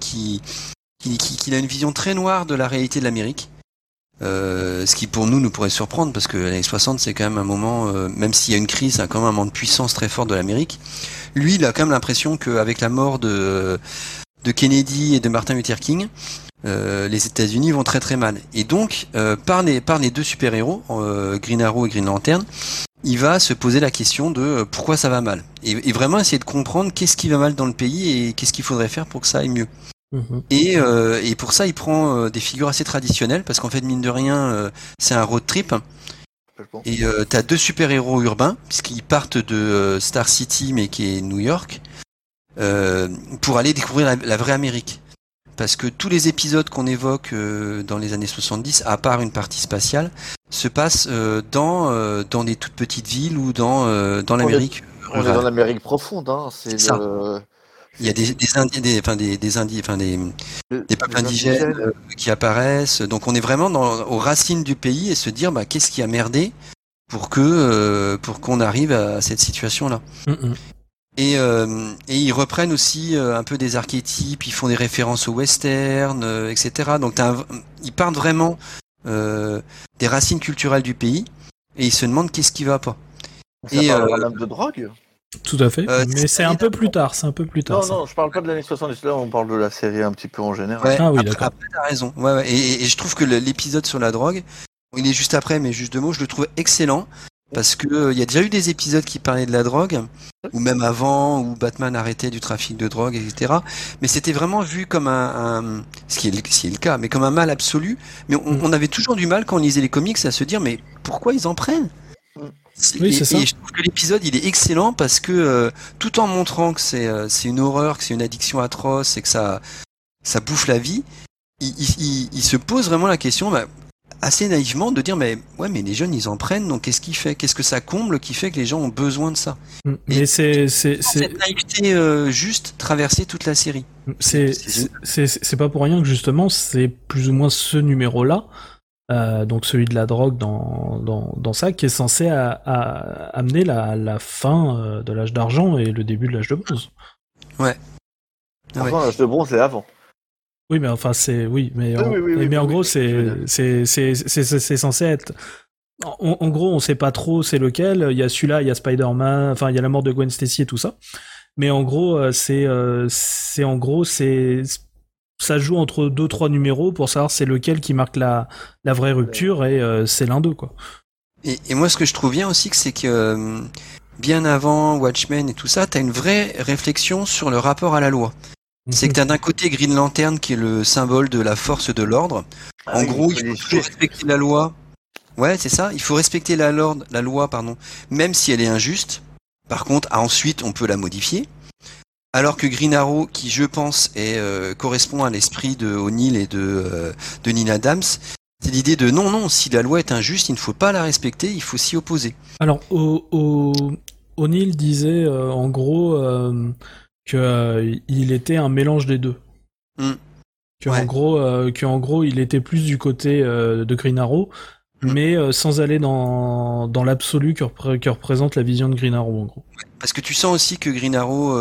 a une vision très noire de la réalité de l'Amérique. Ce qui pour nous pourrait surprendre parce que les années 60 c'est quand même un moment, même s'il y a une crise, c'est quand même un moment de puissance très fort de l'Amérique. Lui il a quand même l'impression qu'avec la mort de Kennedy et de Martin Luther King, les États-Unis vont très très mal. Et donc par les deux super-héros, Green Arrow et Green Lantern, il va se poser la question de pourquoi ça va mal. Et vraiment essayer de comprendre qu'est-ce qui va mal dans le pays et qu'est-ce qu'il faudrait faire pour que ça aille mieux. Et pour ça, il prend des figures assez traditionnelles, parce qu'en fait, mine de rien, c'est un road trip. Et t'as deux super-héros urbains, puisqu'ils partent de Star City, mais qui est New York, pour aller découvrir la vraie Amérique. Parce que tous les épisodes qu'on évoque dans les années 70, à part une partie spatiale, se passent dans des toutes petites villes ou dans l'Amérique. On est dans l'Amérique profonde, hein. C'est ça. Il y a des peuples indigènes qui apparaissent. Donc on est vraiment aux racines du pays et se dire qu'est-ce qui a merdé pour qu'on arrive à cette situation-là. Et ils reprennent aussi un peu des archétypes, ils font des références au western, etc. Donc ils partent vraiment des racines culturelles du pays et ils se demandent qu'est-ce qui va pas. Ça parle même de drogue. Tout à fait, mais c'est un peu plus tard, Non, je parle pas de l'année 70, là on parle de la série un petit peu en général. Ouais, ah oui, d'accord. Après t'as raison. Ouais. Et je trouve que l'épisode sur la drogue, il est juste après, mais juste deux mots, je le trouve excellent. parce que il y a déjà eu des épisodes qui parlaient de la drogue, ou même avant, où Batman arrêtait du trafic de drogue, etc. Mais c'était vraiment vu comme ce qui est le cas, mais comme un mal absolu. Mais on avait toujours du mal quand on lisait les comics à se dire, mais pourquoi ils en prennent? Oui, c'est ça. Et je trouve que l'épisode il est excellent parce que tout en montrant que c'est une horreur, que c'est une addiction atroce et que ça bouffe la vie, il se pose vraiment la question, assez naïvement, de dire mais les jeunes ils en prennent, donc qu'est-ce que ça comble qui fait que les gens ont besoin de ça? Mais c'est cette naïveté juste traverser toute la série. C'est pas pour rien que justement c'est plus ou moins ce numéro-là. Donc celui de la drogue dans ça, qui est censé amener la fin de l'âge d'argent et le début de l'âge de bronze. Ouais. Enfin, l'âge de bronze, c'est avant. Oui, mais enfin mais en gros c'est censé être. En gros, on sait pas trop c'est lequel. Il y a celui-là, il y a Spider-Man, enfin il y a la mort de Gwen Stacy et tout ça. Mais en gros, c'est ça joue entre 2-3 numéros pour savoir c'est lequel qui marque la vraie rupture et c'est l'un d'eux, quoi. Et moi, ce que je trouve bien aussi, c'est que bien avant Watchmen et tout ça, t'as une vraie réflexion sur le rapport à la loi. C'est que t'as d'un côté Green Lantern qui est le symbole de la force de l'ordre. En gros, il faut toujours respecter la loi. Ouais, c'est ça. Il faut respecter la loi, même si elle est injuste. Par contre, ensuite, on peut la modifier. Alors que Green Arrow, qui je pense correspond à l'esprit de O'Neill et de Neil Adams, c'est l'idée de non, si la loi est injuste, il ne faut pas la respecter, il faut s'y opposer. Alors, O'Neill disait en gros qu'il était un mélange des deux. En gros, il était plus du côté de Green Arrow, mais sans aller dans l'absolu que représente la vision de Green Arrow, en gros. Parce que tu sens aussi que Green Arrow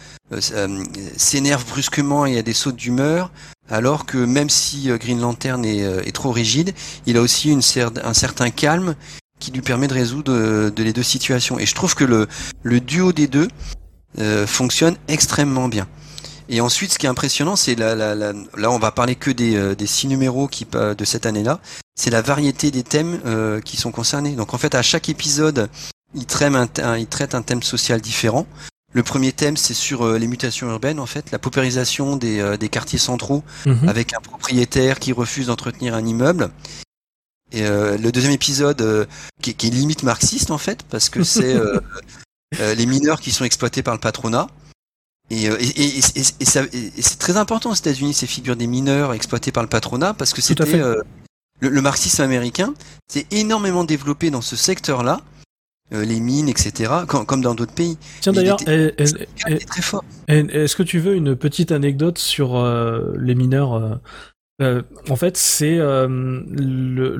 s'énerve brusquement et a des sautes d'humeur, alors que même si Green Lantern est trop rigide, il a aussi un certain calme qui lui permet de résoudre les deux situations. Et je trouve que le duo des deux fonctionne extrêmement bien. Et ensuite, ce qui est impressionnant, c'est là on va parler que des 6 numéros de cette année-là, c'est la variété des thèmes qui sont concernés. Donc en fait, à chaque épisode, il traite un thème social différent. Le premier thème, c'est sur les mutations urbaines, en fait, la paupérisation des quartiers centraux, avec un propriétaire qui refuse d'entretenir un immeuble. Et le deuxième épisode, qui est limite marxiste, en fait, parce que c'est les mineurs qui sont exploités par le patronat. Et c'est très important aux États-Unis, ces figures des mineurs exploités par le patronat, parce que c'était le marxisme américain, c'est énormément développé dans ce secteur-là, les mines, etc., comme dans d'autres pays. Tiens, d'ailleurs, très fort. Est-ce que tu veux une petite anecdote sur les mineurs en fait, c'est le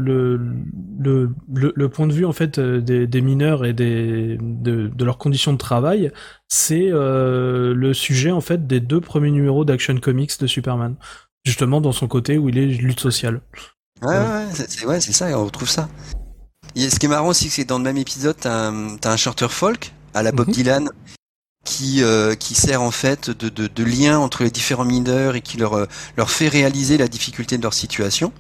point de vue en fait des mineurs et de leurs conditions de travail. C'est le sujet en fait des 2 premiers numéros d'Action Comics de Superman, justement dans son côté où il est lutte sociale. Ouais, c'est ça, on retrouve ça. Et ce qui est marrant aussi, c'est que dans le même épisode, t'as un chanteur folk à la Bob Dylan qui sert en fait de lien entre les différents mineurs et qui leur fait réaliser la difficulté de leur situation.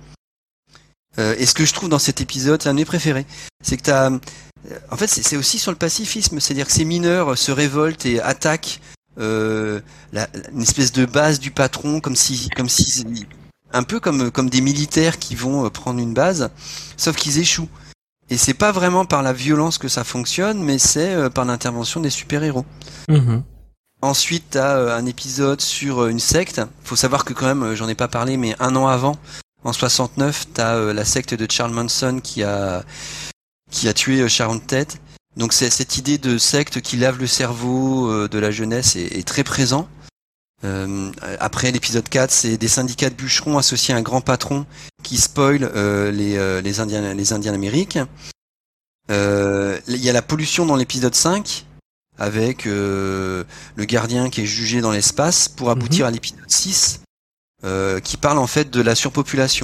Et ce que je trouve dans cet épisode, c'est un de mes préférés, c'est que en fait c'est aussi sur le pacifisme, c'est-à-dire que ces mineurs se révoltent et attaquent une espèce de base du patron, comme si un peu comme des militaires qui vont prendre une base, sauf qu'ils échouent. Et c'est pas vraiment par la violence que ça fonctionne, mais c'est par l'intervention des super-héros. Ensuite, t'as un épisode sur une secte. Faut savoir que quand même, j'en ai pas parlé, mais un an avant, en 69, t'as la secte de Charles Manson qui a tué Sharon Tate. Donc c'est cette idée de secte qui lave le cerveau de la jeunesse est très présent. Après l'épisode 4, c'est des syndicats de bûcherons associés à un grand patron qui spoil les Indiens d'Amérique. Il y a la pollution dans l'épisode 5 avec le gardien qui est jugé dans l'espace pour aboutir à l'épisode 6 qui parle en fait de la surpopulation.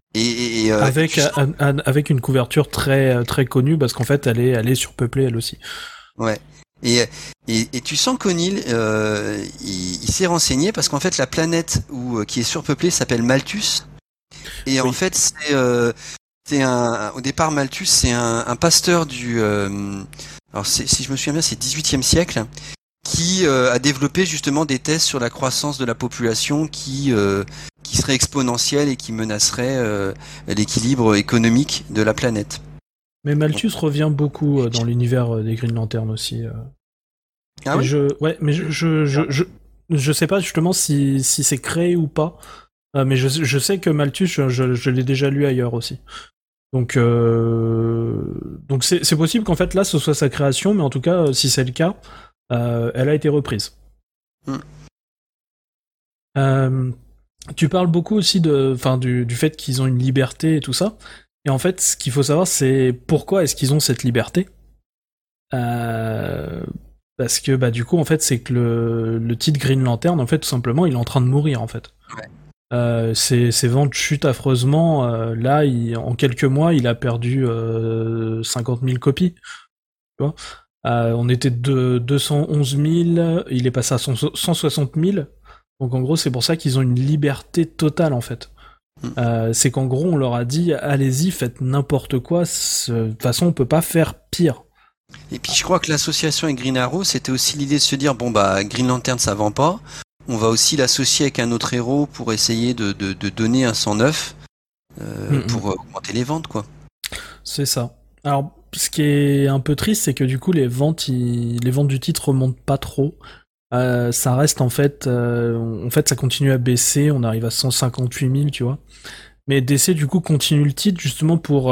Avec une couverture très très connue parce qu'en fait elle est surpeuplée elle aussi. Ouais. Et tu sens qu'O'Neill il s'est renseigné parce qu'en fait la planète qui est surpeuplée s'appelle Malthus et en fait Au départ, Malthus, c'est un pasteur alors si je me souviens bien, c'est 18e siècle, qui a développé justement des thèses sur la croissance de la population qui serait exponentielle et qui menacerait l'équilibre économique de la planète. Mais Malthus revient beaucoup dans l'univers des Green Lantern aussi. Ah oui. Mais je sais pas justement si c'est créé ou pas, mais je sais que Malthus, je l'ai déjà lu ailleurs aussi. Donc c'est possible qu'en fait là ce soit sa création, mais en tout cas si c'est le cas, elle a été reprise. Tu parles beaucoup aussi du fait qu'ils ont une liberté et tout ça. Et en fait, ce qu'il faut savoir, c'est pourquoi est-ce qu'ils ont cette liberté. Parce que du coup, en fait, c'est que le titre Green Lantern, en fait, tout simplement, il est en train de mourir, en fait. Ouais. Ses ventes chutent affreusement. Là, en quelques mois, il a perdu 50 000 copies. Tu vois, on était de 211 000, il est passé à 160 000. Donc en gros, c'est pour ça qu'ils ont une liberté totale, en fait. C'est qu'en gros, on leur a dit, allez-y, faites n'importe quoi. De toute façon, on peut pas faire pire. Et puis je crois que l'association avec Green Arrow, c'était aussi l'idée de se dire, Green Lantern, ça vend pas. On va aussi l'associer avec un autre héros pour essayer de donner un sang neuf pour augmenter les ventes, quoi. C'est ça. Alors, ce qui est un peu triste, c'est que du coup, les ventes du titre remontent pas trop. Ça reste en fait, ça continue à baisser. On arrive à 158 000, tu vois. Mais DC du coup continue le titre justement pour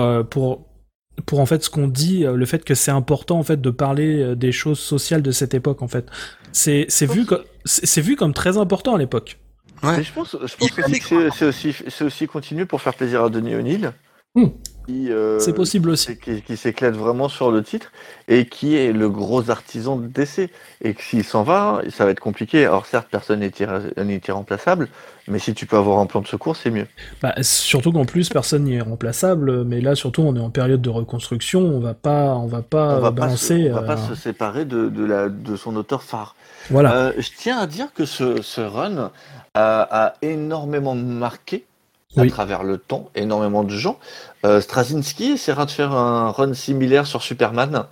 en fait ce qu'on dit, le fait que c'est important en fait de parler des choses sociales de cette époque en fait. C'est vu comme très important à l'époque. Ouais. Mais je pense que c'est aussi continué pour faire plaisir à Denis O'Neill. C'est possible aussi. Qui s'éclate vraiment sur le titre et qui est le gros artisan de DC. Et que s'il s'en va, ça va être compliqué. Alors certes, personne n'est irremplaçable, mais si tu peux avoir un plan de secours, c'est mieux. Surtout qu'en plus, personne n'est irremplaçable. Mais là, surtout, on est en période de reconstruction. On va pas balancer. On va pas se séparer de son auteur phare. Voilà. Je tiens à dire que ce run a énormément marqué. À travers le temps, énormément de gens. Straczynski essaiera de faire un run similaire sur Superman.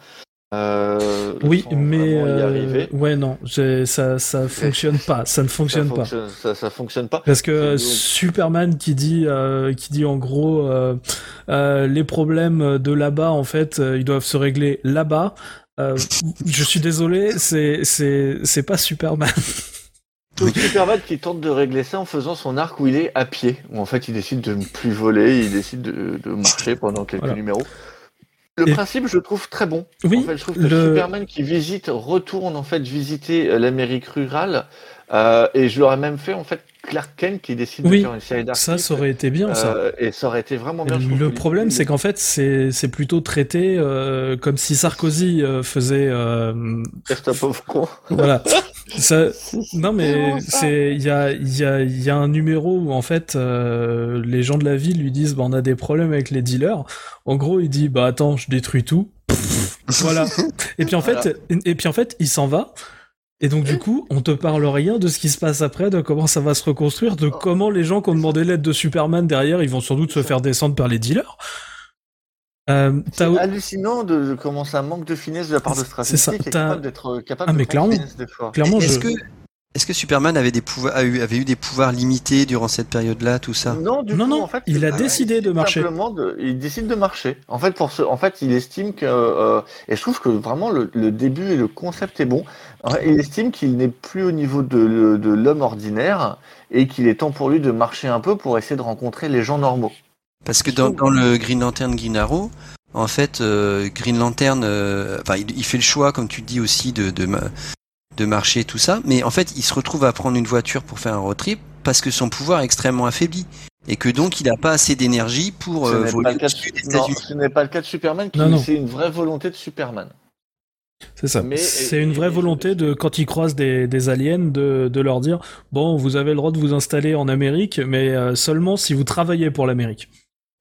Oui, mais non, ça fonctionne pas. Ça ne fonctionne pas. Ça fonctionne pas. Parce que Superman qui dit en gros les problèmes de là-bas, en fait, ils doivent se régler là-bas. Je suis désolé, c'est pas Superman. Donc Superman qui tente de régler ça en faisant son arc où il est à pied, où en fait il décide de ne plus voler, il décide de marcher pendant quelques numéros. Le principe, je trouve très bon. Oui, en fait, je trouve que Superman qui retourne en fait visiter l'Amérique rurale, et je l'aurais même fait en fait Clark Kent qui décide de faire une série d'articles. Ça aurait été bien, ça. Et ça aurait été vraiment bien. Le problème, c'est qu'en fait, c'est plutôt traité comme si Sarkozy faisait. C'est un pauvre con. Voilà. Non, mais il y a un numéro où en fait les gens de la ville lui disent on a des problèmes avec les dealers. En gros, il dit attends, je détruis tout. Voilà. Et puis en fait, il s'en va. Et donc du coup, on te parle rien de ce qui se passe après, de comment ça va se reconstruire, de comment les gens qui ont demandé l'aide de Superman derrière, ils vont sans doute se faire descendre par les dealers. C'est hallucinant de comment ça manque de finesse de la part de Straczynski qui est capable de clairement, finesse des fois. Est-ce que Superman avait eu des pouvoirs limités durant cette période-là, tout ça? Non, en fait, il a décidé de marcher. Il décide de marcher. En fait, il estime que et je trouve que vraiment le début et le concept est bon. Il estime qu'il n'est plus au niveau de l'homme ordinaire et qu'il est temps pour lui de marcher un peu pour essayer de rencontrer les gens normaux. Parce que dans le Green Lantern Green Arrow, en fait, Green Lantern, il fait le choix, comme tu dis aussi, de marcher, tout ça, mais en fait, il se retrouve à prendre une voiture pour faire un road trip parce que son pouvoir est extrêmement affaibli et que donc il n'a pas assez d'énergie pour voler au-dessus des États-Unis. Ce n'est pas le cas de Superman, c'est une vraie volonté de Superman. C'est ça. C'est une vraie volonté de, quand ils croisent des aliens, de leur dire bon, vous avez le droit de vous installer en Amérique, mais seulement si vous travaillez pour l'Amérique.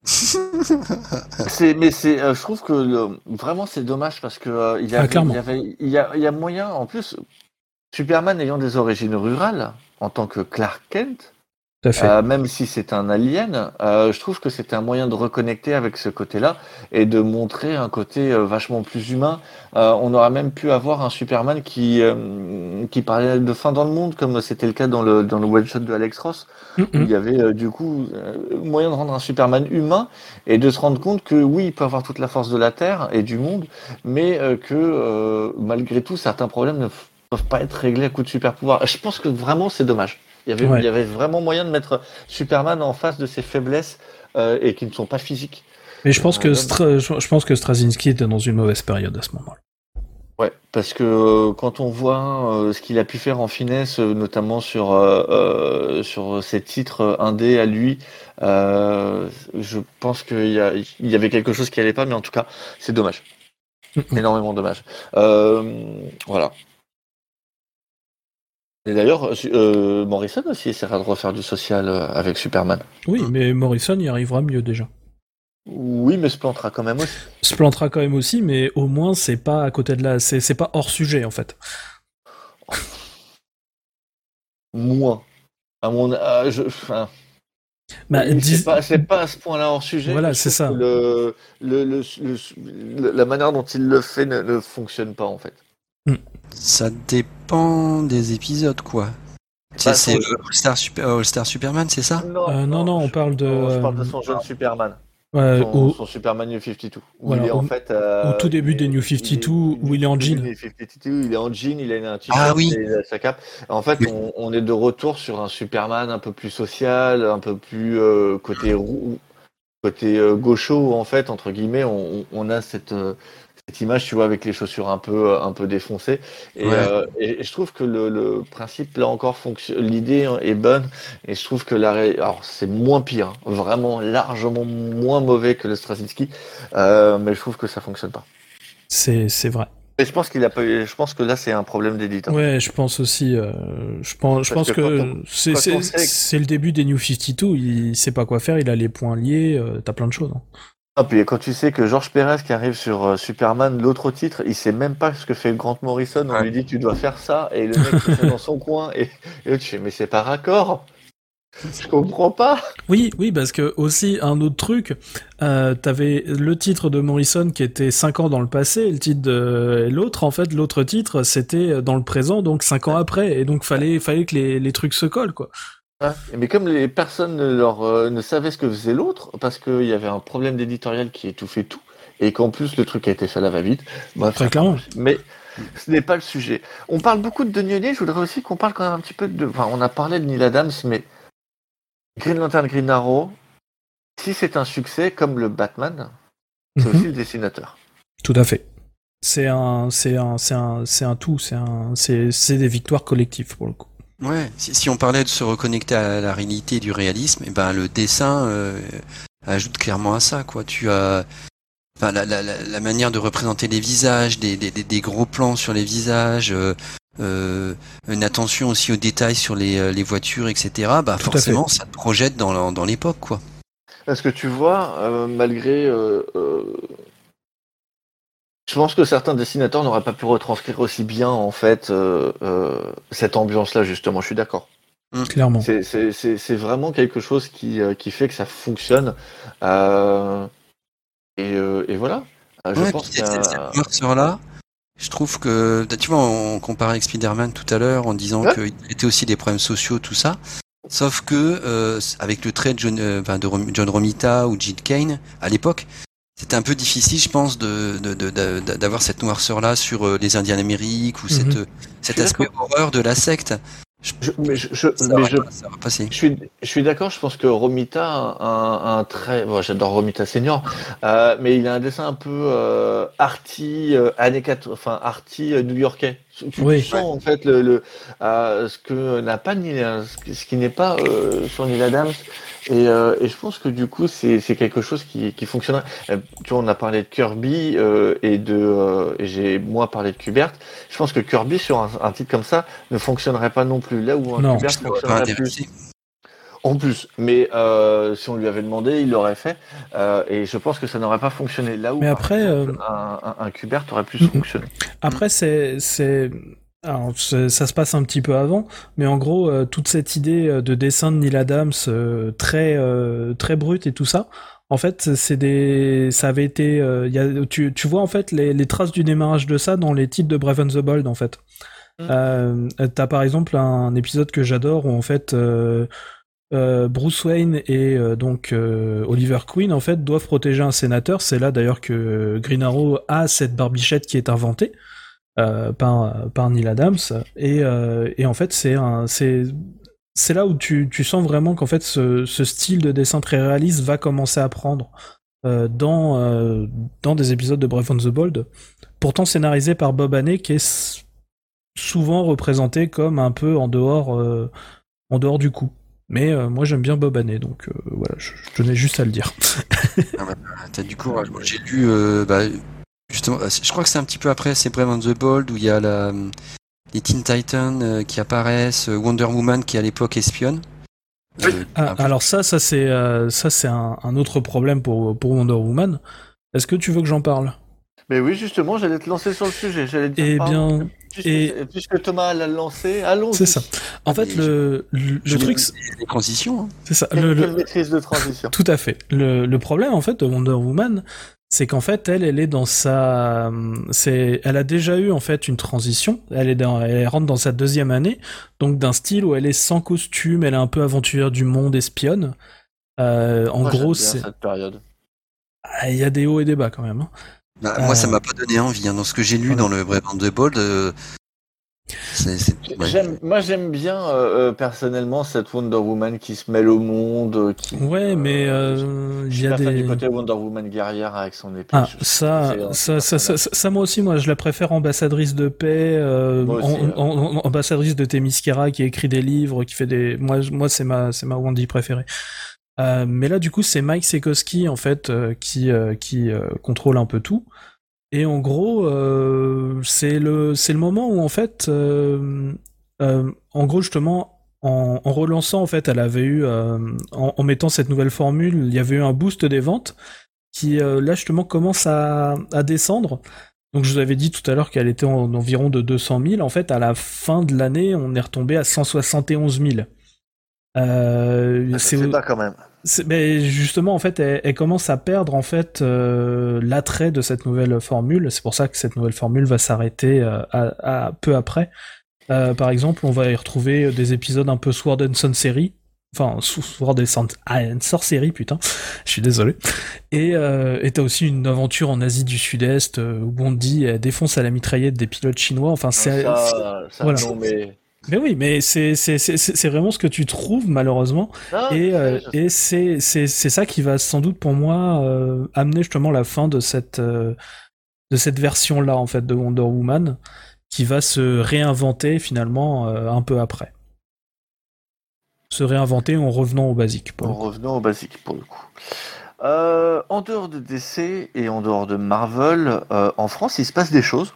Je trouve que vraiment c'est dommage parce que il y a moyen. En plus, Superman ayant des origines rurales en tant que Clark Kent, Tout à fait. Même si c'est un alien, je trouve que c'était un moyen de reconnecter avec ce côté-là et de montrer un côté vachement plus humain. On aurait même pu avoir un Superman qui parlait de fin dans le monde, comme c'était le cas dans le one-shot de Alex Ross, où il y avait du coup moyen de rendre un Superman humain et de se rendre compte que oui, il peut avoir toute la force de la Terre et du monde, mais que malgré tout, certains problèmes ne peuvent pas être réglés à coup de super pouvoir. Je pense que vraiment c'est dommage. Il Ouais. y avait vraiment moyen de mettre Superman en face de ses faiblesses et qui ne sont pas physiques. Mais je pense que je pense que Straczynski était dans une mauvaise période à ce moment-là. Ouais, parce que quand on voit ce qu'il a pu faire en finesse, notamment sur ses titres indés à lui, je pense il y avait quelque chose qui allait pas, mais en tout cas, c'est dommage. Énormément dommage. Voilà. Et d'ailleurs, Morrison aussi essaiera de refaire du social avec Superman. Oui, mais Morrison y arrivera mieux déjà. Oui, mais se plantera quand même aussi. Se plantera quand même aussi, mais au moins c'est pas à côté de la, c'est pas hors sujet en fait. Moins. À mon, Bah, c'est pas à ce point-là hors sujet. Voilà, mais je c'est trouve ça. que la manière dont il le fait ne fonctionne pas en fait. Ça dépend des épisodes, quoi. Bah, C'est All-Star Superman, c'est ça? Non, on parle de. Je parle de son jeune Superman. Son Superman New 52. Où voilà, il est en fait. au tout début des New 52, où il est en jean. Il est en jean, il a un t-shirt, Ah oui. il a sa cape. En fait, on est de retour sur un Superman un peu plus social, un peu plus côté gaucho, en fait, entre guillemets. On a cette image, tu vois, avec les chaussures un peu défoncées. Et je trouve que le principe, là encore, fonctionne. L'idée est bonne. Et je trouve que alors, c'est moins pire, hein, vraiment largement moins mauvais que le Straczynski. Mais je trouve que ça fonctionne pas. C'est vrai. Et je pense que là, c'est un problème d'éditeur. Ouais, je pense aussi. Je pense que c'est le début des New 52. Il sait pas quoi faire. Il a les poings liés. T'as plein de choses. Hein. Ah, puis quand tu sais que George Pérez qui arrive sur Superman, l'autre titre, il sait même pas ce que fait Grant Morrison. On lui dit tu dois faire ça, et le mec il fait dans son coin, et tu fais mais c'est par accord. Je comprends pas. Oui, parce que aussi un autre truc, t'avais le titre de Morrison qui était 5 ans dans le passé, et le titre de l'autre titre c'était dans le présent, donc 5 ans après, et donc fallait que les trucs se collent quoi. Ouais. Mais comme les personnes ne savaient ce que faisait l'autre, parce qu'il y avait un problème d'éditorial qui étouffait tout, et qu'en plus le truc a été fait à la va-vite, bref. Très clairement. Mais ce n'est pas le sujet. On parle beaucoup de Denis O'Neil, je voudrais aussi qu'on parle quand même un petit peu de... Enfin, on a parlé de Neil Adams, mais Green Lantern, Green Arrow, si c'est un succès comme le Batman, c'est aussi le dessinateur. Tout à fait. C'est un tout, c'est des victoires collectives pour le coup. Ouais, si on parlait de se reconnecter à la réalité du réalisme, et ben le dessin ajoute clairement à ça, quoi. Tu as la manière de représenter les visages, des gros plans sur les visages, une attention aussi aux détails sur les voitures, etc. Bah Tout forcément, ça te projette dans l'époque, quoi. Parce que tu vois, malgré... je pense que certains dessinateurs n'auraient pas pu retranscrire aussi bien, en fait, cette ambiance-là, justement. Je suis d'accord. Clairement. C'est vraiment quelque chose qui fait que ça fonctionne. Et voilà. Je pense cette là je trouve que, tu vois, on comparait avec Spider-Man tout à l'heure en disant qu'il était aussi des problèmes sociaux, tout ça. Sauf que, avec le trait de John Romita ou Gene Kane, à l'époque, c'était un peu difficile, je pense, d'avoir cette noirceur-là sur les Indiens d'Amérique ou cet aspect horreur de la secte. Je suis d'accord, je pense que Romita a un trait... Bon, j'adore Romita Senior, mais il a un dessin un peu arty, arty new-yorkais. Tu sens en fait ce que n'a pas ce qui n'est pas sur Neil Adams. Et je pense que du coup c'est quelque chose qui fonctionnerait. Tu vois, on a parlé de Kirby et j'ai moi parlé de Kubert. Je pense que Kirby sur un titre comme ça ne fonctionnerait pas non plus là où un Kubert fonctionnerait plus. En plus, mais si on lui avait demandé, il l'aurait fait. Et je pense que ça n'aurait pas fonctionné là où mais après, un Kubert aurait plus fonctionné. Après, c'est Alors, ça se passe un petit peu avant, mais en gros, toute cette idée de dessin de Neil Adams très brut et tout ça, en fait, ça avait été, tu vois en fait les traces du démarrage de ça dans les titres de Brave and the Bold en fait. T'as par exemple un épisode que j'adore où en fait Bruce Wayne et donc Oliver Queen en fait doivent protéger un sénateur. C'est là d'ailleurs que Green Arrow a cette barbichette qui est inventée par Neil Adams et en fait c'est là où tu sens vraiment qu'en fait ce style de dessin très réaliste va commencer à prendre dans des épisodes de Brave and the Bold, pourtant scénarisé par Bob Haney qui est souvent représenté comme un peu en dehors du coup. Mais moi j'aime bien Bob Haney, donc voilà, je tenais juste à le dire. Ah bah, t'as du courage. Moi, j'ai lu, justement, je crois que c'est un petit peu après, c'est Brave and the Bold, où il y a les Teen Titans qui apparaissent, Wonder Woman qui à l'époque espionne. Alors ça c'est un autre problème pour Wonder Woman. Est-ce que tu veux que j'en parle? Mais oui, justement, j'allais te lancer sur le sujet. J'allais te dire, Eh bien, puisque Thomas l'a lancé, allons-y. C'est ça. En fait, le truc, les transitions. Hein. C'est ça. Quelle maîtrise de transition. Tout à fait. Le problème, en fait, de Wonder Woman, c'est qu'en fait, elle est dans sa, elle a déjà eu en fait une transition. Elle rentre dans sa 2e année, donc d'un style où elle est sans costume, elle est un peu aventurière du monde, espionne. En gros, c'est cette période. Il y a des hauts et des bas quand même. Hein. Moi, ça m'a pas donné envie. Hein. Dans ce que j'ai lu dans le Brave and the Bold, Moi, j'aime bien personnellement cette Wonder Woman qui se mêle au monde. Ouais, mais il y a des. Du côté Wonder Woman guerrière avec son épée. Ah, ça, moi aussi, je la préfère ambassadrice de paix, ambassadrice de Themyscira qui écrit des livres, qui fait des. Moi, c'est ma Wendy préférée. Mais là, du coup, c'est Mike Sekowsky en fait qui contrôle un peu tout. Et en gros, c'est le moment où en fait, en gros justement, en relançant en fait, elle avait eu en mettant cette nouvelle formule, il y avait eu un boost des ventes qui là justement commence à descendre. Donc je vous avais dit tout à l'heure qu'elle était environ de 200 000. En fait, à la fin de l'année, on est retombé à 171 000. C'est pas quand même. Mais justement, en fait, elle commence à perdre en fait l'attrait de cette nouvelle formule. C'est pour ça que cette nouvelle formule va s'arrêter à peu après. Par exemple, on va y retrouver des épisodes un peu Sword and Sorcery. Enfin, Sword and Sorcery, putain. Je suis désolé. Et t'as aussi une aventure en Asie du Sud-Est où Bondi défonce à la mitraillette des pilotes chinois. Enfin, voilà. Non, mais... Mais oui, mais c'est vraiment ce que tu trouves malheureusement, et c'est ça qui va sans doute pour moi amener justement la fin de cette version là en fait de Wonder Woman qui va se réinventer finalement un peu après. Se réinventer en revenant au basique. Pour le coup. En dehors de DC et en dehors de Marvel, en France, il se passe des choses.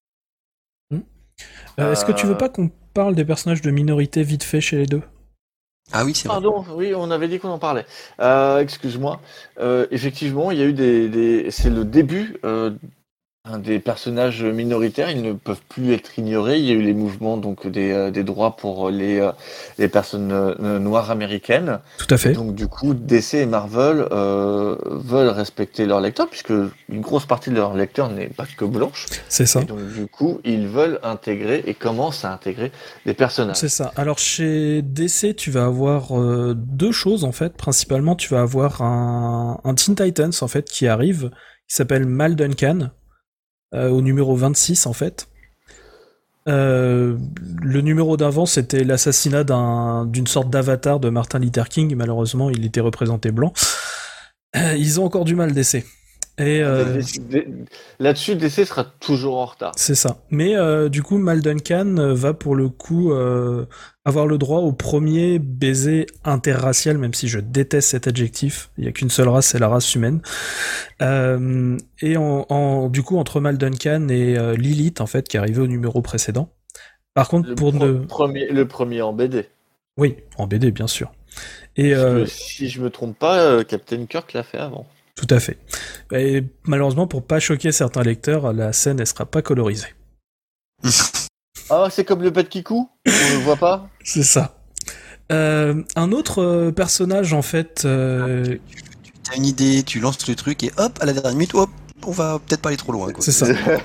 Est-ce que tu veux pas qu'on parle des personnages de minorité vite fait chez les deux? Ah oui, c'est vrai. Pardon, oui, on avait dit qu'on en parlait. Excuse-moi. Effectivement, il y a eu c'est le début des personnages minoritaires. Ils ne peuvent plus être ignorés. Il y a eu les mouvements donc des droits pour les personnes noires américaines. Tout à fait. Et donc du coup, DC et Marvel veulent respecter leurs lecteurs, puisque une grosse partie de leurs lecteurs n'est pas que blanche. C'est ça. Et donc du coup, ils veulent intégrer et commencent à intégrer des personnages. C'est ça. Alors chez DC, tu vas avoir deux choses en fait. Principalement, tu vas avoir un Teen Titans en fait qui arrive, qui s'appelle Mal Duncan. Au numéro 26 en fait. Le numéro d'avant c'était l'assassinat d'une sorte d'avatar de Martin Luther King. Malheureusement il était représenté blanc. Ils ont encore du mal DC. Et là-dessus, DC sera toujours en retard. C'est ça. Mais du coup, Mal Duncan va pour le coup avoir le droit au premier baiser interracial, même si je déteste cet adjectif. Il n'y a qu'une seule race, c'est la race humaine. Et du coup, entre Mal Duncan et Lilith, en fait, qui est arrivé au numéro précédent. Par contre, le premier en BD. Oui, en BD, bien sûr. Et si je me trompe pas, Captain Kirk l'a fait avant. Tout à fait. Et malheureusement, pour pas choquer certains lecteurs, la scène, elle sera pas colorisée. Ah, c'est comme le Pat Kikou, on le voit pas. C'est ça. Un autre personnage, en fait... Tu as une idée, tu lances le truc et hop, à la dernière minute, hop, on va peut-être pas aller trop loin. Quoi. C'est ça.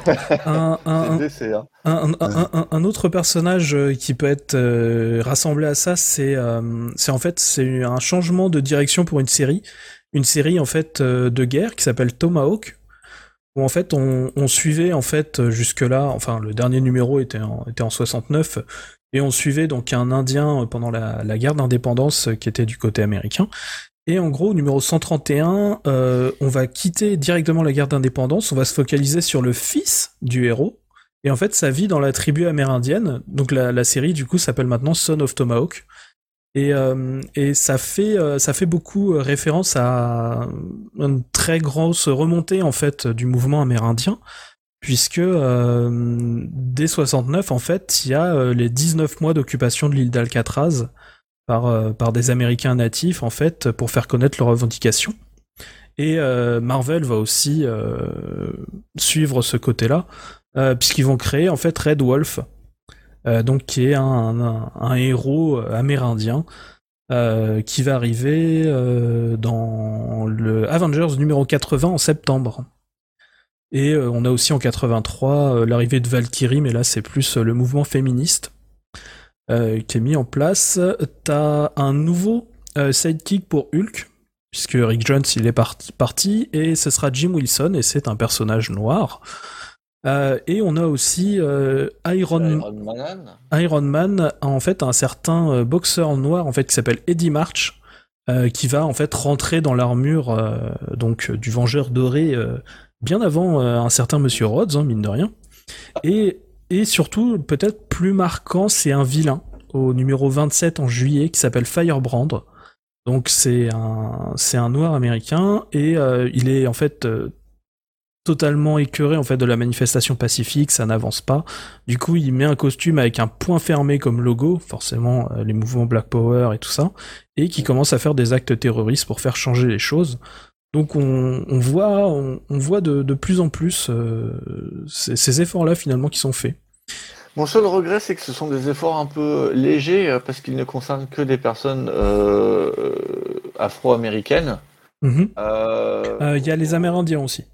Un autre personnage qui peut être rassemblé à ça, c'est en fait c'est un changement de direction pour une série en fait de guerre qui s'appelle Tomahawk, où en fait on suivait en fait jusque-là, enfin le dernier numéro était en 69, et on suivait donc un Indien pendant la guerre d'indépendance qui était du côté américain. Et en gros, au numéro 131, on va quitter directement la guerre d'indépendance, on va se focaliser sur le fils du héros, et en fait, ça vit dans la tribu amérindienne, donc la série, du coup, s'appelle maintenant Son of Tomahawk, et ça fait beaucoup référence à une très grosse remontée, en fait, du mouvement amérindien, puisque dès 69, en fait, il y a les 19 mois d'occupation de l'île d'Alcatraz, par des Américains natifs, en fait, pour faire connaître leurs revendications. Et Marvel va aussi suivre ce côté-là, puisqu'ils vont créer, en fait, Red Wolf, donc qui est un héros amérindien, qui va arriver dans le Avengers numéro 80 en septembre. Et on a aussi en 83 l'arrivée de Valkyrie, mais là, c'est plus le mouvement féministe. Qui est mis en place. T'as un nouveau sidekick pour Hulk, puisque Rick Jones il est parti, et ce sera Jim Wilson, et c'est un personnage noir. Et on a aussi Iron Man, en fait un certain boxeur noir en fait qui s'appelle Eddie March, qui va en fait rentrer dans l'armure donc du Vengeur Doré bien avant un certain Monsieur Rhodes, mine de rien. Et surtout, peut-être plus marquant, c'est un vilain au numéro 27 en juillet qui s'appelle Firebrand. Donc c'est un noir américain et il est en fait totalement écœuré en fait de la manifestation pacifique, ça n'avance pas. Du coup, il met un costume avec un point fermé comme logo, forcément les mouvements Black Power et tout ça, et qui commence à faire des actes terroristes pour faire changer les choses. Donc on voit de plus en plus ces efforts-là finalement qui sont faits. Mon seul regret, c'est que ce sont des efforts un peu légers parce qu'ils ne concernent que des personnes afro-américaines. Il y a les Amérindiens aussi.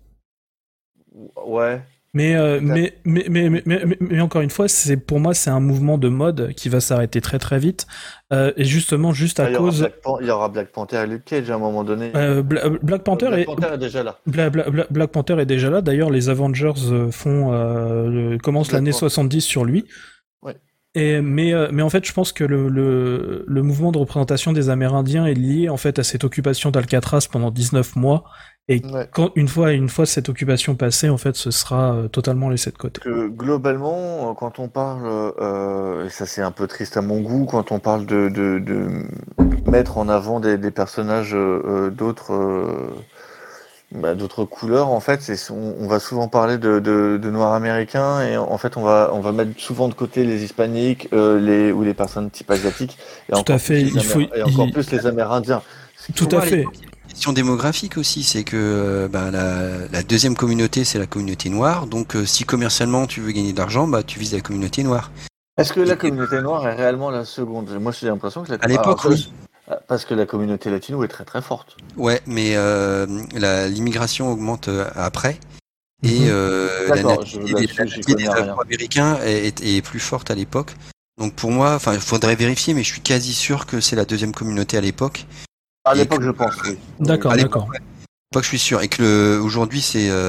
Ouais. Mais encore une fois, pour moi, c'est un mouvement de mode qui va s'arrêter très très vite. Et justement, juste à cause... Il y aura Black Panther et Luke Cage à un moment donné. Black Panther est déjà là. Black Panther est déjà là. D'ailleurs, les Avengers commencent l'année 70 sur lui. Ouais. Mais en fait, je pense que le mouvement de représentation des Amérindiens est lié en fait à cette occupation d'Alcatraz pendant 19 mois. Et une fois cette occupation passée, en fait, ce sera totalement laissé de côté. Globalement, quand on parle, et ça c'est un peu triste à mon goût, quand on parle de mettre en avant des personnages d'autres couleurs, en fait, on va souvent parler de noirs américains et en fait on va mettre souvent de côté les hispaniques, ou les personnes type asiatiques, et tout à fait. Encore plus les Amérindiens. Tout à fait. Question démographique aussi, c'est que la deuxième communauté, c'est la communauté noire. Donc, si commercialement tu veux gagner de l'argent, tu vises la communauté noire. Est-ce que la communauté noire est réellement la seconde ? Moi, j'ai l'impression que à l'époque, oui. Parce que la communauté latino est très très forte. Ouais, mais l'immigration augmente après. Et la nationalité des Afro-Américains est plus forte à l'époque. Donc pour moi, il faudrait vérifier, mais je suis quasi sûr que c'est la deuxième communauté à l'époque. À l'époque, je pense, oui. D'accord. À l'époque, je suis sûr. Et que aujourd'hui,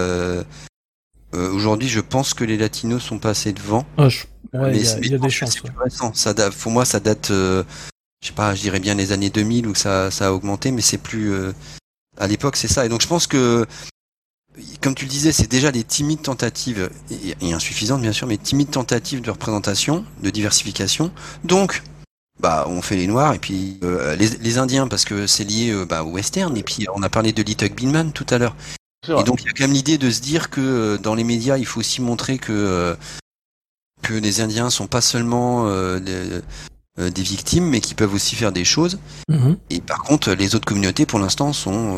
aujourd'hui, je pense que les latinos sont passés devant. Il y a des chances. Pour moi, ça date, je sais pas, je dirais bien les années 2000 où ça a augmenté, mais c'est plus. À l'époque, c'est ça. Et donc, je pense que, comme tu le disais, c'est déjà des timides tentatives, et insuffisantes bien sûr, mais timides tentatives de représentation, de diversification. Donc, on fait les noirs et puis les Indiens parce que c'est lié au western, et puis on a parlé de Little Billman tout à l'heure. Et donc il y a quand même l'idée de se dire que dans les médias il faut aussi montrer que les Indiens sont pas seulement des victimes, mais qui peuvent aussi faire des choses. Mhm. Et par contre, les autres communautés, pour l'instant, sont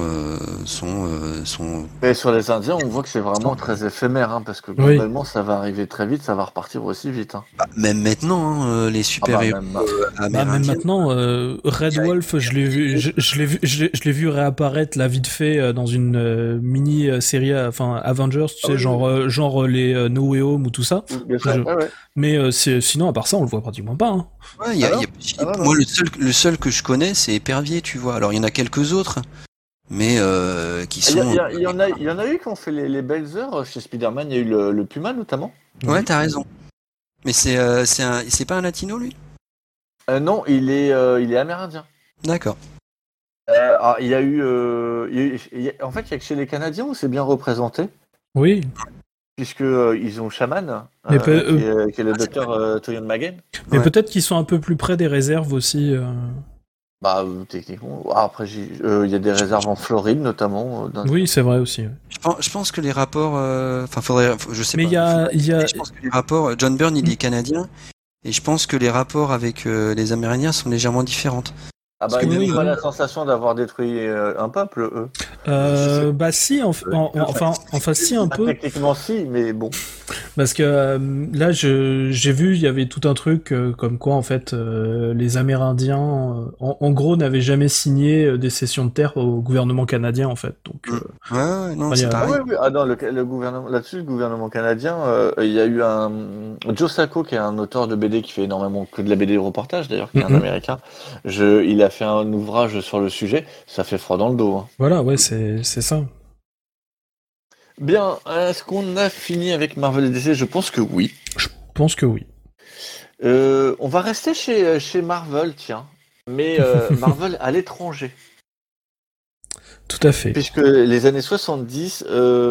Mais sur les Indiens, on voit que c'est vraiment très éphémère, hein, parce que Oui. globalement, ça va arriver très vite, ça va repartir aussi vite. Hein. même maintenant, hein, les super-héros même- Bah, même amérindiens. maintenant, Red Wolf, je l'ai vu, je l'ai vu réapparaître là vite fait dans une mini série, enfin Avengers, tu sais, oui. genre les No Way Home ou tout ça. Bien sûr, Je- ouais. Mais sinon, à part ça, on le voit pratiquement pas. Hein. Ouais, Ah non non. moi, le seul que je connais, c'est Épervier, tu vois. Alors, il y en a quelques autres, mais qui sont. Il y en a eu qui ont fait les belles heures chez Spider-Man, il y a eu le Puma notamment. Ouais, t'as raison. Mais c'est pas un latino, lui? Non, il est amérindien. D'accord. Il y a eu, en fait, il y a que chez les Canadiens où c'est bien représenté, Oui. puisque ils ont Shaman, Mais qui est le docteur Toyon Magen. Mais Ouais. peut-être qu'ils sont un peu plus près des réserves aussi. Bah, techniquement. Après, il y a des réserves en Floride notamment. Oui, c'est vrai aussi. Je pense que les rapports. Enfin, je sais Mais pas. il y a... Je pense que les rapports. John Byrne, il est canadien. Et je pense que les rapports avec les Amérindiens sont légèrement différentes. Ah bah, Parce que ils oui, n'ont pas oui. la sensation d'avoir détruit un peuple, eux. Bah si, enfin si un peu. Techniquement, si, mais bon. Parce que là, j'ai vu, il y avait tout un truc comme quoi, en fait, les Amérindiens, en gros, n'avaient jamais signé des cessions de terre au gouvernement canadien, en fait. Donc, Ouais, non, il y c'est a- pareil. Oui. Ah non, le gouvernement, là-dessus, le gouvernement canadien, il y a eu Joe Sacco, qui est un auteur de BD qui fait énormément que de la BD reportage, d'ailleurs, qui est un Mhm. américain. Il a fait un ouvrage sur le sujet. Ça fait froid dans le dos. Hein. Voilà, ouais, c'est ça. Bien, est-ce qu'on a fini avec Marvel et DC? Je pense que oui. Je pense que oui. On va rester chez Marvel, tiens. Mais Marvel à l'étranger. Tout à fait. Puisque les années 70,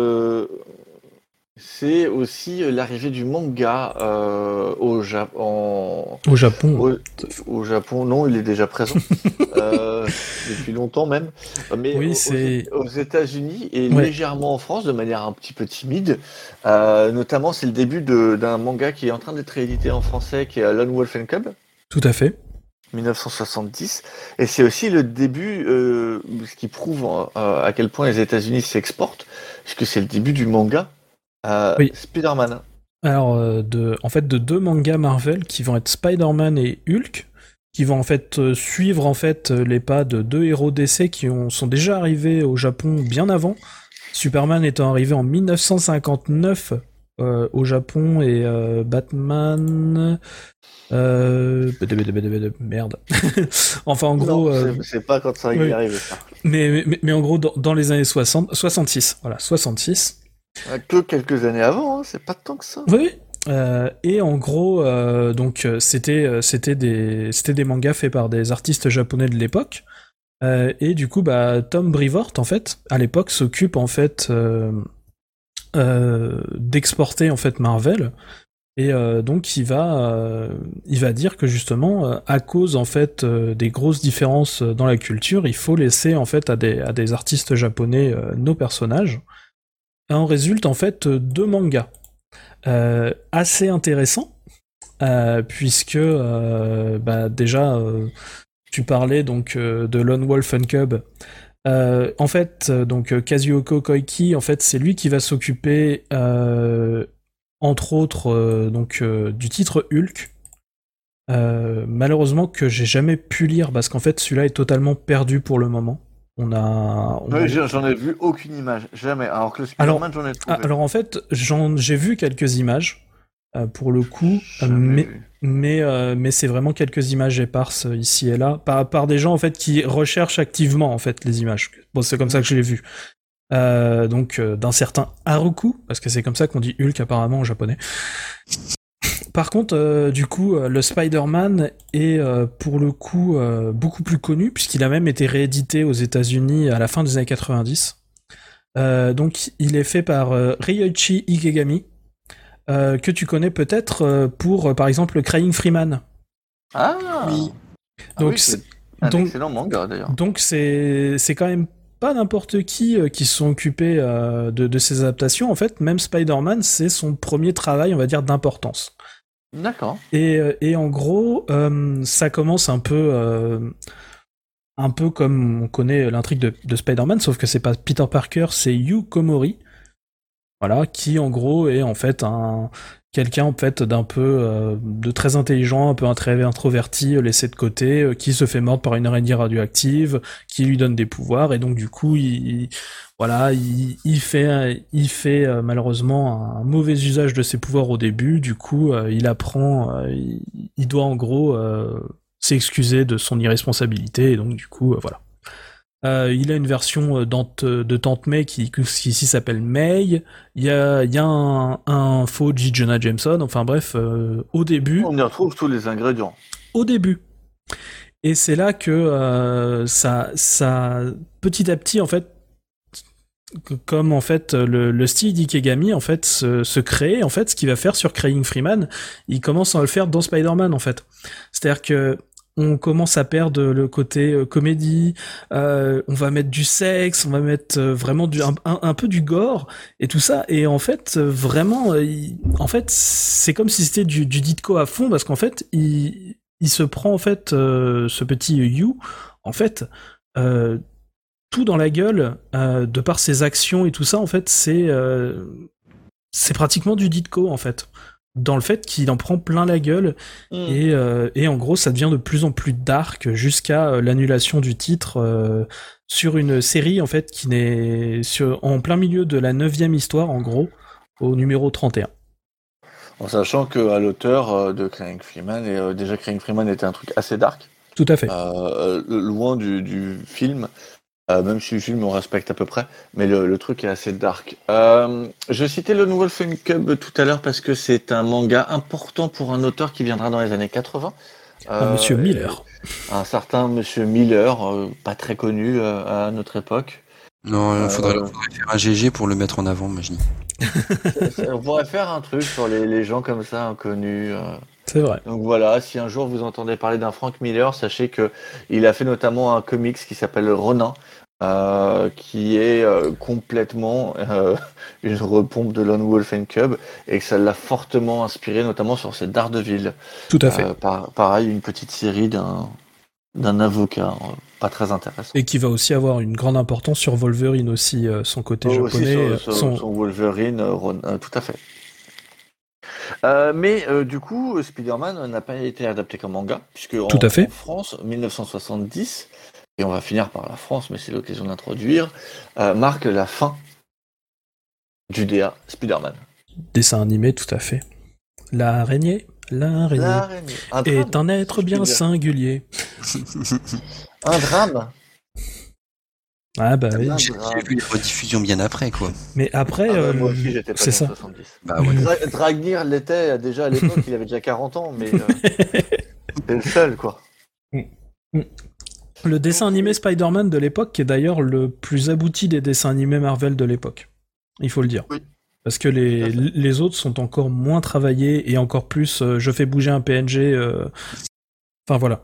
c'est aussi l'arrivée du manga au Japon. Au Japon. Au Japon, non, il est déjà présent depuis longtemps même. Mais Oui, aux États-Unis et Ouais. légèrement en France, de manière un petit peu timide. Notamment, c'est le début d'un manga qui est en train d'être réédité en français, qui est Lone Wolf and Cub. Tout à fait. 1970, et c'est aussi le début, ce qui prouve à quel point les États-Unis s'exportent, puisque c'est le début du manga Oui. Spider-Man. Alors, en fait, de deux mangas Marvel qui vont être Spider-Man et Hulk, qui vont en fait suivre en fait les pas de deux héros DC qui sont déjà arrivés au Japon bien avant. Superman étant arrivé en 1959 au Japon et Batman. Merde. Enfin, en gros. Non, c'est pas quand ça oui. y arrive, ça. Mais en gros, dans les années 66. Voilà, 66. Que quelques années avant, hein, c'est pas tant que ça. Oui. Et en gros, donc c'était des mangas faits par des artistes japonais de l'époque. Et du coup, bah, Tom Brevoort, en fait, à l'époque, s'occupe en fait d'exporter en fait Marvel. Et donc il va dire que justement, à cause en fait des grosses différences dans la culture, il faut laisser en fait à des artistes japonais nos personnages. Et en résulte en fait deux mangas assez intéressants, puisque bah, déjà tu parlais donc de Lone Wolf and Cub. En fait, donc Kazuhiko Koike, en fait, c'est lui qui va s'occuper entre autres du titre Hulk. Malheureusement que j'ai jamais pu lire parce qu'en fait celui-là est totalement perdu pour le moment. Oui, j'en ai vu aucune image, jamais. Alors que le Spider-Man, j'en ai trouvé. Alors en fait, j'ai vu quelques images pour le coup, Jamais mais c'est vraiment quelques images éparses ici et là par des gens en fait qui recherchent activement en fait les images. Bon, c'est comme ça que je l'ai vu. Donc d'un certain Haruku, parce que c'est comme ça qu'on dit Hulk apparemment en japonais. Par contre, du coup, le Spider-Man est pour le coup beaucoup plus connu, puisqu'il a même été réédité aux États-Unis à la fin des années 90. Donc il est fait par Ryoichi Ikegami, que tu connais peut-être pour par exemple Crying Freeman. Ah oui. Donc c'est un excellent manga d'ailleurs. Donc c'est quand même pas n'importe qui se sont occupés de ces adaptations. En fait, même Spider-Man, c'est son premier travail, on va dire, d'importance. D'accord. Et en gros, ça commence un peu comme on connaît l'intrigue de Spider-Man, sauf que c'est pas Peter Parker, c'est Hugh Komori, voilà, qui en gros est en fait quelqu'un en fait d'un peu de très intelligent, un peu très introverti, laissé de côté, qui se fait mordre par une araignée radioactive, qui lui donne des pouvoirs, et donc du coup il fait malheureusement un mauvais usage de ses pouvoirs au début. Du coup il doit en gros s'excuser de son irresponsabilité, et donc du coup voilà. Il a une version de Tante May qui ici s'appelle May. Il y a un faux J. Jonah Jameson. Enfin bref, au début. On y retrouve tous les ingrédients. Au début. Et c'est là que ça petit à petit en fait, comme en fait le style d'Ikegami en fait se crée, en fait, ce qu'il va faire sur Crying Freeman, il commence à le faire dans Spider-Man en fait. C'est-à-dire que on commence à perdre le côté comédie, on va mettre du sexe, on va mettre vraiment un peu du gore et tout ça, et en fait vraiment en fait c'est comme si c'était du Ditko à fond, parce qu'en fait il se prend en fait ce petit You en fait tout dans la gueule, de par ses actions et tout ça. En fait c'est pratiquement du Ditko en fait, dans le fait qu'il en prend plein la gueule. Et en gros ça devient de plus en plus dark jusqu'à l'annulation du titre sur une série en fait qui n'est en plein milieu de la 9e histoire en gros, au numéro 31. En sachant qu'à l'auteur de Crying Freeman, et déjà Crying Freeman était un truc assez dark, Tout à fait. loin du film, même si le film on respecte à peu près, mais le truc est assez dark. Je citais le nouveau Fun Cub tout à l'heure parce que c'est un manga important pour un auteur qui viendra dans les années 80. Monsieur Miller. Un certain Monsieur Miller, pas très connu à notre époque. Non, il faudrait faire un GG pour le mettre en avant, moi je dis. On pourrait faire un truc sur les gens comme ça, inconnus. C'est vrai. Donc voilà, si un jour vous entendez parler d'un Frank Miller, sachez que il a fait notamment un comics qui s'appelle Ronin, qui est complètement une repompe de Lone Wolf and Cub, et que ça l'a fortement inspiré, notamment sur ses Daredevil. Tout à fait. Pareil, une petite série d'un avocat, pas très intéressant. Et qui va aussi avoir une grande importance sur Wolverine aussi, son côté japonais. Aussi son Wolverine, tout à fait. Mais du coup, Spider-Man n'a pas été adapté comme manga, puisque en France, 1970, et on va finir par la France, mais c'est l'occasion d'introduire, marque la fin du DA Spider-Man. Dessin animé, tout à fait. L'araignée est un être bien singulier. Un drame. Ah bah oui. J'ai vu les rediffusions bien après, quoi. Mais après, moi aussi, j'étais pas c'est ça. 70. Bah ouais. Dragnir l'était déjà à l'époque, il avait déjà 40 ans, mais c'est le seul, quoi. Le dessin animé Spider-Man de l'époque, qui est d'ailleurs le plus abouti des dessins animés Marvel de l'époque. Il faut le dire. Oui. Parce que les autres sont encore moins travaillés, et encore plus, je fais bouger un PNG. Enfin voilà.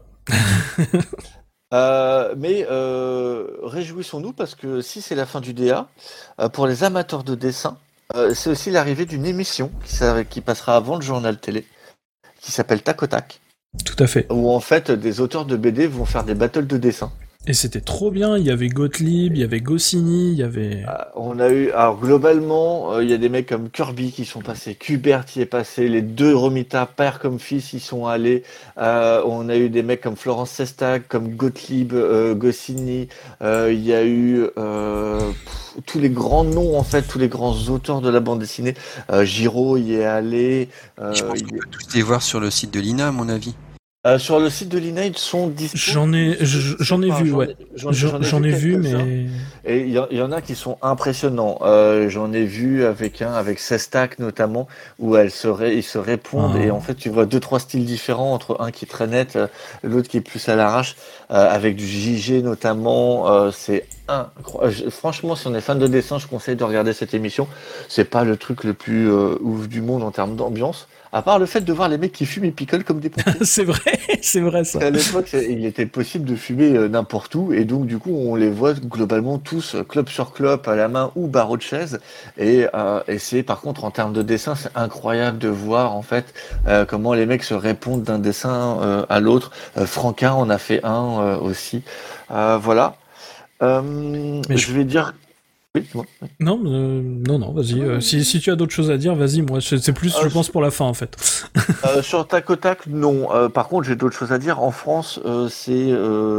Mais réjouissons-nous, parce que si c'est la fin du DA, pour les amateurs de dessin, c'est aussi l'arrivée d'une émission qui passera avant le journal télé, qui s'appelle Tac au Tac. Tout à fait. Où en fait des auteurs de BD vont faire des battles de dessin. Et c'était trop bien, il y avait Gottlieb, il y avait Goscinny, il y avait... On a eu, alors globalement, il y a des mecs comme Kirby qui sont passés, Kubert y est passé, les deux Romita, père comme fils, y sont allés. On a eu des mecs comme Florence Sestag, comme Gottlieb, Goscinny. Il y a eu tous les grands noms, en fait, tous les grands auteurs de la bande dessinée. Giraud y est allé. Je pense qu'on peut tous les voir sur le site de l'INA, à mon avis. Sur le site de l'INA, ils sont disponibles. J'en ai vu, ouais. J'en ai vu, mais... Et il y en a qui sont impressionnants. J'en ai vu avec Sestak notamment, où ils se répondent, et en fait tu vois 2-3 styles différents, entre un qui est très net, l'autre qui est plus à l'arrache, avec du JG notamment. C'est incroyable. Franchement, si on est fan de dessin, je conseille de regarder cette émission. C'est pas le truc le plus ouf du monde en termes d'ambiance. À part le fait de voir les mecs qui fument et picolent comme des pompiers. C'est vrai ça. À l'époque, il était possible de fumer n'importe où, et donc du coup, on les voit globalement tous clope sur clope à la main ou barreau de chaise. Et c'est par contre en termes de dessin, c'est incroyable de voir en fait comment les mecs se répondent d'un dessin à l'autre. Franquin en a fait un aussi. Voilà. Je vais dire. Oui, dis-moi. Non, vas-y. Si tu as d'autres choses à dire, vas-y. Moi, c'est plus, je pense, pour la fin, en fait. Sur Tac au Tac, non. Par contre, j'ai d'autres choses à dire. En France, c'est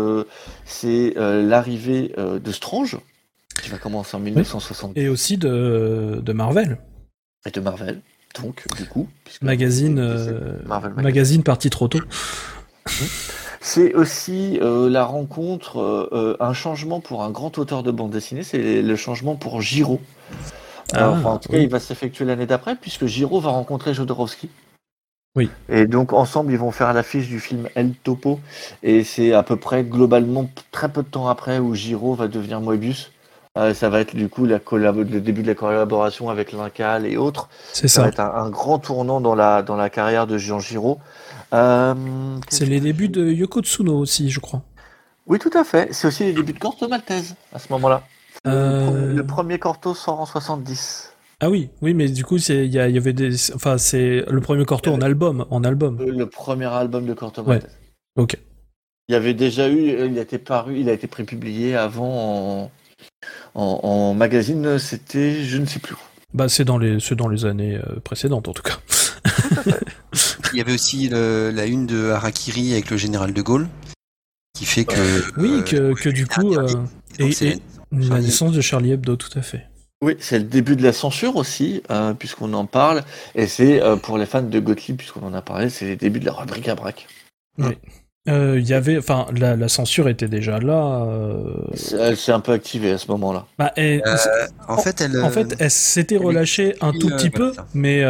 l'arrivée de Strange, qui va commencer en 1970. Et aussi de Marvel. Et de Marvel, donc, du coup. Magazine, Marvel magazine parti trop tôt. C'est aussi la rencontre, un changement pour un grand auteur de bande dessinée, c'est le changement pour Giro. En tout cas, il va s'effectuer l'année d'après, puisque Giro va rencontrer Jodorowsky. Oui. Et donc, ensemble, ils vont faire l'affiche du film El Topo. Et c'est à peu près, globalement, très peu de temps après où Giro va devenir Moebius. Ça va être, du coup, le début de la collaboration avec Lincal et autres. C'est ça. Ça va être un grand tournant dans la carrière de Jean Giro. C'est les débuts de Yoko Tsuno aussi, je crois. Oui, tout à fait. C'est aussi les débuts de Corto Maltese à ce moment-là. Le premier Corto sort en 70. Ah oui, mais du coup, il y avait des. Enfin, c'est le premier Corto en album. Le premier album de Corto Maltese. Ouais. Ok. Il y avait déjà eu, il a été prépublié avant en magazine, c'était, je ne sais plus. Bah, c'est dans les années précédentes, en tout cas. Il y avait aussi la une de Harakiri avec le général de Gaulle, qui fait que... Oui, que du coup... et la naissance de Charlie Hebdo, tout à fait. Oui, c'est le début de la censure aussi, puisqu'on en parle, et c'est pour les fans de Gottlieb, puisqu'on en a parlé, c'est les débuts de la rubrique à braque. Oui. Il y avait, enfin, la censure était déjà là. Elle s'est un peu activée à ce moment-là. Bah, en fait, elle s'était relâchée un tout petit peu, mais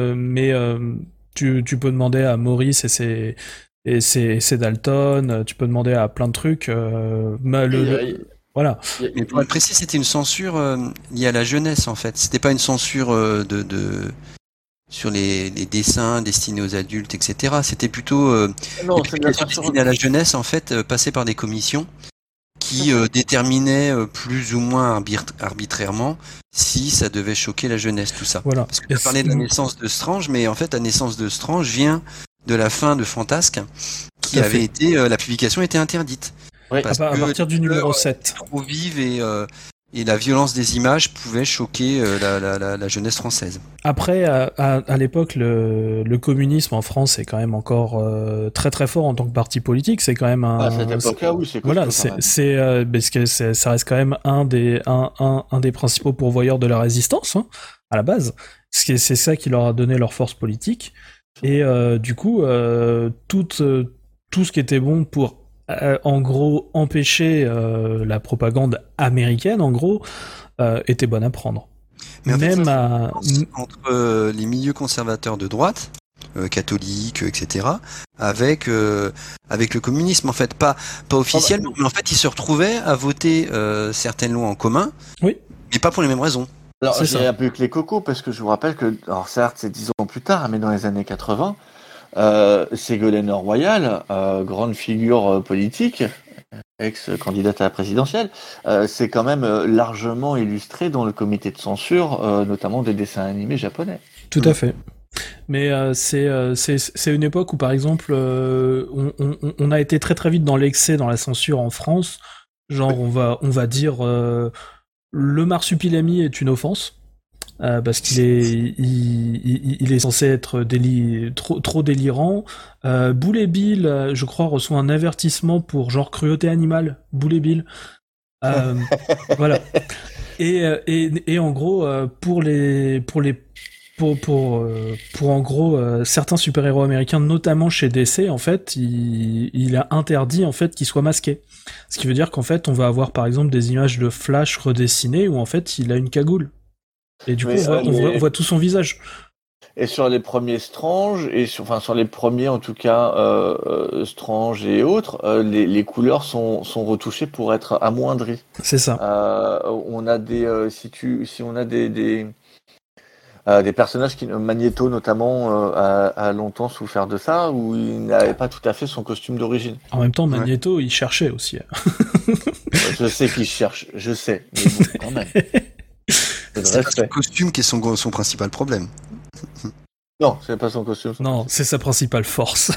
tu peux demander à Maurice et ses Dalton, tu peux demander à plein de trucs. Voilà. Mais pour être précis, c'était une censure liée à la jeunesse, en fait. C'était pas une censure sur les dessins destinés aux adultes, etc. C'était plutôt destinée à la jeunesse, en fait, passée par des commissions qui déterminaient plus ou moins arbitrairement si ça devait choquer la jeunesse, tout ça. Voilà. Parce que tu parlais de la naissance de Strange, mais en fait, la naissance de Strange vient de la fin de Fantasque, qui avait été... la publication était interdite. Oui, à partir du numéro 7. Trop vive et la violence des images pouvait choquer la jeunesse française. Après, à l'époque, le communisme en France est quand même encore très très fort en tant que parti politique. C'est quand même un. À cette époque-là, oui, c'est costaud. Voilà, parce que ça reste quand même un des principaux pourvoyeurs de la résistance à la base. C'est ça qui leur a donné leur force politique. Et du coup, tout ce qui était bon pour en gros empêcher la propagande américaine, en gros, était bonne à prendre. Mais en même fait, entre les milieux conservateurs de droite, catholiques, etc., avec le communisme, en fait, pas officiellement, mais en fait, ils se retrouvaient à voter certaines lois en commun, oui, mais pas pour les mêmes raisons. Alors, j'irai un peu que les cocos, parce que je vous rappelle que, alors certes, c'est 10 ans plus tard, mais dans les années 80, Ségolène Royal, grande figure politique, ex-candidate à la présidentielle, c'est quand même largement illustré dans le comité de censure, notamment des dessins animés japonais. Tout à fait. Mais c'est une époque où, par exemple, on a été très très vite dans l'excès dans la censure en France. Genre, on va dire le marsupilami est une offense. Parce qu'il est censé être trop délirant. Boulet Bill, je crois, reçoit un avertissement pour genre cruauté animale. Boulet Bill. Voilà. Et en gros, pour en gros certains super-héros américains, notamment chez DC, en fait, il a interdit en fait qu'ils soient masqués. Ce qui veut dire qu'en fait, on va avoir par exemple des images de Flash redessinées où en fait, il a une cagoule. Et du coup, on voit tout son visage. Et sur les premiers Strange, sur les premiers en tout cas Strange et autres, les couleurs sont retouchées pour être amoindries. C'est ça. On a des des personnages Magneto notamment a longtemps souffert de ça, où il n'avait pas tout à fait son costume d'origine. En même temps, Magneto, il cherchait aussi. Je sais qu'il cherche, je sais, mais bon, quand même. C'est pas son costume qui est son principal problème. Non, c'est pas son costume. Non, c'est sa principale force.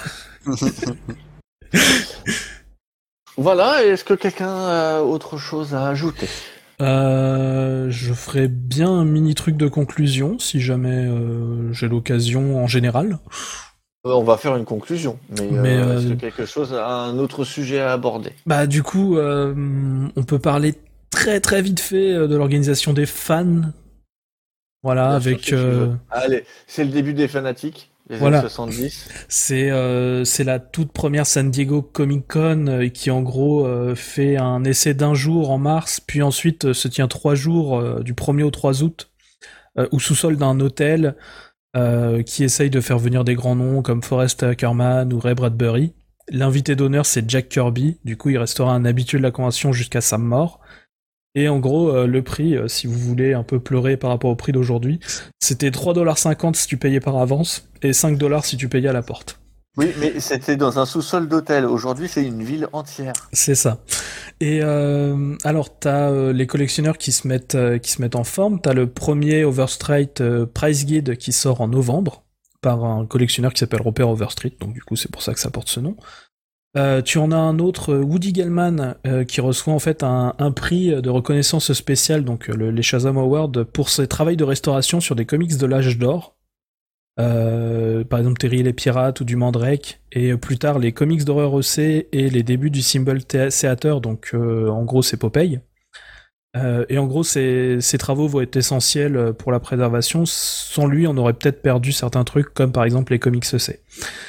Voilà, est-ce que quelqu'un a autre chose à ajouter ? Je ferais bien un mini truc de conclusion, si jamais j'ai l'occasion en général. On va faire une conclusion, mais est-ce que quelque chose, un autre sujet à aborder ? Bah du coup, on peut parler très très vite fait de l'organisation des fans. Voilà, avec... Allez, c'est le début des fanatiques, les voilà. années 70. C'est la toute première San Diego Comic Con qui en gros fait un essai d'1 jour en mars, puis ensuite se tient 3 jours du 1er au 3 août, au sous-sol d'un hôtel qui essaye de faire venir des grands noms comme Forrest Ackerman ou Ray Bradbury. L'invité d'honneur c'est Jack Kirby, du coup il restera un habitué de la convention jusqu'à sa mort. Et en gros, le prix, si vous voulez un peu pleurer par rapport au prix d'aujourd'hui, c'était 3,50$ si tu payais par avance, et 5$ si tu payais à la porte. Oui, mais c'était dans un sous-sol d'hôtel. Aujourd'hui, c'est une ville entière. C'est ça. Et alors, t'as les collectionneurs qui se mettent en forme. T'as le premier Overstreet Price Guide qui sort en novembre, par un collectionneur qui s'appelle Robert Overstreet, donc du coup, c'est pour ça que ça porte ce nom. Tu en as un autre, Woody Gellman, qui reçoit en fait un prix de reconnaissance spéciale, donc les Shazam Awards, pour ses travaux de restauration sur des comics de l'âge d'or. Par exemple Terry et les Pirates ou du Mandrake, et plus tard les comics d'horreur OC et les débuts du Symbol Theater, donc en gros c'est Popeye. Et en gros ces travaux vont être essentiels pour la préservation. Sans lui on aurait peut-être perdu certains trucs comme par exemple les comics EC.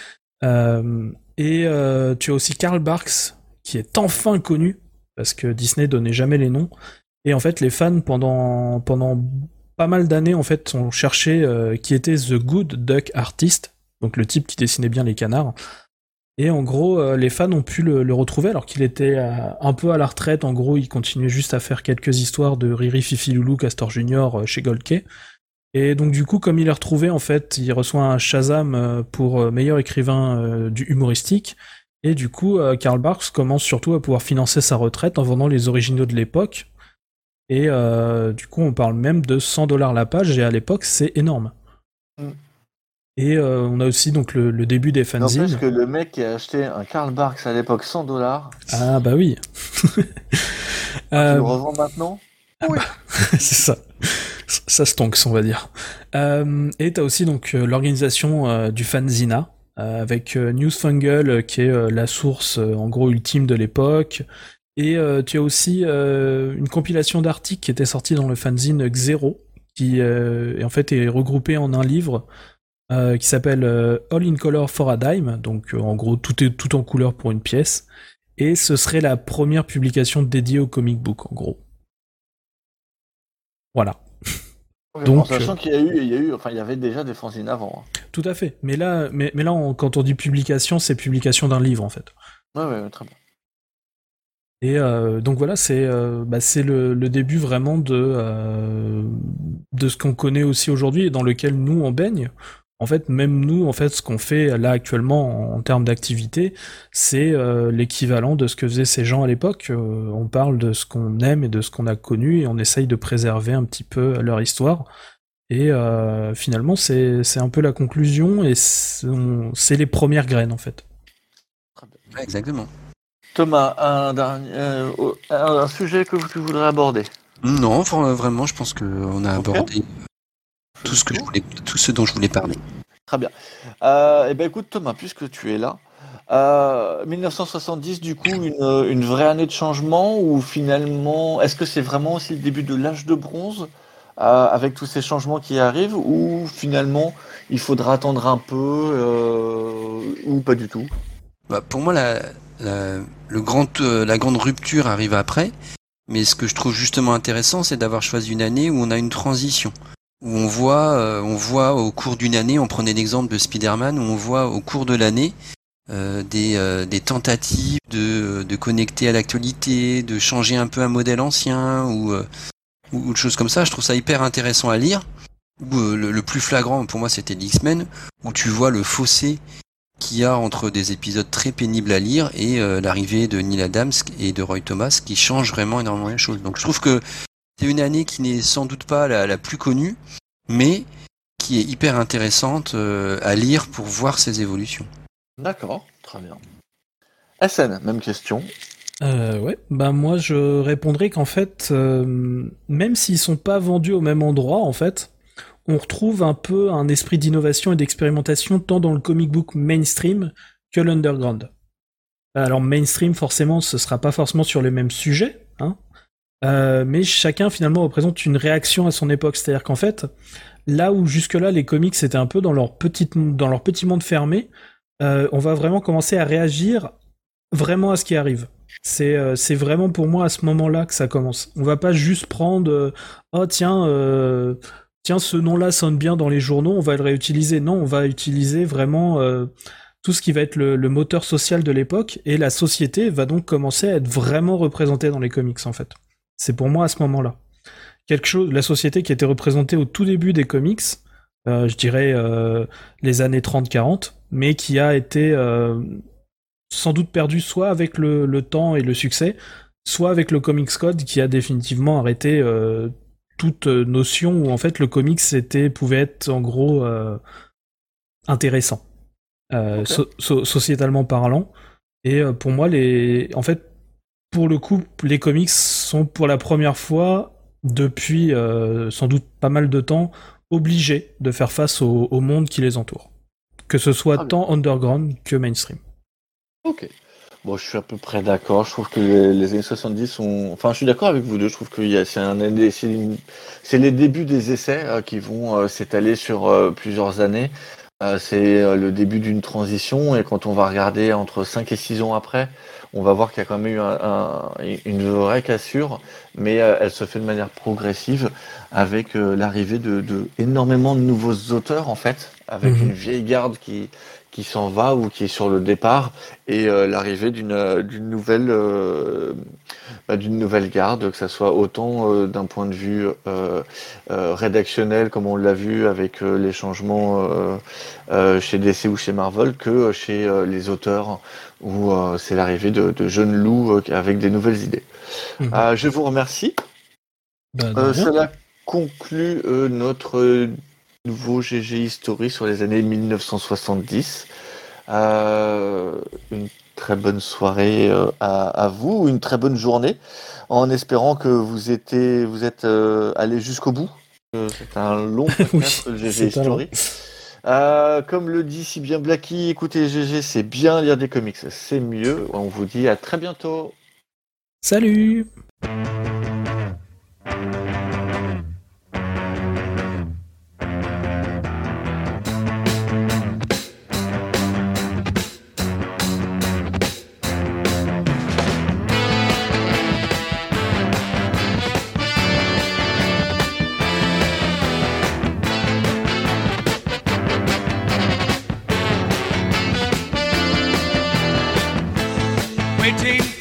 Et tu as aussi Karl Barks, qui est enfin connu, parce que Disney donnait jamais les noms. Et en fait, les fans, pendant pas mal d'années, en fait, ont cherché qui était The Good Duck Artist, donc le type qui dessinait bien les canards. Et en gros, les fans ont pu le retrouver, alors qu'il était un peu à la retraite. En gros, il continuait juste à faire quelques histoires de Riri, Fifi, Loulou, Castor Junior chez Gold Key. Et donc du coup, comme il est retrouvé, en fait, il reçoit un Shazam pour meilleur écrivain du humoristique. Et du coup, Karl Barks commence surtout à pouvoir financer sa retraite en vendant les originaux de l'époque. Et du coup, on parle même de 100$ la page, et à l'époque, c'est énorme. Et on a aussi donc le début des fanzines. N'empêche que le mec qui a acheté un Karl Barks à l'époque 100$... Ah bah oui. Tu le revends maintenant ? Oui. C'est ça. Ça stonks, on va dire. Et t'as aussi donc l'organisation du fanzina, avec Newsfungle qui est la source en gros ultime de l'époque. Et tu as aussi une compilation d'articles qui était sortie dans le fanzine Xero, qui en fait est regroupé en un livre qui s'appelle All in Color for a Dime, donc en gros tout est tout en couleur pour une pièce. Et ce serait la première publication dédiée au comic book, en gros. Voilà. Donc, en sachant qu'il y avait déjà des fanzines avant. Hein. Tout à fait. Mais là, quand on dit publication, c'est publication d'un livre en fait. Ouais, très bien. Et donc voilà, c'est le début vraiment de ce qu'on connaît aussi aujourd'hui et dans lequel nous on baigne. En fait, même nous, en fait, ce qu'on fait là actuellement en termes d'activité, c'est l'équivalent de ce que faisaient ces gens à l'époque. On parle de ce qu'on aime et de ce qu'on a connu et on essaye de préserver un petit peu leur histoire. Et finalement, c'est un peu la conclusion et c'est les premières graines en fait. Ouais, exactement. Thomas, un sujet que tu voudrais aborder ? Non, vraiment, je pense qu'on a abordé tout ce dont je voulais parler. Très bien. Écoute Thomas, puisque tu es là, 1970 du coup une vraie année de changement ou finalement est-ce que c'est vraiment aussi le début de l'âge de bronze avec tous ces changements qui arrivent ou finalement il faudra attendre un peu ou pas du tout ? Pour moi la grande rupture arrive après, mais ce que je trouve justement intéressant, c'est d'avoir choisi une année où on a une transition. Où on voit au cours d'une année, on prenait l'exemple de Spider-Man, où on voit au cours de l'année des tentatives de connecter à l'actualité, de changer un peu un modèle ancien ou de choses comme ça. Je trouve ça hyper intéressant à lire. le plus flagrant pour moi c'était l'X-Men, où tu vois le fossé qu'il y a entre des épisodes très pénibles à lire et l'arrivée de Neil Adams et de Roy Thomas qui change vraiment énormément les choses. Donc je trouve que c'est une année qui n'est sans doute pas la plus connue, mais qui est hyper intéressante à lire pour voir ses évolutions. D'accord, très bien. SN, même question. Ouais, moi je répondrais qu'en fait, même s'ils sont pas vendus au même endroit, en fait, on retrouve un peu un esprit d'innovation et d'expérimentation tant dans le comic book mainstream que l'underground. Alors mainstream, forcément, ce sera pas forcément sur les mêmes sujets, hein, mais chacun finalement représente une réaction à son époque. C'est-à-dire qu'en fait, là où jusque-là les comics étaient un peu dans leur petit monde fermé, on va vraiment commencer à réagir vraiment à ce qui arrive. C'est vraiment pour moi à ce moment-là que ça commence. On va pas juste prendre tiens, ce nom-là sonne bien dans les journaux, on va le réutiliser. Non, on va utiliser vraiment tout ce qui va être le moteur social de l'époque, et la société va donc commencer à être vraiment représentée dans les comics en fait. C'est pour moi à ce moment-là. La société qui était représentée au tout début des comics, je dirais les années 30-40, mais qui a été sans doute perdu soit avec le temps et le succès, soit avec le Comics Code qui a définitivement arrêté toute notion où en fait le comics pouvait être en gros intéressant, sociétalement parlant. Et pour moi, en fait, pour le coup, les comics sont pour la première fois depuis sans doute pas mal de temps obligés de faire face au monde qui les entoure, que ce soit tant underground que mainstream. Ok. Bon, je suis à peu près d'accord. Je trouve que les années 70 sont... Enfin, je suis d'accord avec vous deux. Je trouve que c'est les débuts des essais qui vont s'étaler sur plusieurs années. C'est le début d'une transition. Et quand on va regarder entre 5 et 6 ans après, on va voir qu'il y a quand même eu une vraie cassure. Mais elle se fait de manière progressive avec l'arrivée de énormément de nouveaux auteurs, en fait. Avec une vieille garde qui s'en va ou qui est sur le départ, et l'arrivée d'une nouvelle garde, que ça soit autant d'un point de vue rédactionnel, comme on l'a vu avec les changements chez DC ou chez Marvel, que chez les auteurs, où c'est l'arrivée de jeunes loups avec des nouvelles idées. Je vous remercie. Cela conclut notre nouveau GG History sur les années 1970. Une très bonne soirée à vous, une très bonne journée, en espérant que vous êtes allés jusqu'au bout. C'est un long podcast, le GG History. Comme le dit si bien Blacky, écoutez GG, c'est bien, lire des comics, c'est mieux. On vous dit à très bientôt. Salut. Waiting